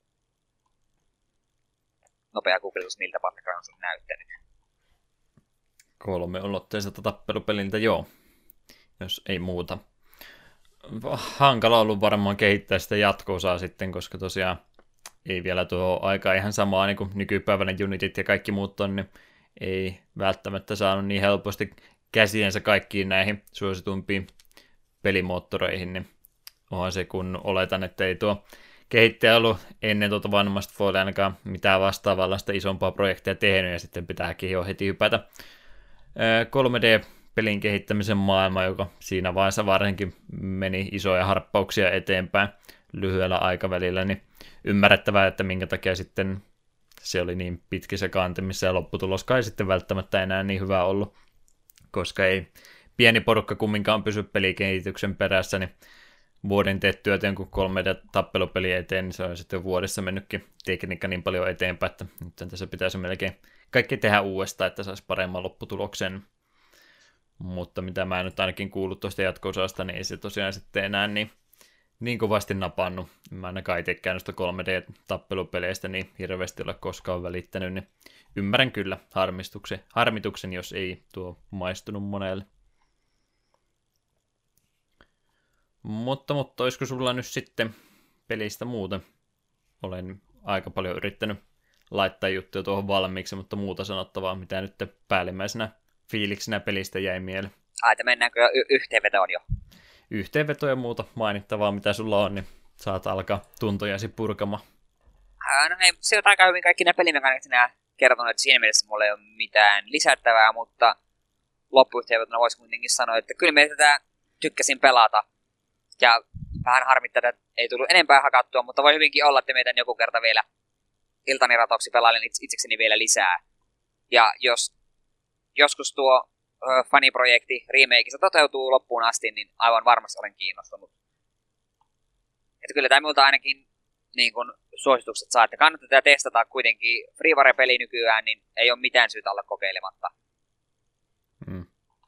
Nopea googletus, miltä Battlegrounds on näyttänyt. Kolme ulotteiselta tappelupeliltä, joo. Jos ei muuta. Hankala ollut varmaan kehittää sitä jatko-osaa sitten, koska tosiaan ei vielä tuo aika ihan samaa niin kuin nykypäivänä Unitit ja kaikki muut on, niin ei välttämättä saanut niin helposti käsiensä kaikkiin näihin suositumpiin pelimoottoreihin, niin onhan se, kun oletan, että ei tuo kehittäjä ollut ennen tuota One Must Fall ainakaan mitään vastaavallista isompaa projektia tehnyt, ja sitten pitääkin jo heti hypätä kolme D pelin kehittämisen maailma, joka siinä vaiheessa varsinkin meni isoja harppauksia eteenpäin lyhyellä aikavälillä, niin ymmärrettävää, että minkä takia sitten se oli niin pitkissä kantemissa ja lopputulos ei sitten välttämättä enää niin hyvä ollut, koska ei pieni porukka kumminkaan pysy pelikehityksen perässä, niin vuoden teet työtä jonkun kolme D-tappelupeli eteen, niin se on sitten vuodessa mennytkin tekniikka niin paljon eteenpäin, että nyt tässä pitäisi melkein kaikki tehdä uudestaan, että saisi paremman lopputuloksen. Mutta mitä mä en nyt ainakin kuullut tuosta jatko-osasta, niin ei se tosiaan sitten enää niin, niin kovasti napannut. Mä ainakaan itsekään noista kolme D-tappelupeleistä niin hirveästi ole koskaan välittänyt, niin ymmärrän kyllä harmistuksen, harmituksen, jos ei tuo maistunut monelle. Mutta, mutta olisiko sulla nyt sitten pelistä muuten? Olen aika paljon yrittänyt laittaa juttuja tuohon valmiiksi, mutta muuta sanottavaa, mitä nyt päällimmäisenä fiiliksenä pelistä jäi mieleen. Ai, että mennäänkö y- yhteenvetoon jo? Yhteenveto ja muuta mainittavaa, mitä sulla on, niin saat alkaa tuntojasi purkamaan. Ää, no ei, se on aika hyvin kaikki nämä pelimekaniikat enää kertonut, että siinä mielessä mulla ei ole mitään lisättävää, mutta loppuyhteenvetona voisi kuitenkin sanoa, että kyllä me tätä tykkäsin pelata. Ja vähän harmittaa, että ei tullut enempää hakattua, mutta voi hyvinkin olla, että meitä joku kerta vielä iltani ratoksi pelailen itsekseni vielä lisää. Ja jos joskus tuo ö, faniprojekti remakeissa toteutuu loppuun asti, niin aivan varmasti olen kiinnostunut. Että kyllä tämä minulta ainakin niin kun suositukset saa, että kannattaa tätä testata kuitenkin FreeWare-peli nykyään, niin ei ole mitään syytä olla kokeilematta. Hmm.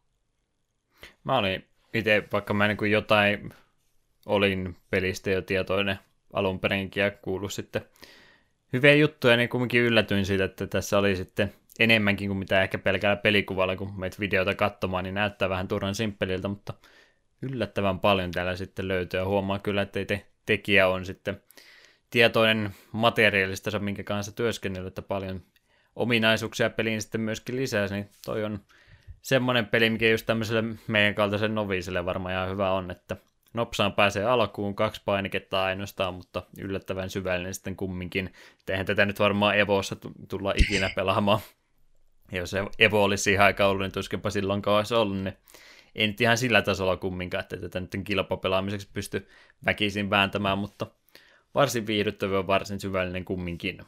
Mä olin itse, vaikka mä niin kuin jotain olin pelistä jo tietoinen alun perinkin ja kuullut sitten hyviä juttuja, niin kumminkin yllätyin siitä, että tässä oli sitten enemmänkin kuin mitä ehkä pelkällä pelikuvalla, kun meitä videota katsomaan, niin näyttää vähän turhan simppeliltä, mutta yllättävän paljon täällä sitten löytyy ja huomaa kyllä, että te- tekijä on sitten tietoinen materiaalista, minkä kanssa työskennellyt, että paljon ominaisuuksia peliin sitten myöskin lisää, niin toi on semmoinen peli, mikä just tämmöiselle meidän kaltaisen noviiselle varmaan ihan hyvä on, että nopsaan pääsee alkuun, kaksi painiketta ainoastaan, mutta yllättävän syvällinen sitten kumminkin. Eihän tätä nyt varmaan Evossa tulla ikinä pelaamaan. Ja jos Evo olisi siihen aikaan ollut, niin tuskinpa silloinkaan olisi ollut, niin ei nyt ihan sillä tasolla kumminkaan, että tätä nyt kilpapelaamiseksi pysty väkisin vääntämään, mutta varsin viihdyttävä ja varsin syvällinen kumminkin.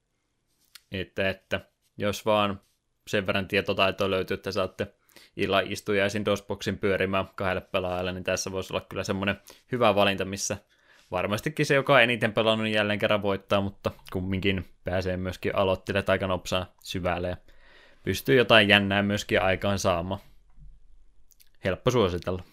Että, että jos vaan sen verran tietotaitoa löytyy, että saatte illan istujaisin DOSBoxin pyörimään kahdelle pelaajalle, niin tässä voisi olla kyllä semmoinen hyvä valinta, missä varmastikin se, joka on eniten pelannut, niin jälleen kerran voittaa, mutta kumminkin pääsee myöskin aloittelemaan aika nopsaa syvälle ja pystyy jotain jännää myöskin aikaan saamaan. Helppo suositella.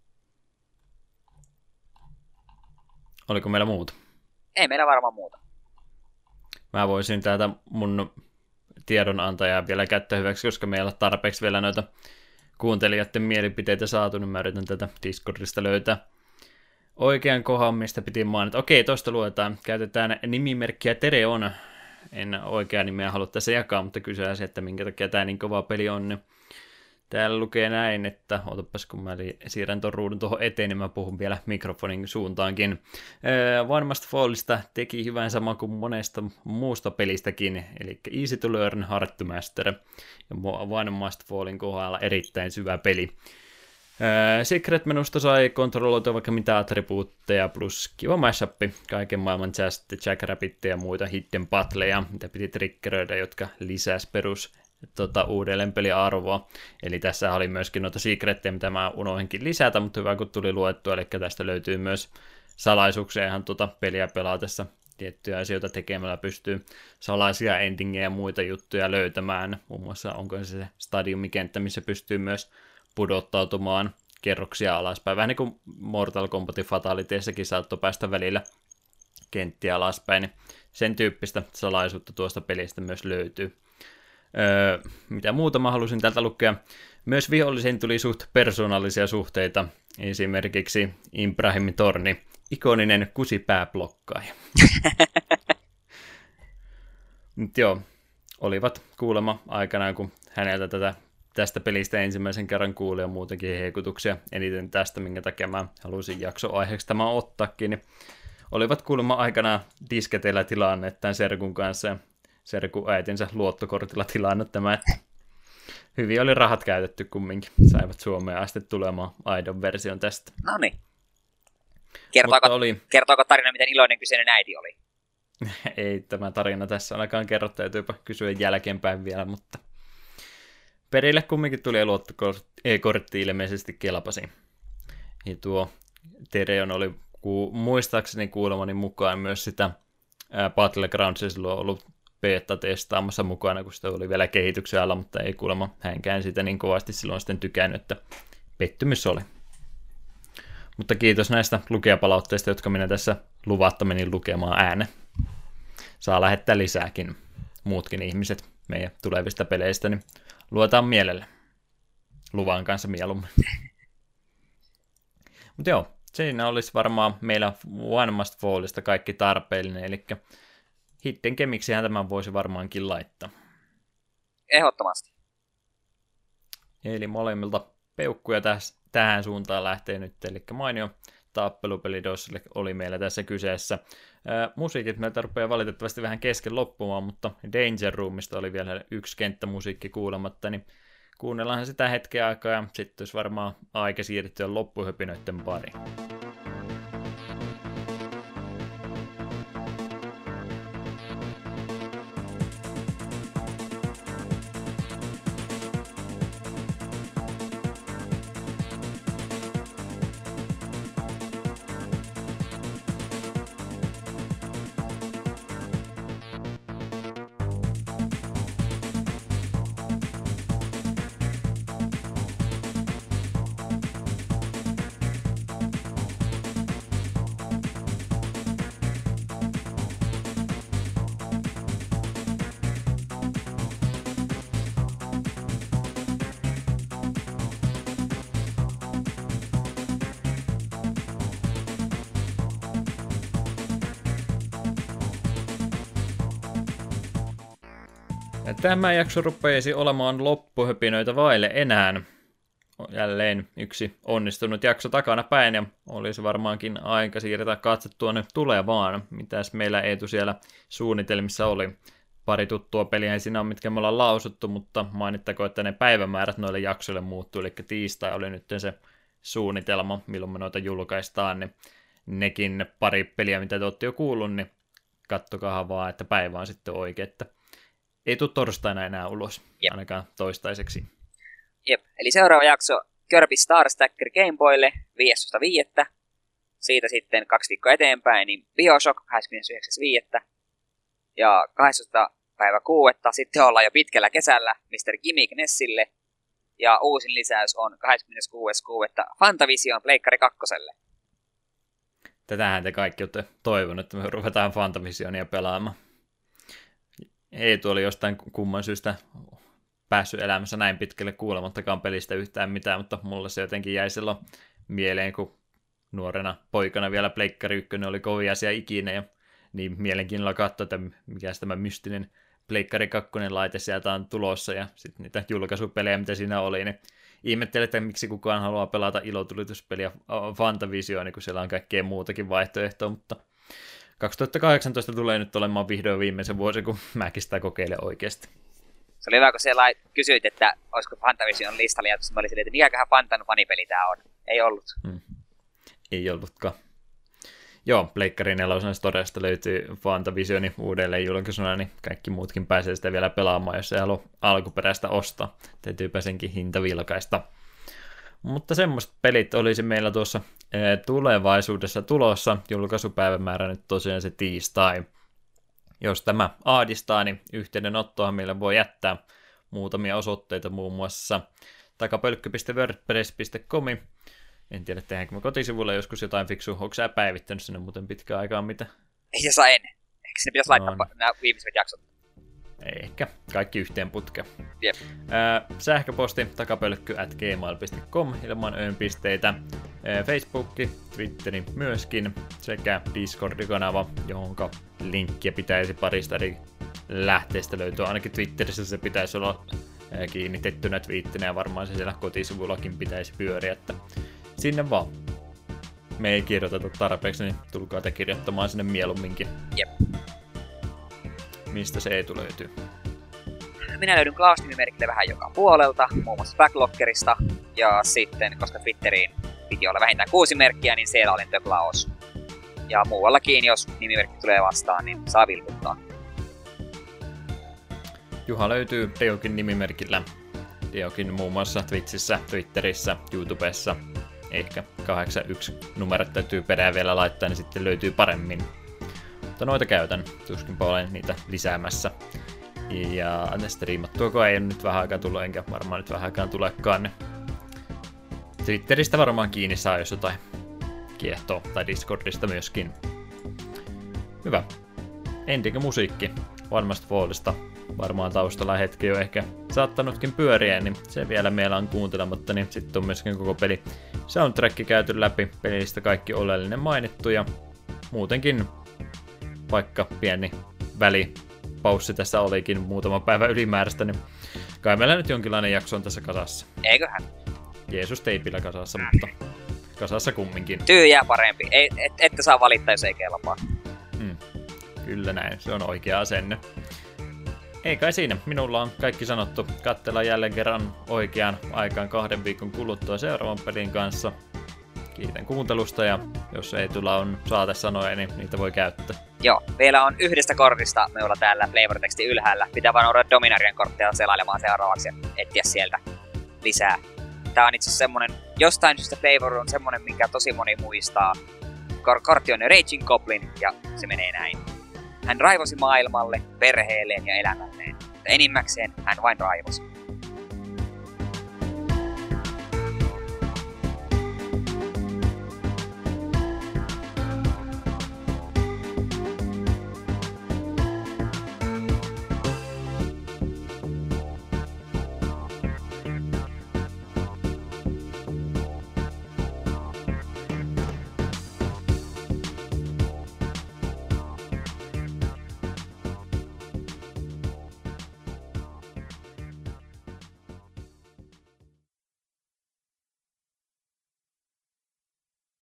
Oliko meillä muuta? Ei meillä varmaan muuta. Mä voisin täältä mun tiedonantajaa vielä käyttää hyväksi, koska meillä on tarpeeksi vielä noita kuuntelijoiden mielipiteitä saatu, niin mä yritän tätä Discordista löytää oikean kohan, mistä piti mainita. Okei, tosta luetaan. Käytetään nimimerkkiä Tereon. En oikea nimeä halua tässä jakaa, mutta kysyä se, että minkä takia tämä niin kova peli on. Niin täällä lukee näin, että otapas kun mä siirrän ton ruudun tuohon eteen, niin mä puhun vielä mikrofonin suuntaankin. One Must Fallista teki hyvän sama kuin monesta muusta pelistäkin, eli Easy to Learn, Hard to Master. Ja One Must Fallin kohdalla erittäin syvä peli. Secret-menusta sai kontrolloitua vaikka mitä attribuutteja plus kiva mashappi, kaiken maailman Just, Jackrabbitteja ja muita hidden battleja, mitä piti triggeröidä, jotka lisäsi perus tota, uudelleen peliarvoa. Eli tässä oli myöskin noita secretteja, mitä mä unohdinkin lisätä, mutta hyvä kun tuli luettua, eli tästä löytyy myös salaisuuksia ihan tuota peliä pelaatessa. Tiettyjä asioita tekemällä pystyy salaisia endingejä ja muita juttuja löytämään. Muun muassa onko se stadiumikenttä, missä pystyy myös pudottautumaan kerroksia alaspäin. Vähän niin kuin Mortal Kombatin Fatalityissäkin saattoi päästä välillä kenttiä alaspäin. Niin sen tyyppistä salaisuutta tuosta pelistä myös löytyy. Öö, mitä muuta mä halusin täältä lukea. Myös vihollisiin tuli suht persoonallisia suhteita. Esimerkiksi Ibrahim Torni, ikoninen kusipääblokkaaja. Nyt joo, olivat kuulemma aikanaan, kun häneltä tätä tästä pelistä ensimmäisen kerran kuulin ja muutenkin heikutuksia eniten tästä, minkä takia mä halusin jaksoaiheeksi tämän ottaakin, niin olivat kuulemma aikanaan disketeillä tilanneet tämän serkun kanssa ja serkun äitinsä luottokortilla tilannut tämä, että hyvin oli rahat käytetty kumminkin. Saivat Suomeen asti tulemaan aidon version tästä. No niin. Kertooko, oli... kertooko tarina, miten iloinen kyseinen äiti oli? Ei tämä tarina tässä ainakaan kerro, täytyypä kysyä jälkeenpäin vielä, mutta perille kumminkin tuli ja luottokortti ilmeisesti kelpasi. Ja tuo Tereon oli ku, muistaakseni kuulemani mukaan myös sitä ää, Battlegroundsia silloin ollut beta-testaamassa mukana, kun sitä oli vielä kehityksen alla, mutta ei kuulemma hänkään sitä niin kovasti silloin sitten tykännyt, että pettymys oli. Mutta kiitos näistä lukijapalautteista, jotka minä tässä luvatta menin lukemaan äänen. Saa lähettää lisääkin muutkin ihmiset meidän tulevista peleistä, niin luetaan mielelle. Luvan kanssa mieluummin. Mutta joo, siinä olisi varmaan meillä One Must Fallista kaikki tarpeellinen, eli Hidden Gemiksihän tämän voisi varmaankin laittaa. Ehdottomasti. Eli molemmilta peukkuja täs, tähän suuntaan lähtee nyt, eli mainio tappelupeli DOSille oli meillä tässä kyseessä. Ää, musiikit meiltä rupeaa valitettavasti vähän kesken loppumaan, mutta Danger Roomista oli vielä yksi kenttämusiikki kuulematta, niin kuunnellaanhan sitä hetken aikaa ja sitten olisi varmaan aika siirtyä loppuhöpinöiden pariin. Ja tämä jakso rupeaisi olemaan loppuhöpinöitä vaille enää. Jälleen yksi onnistunut jakso takana päin ja olisi varmaankin aika siirtää katse tuonne tulevaan. Mitäs meillä Eetu siellä suunnitelmissa oli? Pari tuttua peliä siinä on, mitkä me ollaan lausuttu, mutta mainittako, että ne päivämäärät noille jaksoille muuttuu, eli tiistai oli nyt se suunnitelma, milloin me noita julkaistaan, niin nekin pari peliä, mitä te olette jo kuullut, niin kattokaa vaan, että päivä on sitten oikein, että ei tule torstaina enää ulos, Jep. ainakaan toistaiseksi. Jep, eli seuraava jakso Kirby Star Stacker Game Boylle viidestoista viidettä Siitä sitten kaksi viikkoa eteenpäin, niin BioShock kahdeskymmenesyhdeksäs viidettä Ja kahdestoista päivä kuudetta Sitten ollaan jo pitkällä kesällä mister Gimmick Nessille. Ja uusin lisäys on kahdeskymmeneskuudes kuudetta Fantavision Pleikkari kakkoselle. Tätähän te kaikki olette toivonut, että me ruvetaan Fantavisionia pelaamaan. Eetu oli jostain kumman syystä päässyt elämässä näin pitkälle kuulemattakaan pelistä yhtään mitään, mutta mulle se jotenkin jäi silloin mieleen, kun nuorena poikana vielä Pleikkari ykkönen oli kovin asia ikinä, ja niin mielenkiinnolla katsoa, että mikä tämä mystinen Pleikkari kakkonen laite sieltä on tulossa, ja sitten niitä julkaisupelejä, mitä siinä oli, niin ihmettelin, että miksi kukaan haluaa pelata ilotulituspeliä Fantavisioon, kun siellä on kaikkea muutakin vaihtoehtoa, mutta kaksituhattakahdeksantoista tulee nyt olemaan vihdoin viimeisen vuosi, kun mäkin sitä kokeilen oikeasti. Se oli hyvä, kun siellä kysyit, että olisiko Fantavision listalla, ja mä olin silleen, että mikäköhän Fantan fanipeli tää on. Ei ollut. Hmm. Ei ollutkaan. Joo, Pleikkarin nelosen Storesta löytyy Fantavisionin uudelleen julkaisuna, niin kaikki muutkin pääsee sitä vielä pelaamaan, jos ei halua alkuperäistä ostaa. Täytyypä senkin hinta vilkaista. Mutta semmoiset pelit olisi meillä tuossa tulevaisuudessa tulossa. Julkaisupäivämäärä nyt tosiaan se tiistai. Jos tämä ahdistaa, niin yhteydenottohan meillä voi jättää muutamia osoitteita, muun muassa takapölkky piste wordpress piste com. En tiedä, tehdäänkö me kotisivuilla joskus jotain fiksua. Onko sä päivittänyt sinne muuten pitkään aikaa mitä? Ei saa en. Eikö sinne pitäisi laittaa no, nämä viimeiset jaksot? Ehkä. Kaikki yhteen putkeen. Jep. Äh, sähköposti takapölkky at gmail piste com ilman öönpisteitä. Äh, Facebookki, Twitteri myöskin sekä Discord-kanava, johonka linkkiä pitäisi parista eri lähteestä löytyä. Ainakin Twitterissä se pitäisi olla äh, kiinnitettynä twiittinä ja varmaan se siellä kotisivullakin pitäisi pyöriä. Että sinne vaan. Me ei kirjoiteta tarpeeksi, niin tulkaa te kirjoittamaan sinne mieluumminkin. Jep. Mistä se Eetu löytyy? minä löydyn Klaus-nimimerkille vähän joka puolelta, muun muassa Backloggerista. Ja sitten, koska Twitteriin piti olla vähintään kuusi merkkiä, niin siellä olen The Klaus. Ja muuallakin, jos nimimerkki tulee vastaan, niin saa vilkuttaa. Juha löytyy Deokin nimimerkillä. Deokin muun muassa Twitchissä, Twitterissä, YouTubessa. Ehkä kahdeksankymmentäyksi numerot täytyy perään vielä laittaa, niin sitten löytyy paremmin. Mutta noita käytän, tuskinpa olen niitä lisäämässä. Ja striimattuako ei nyt vähän aikaa tullut, enkä varmaan nyt vähän aikaan tulekaan. Twitteristä varmaan kiinni saa, jos jotain kiehtoo, tai Discordista myöskin. Hyvä. Ending musiikki Varmasti Fallista. Varmaan taustalla hetki jo ehkä saattanutkin pyöriä, niin se vielä meillä on kuuntelematta, niin sitten on myöskin koko peli soundtrack käyty läpi, pelistä kaikki oleellinen mainittu, ja muutenkin vaikka pieni välipaussi tässä olikin muutama päivä ylimääräistä, niin kai meillä nyt jonkinlainen jakso on tässä kasassa. Eiköhän? Jeesus teipillä kasassa, mutta kasassa kumminkin. Tyhjää parempi, ei, et, ette saa valittaa, jos ei kelpaa. Hmm. Kyllä näin, se on oikea asenne. Ei kai siinä, minulla on kaikki sanottu. Katsellaan jälleen kerran oikeaan aikaan kahden viikon kuluttua seuraavan pelin kanssa. Kiitän kuuntelusta, ja jos ei tulla on saatesanoja, niin niitä voi käyttää. Joo, vielä on yhdestä kortista meillä täällä flavor-teksti ylhäällä. Pitää vaan odottaa Dominarian kortteja selailemaan seuraavaksi ja etsiä sieltä lisää. Tää on itse asiassa semmonen, jostain syystä flavor on semmonen, minkä tosi moni muistaa. Kor- kortti on Raging Goblin, ja se menee näin. Hän raivosi maailmalle, perheelleen ja elämälleen. Enimmäkseen hän vain raivosi.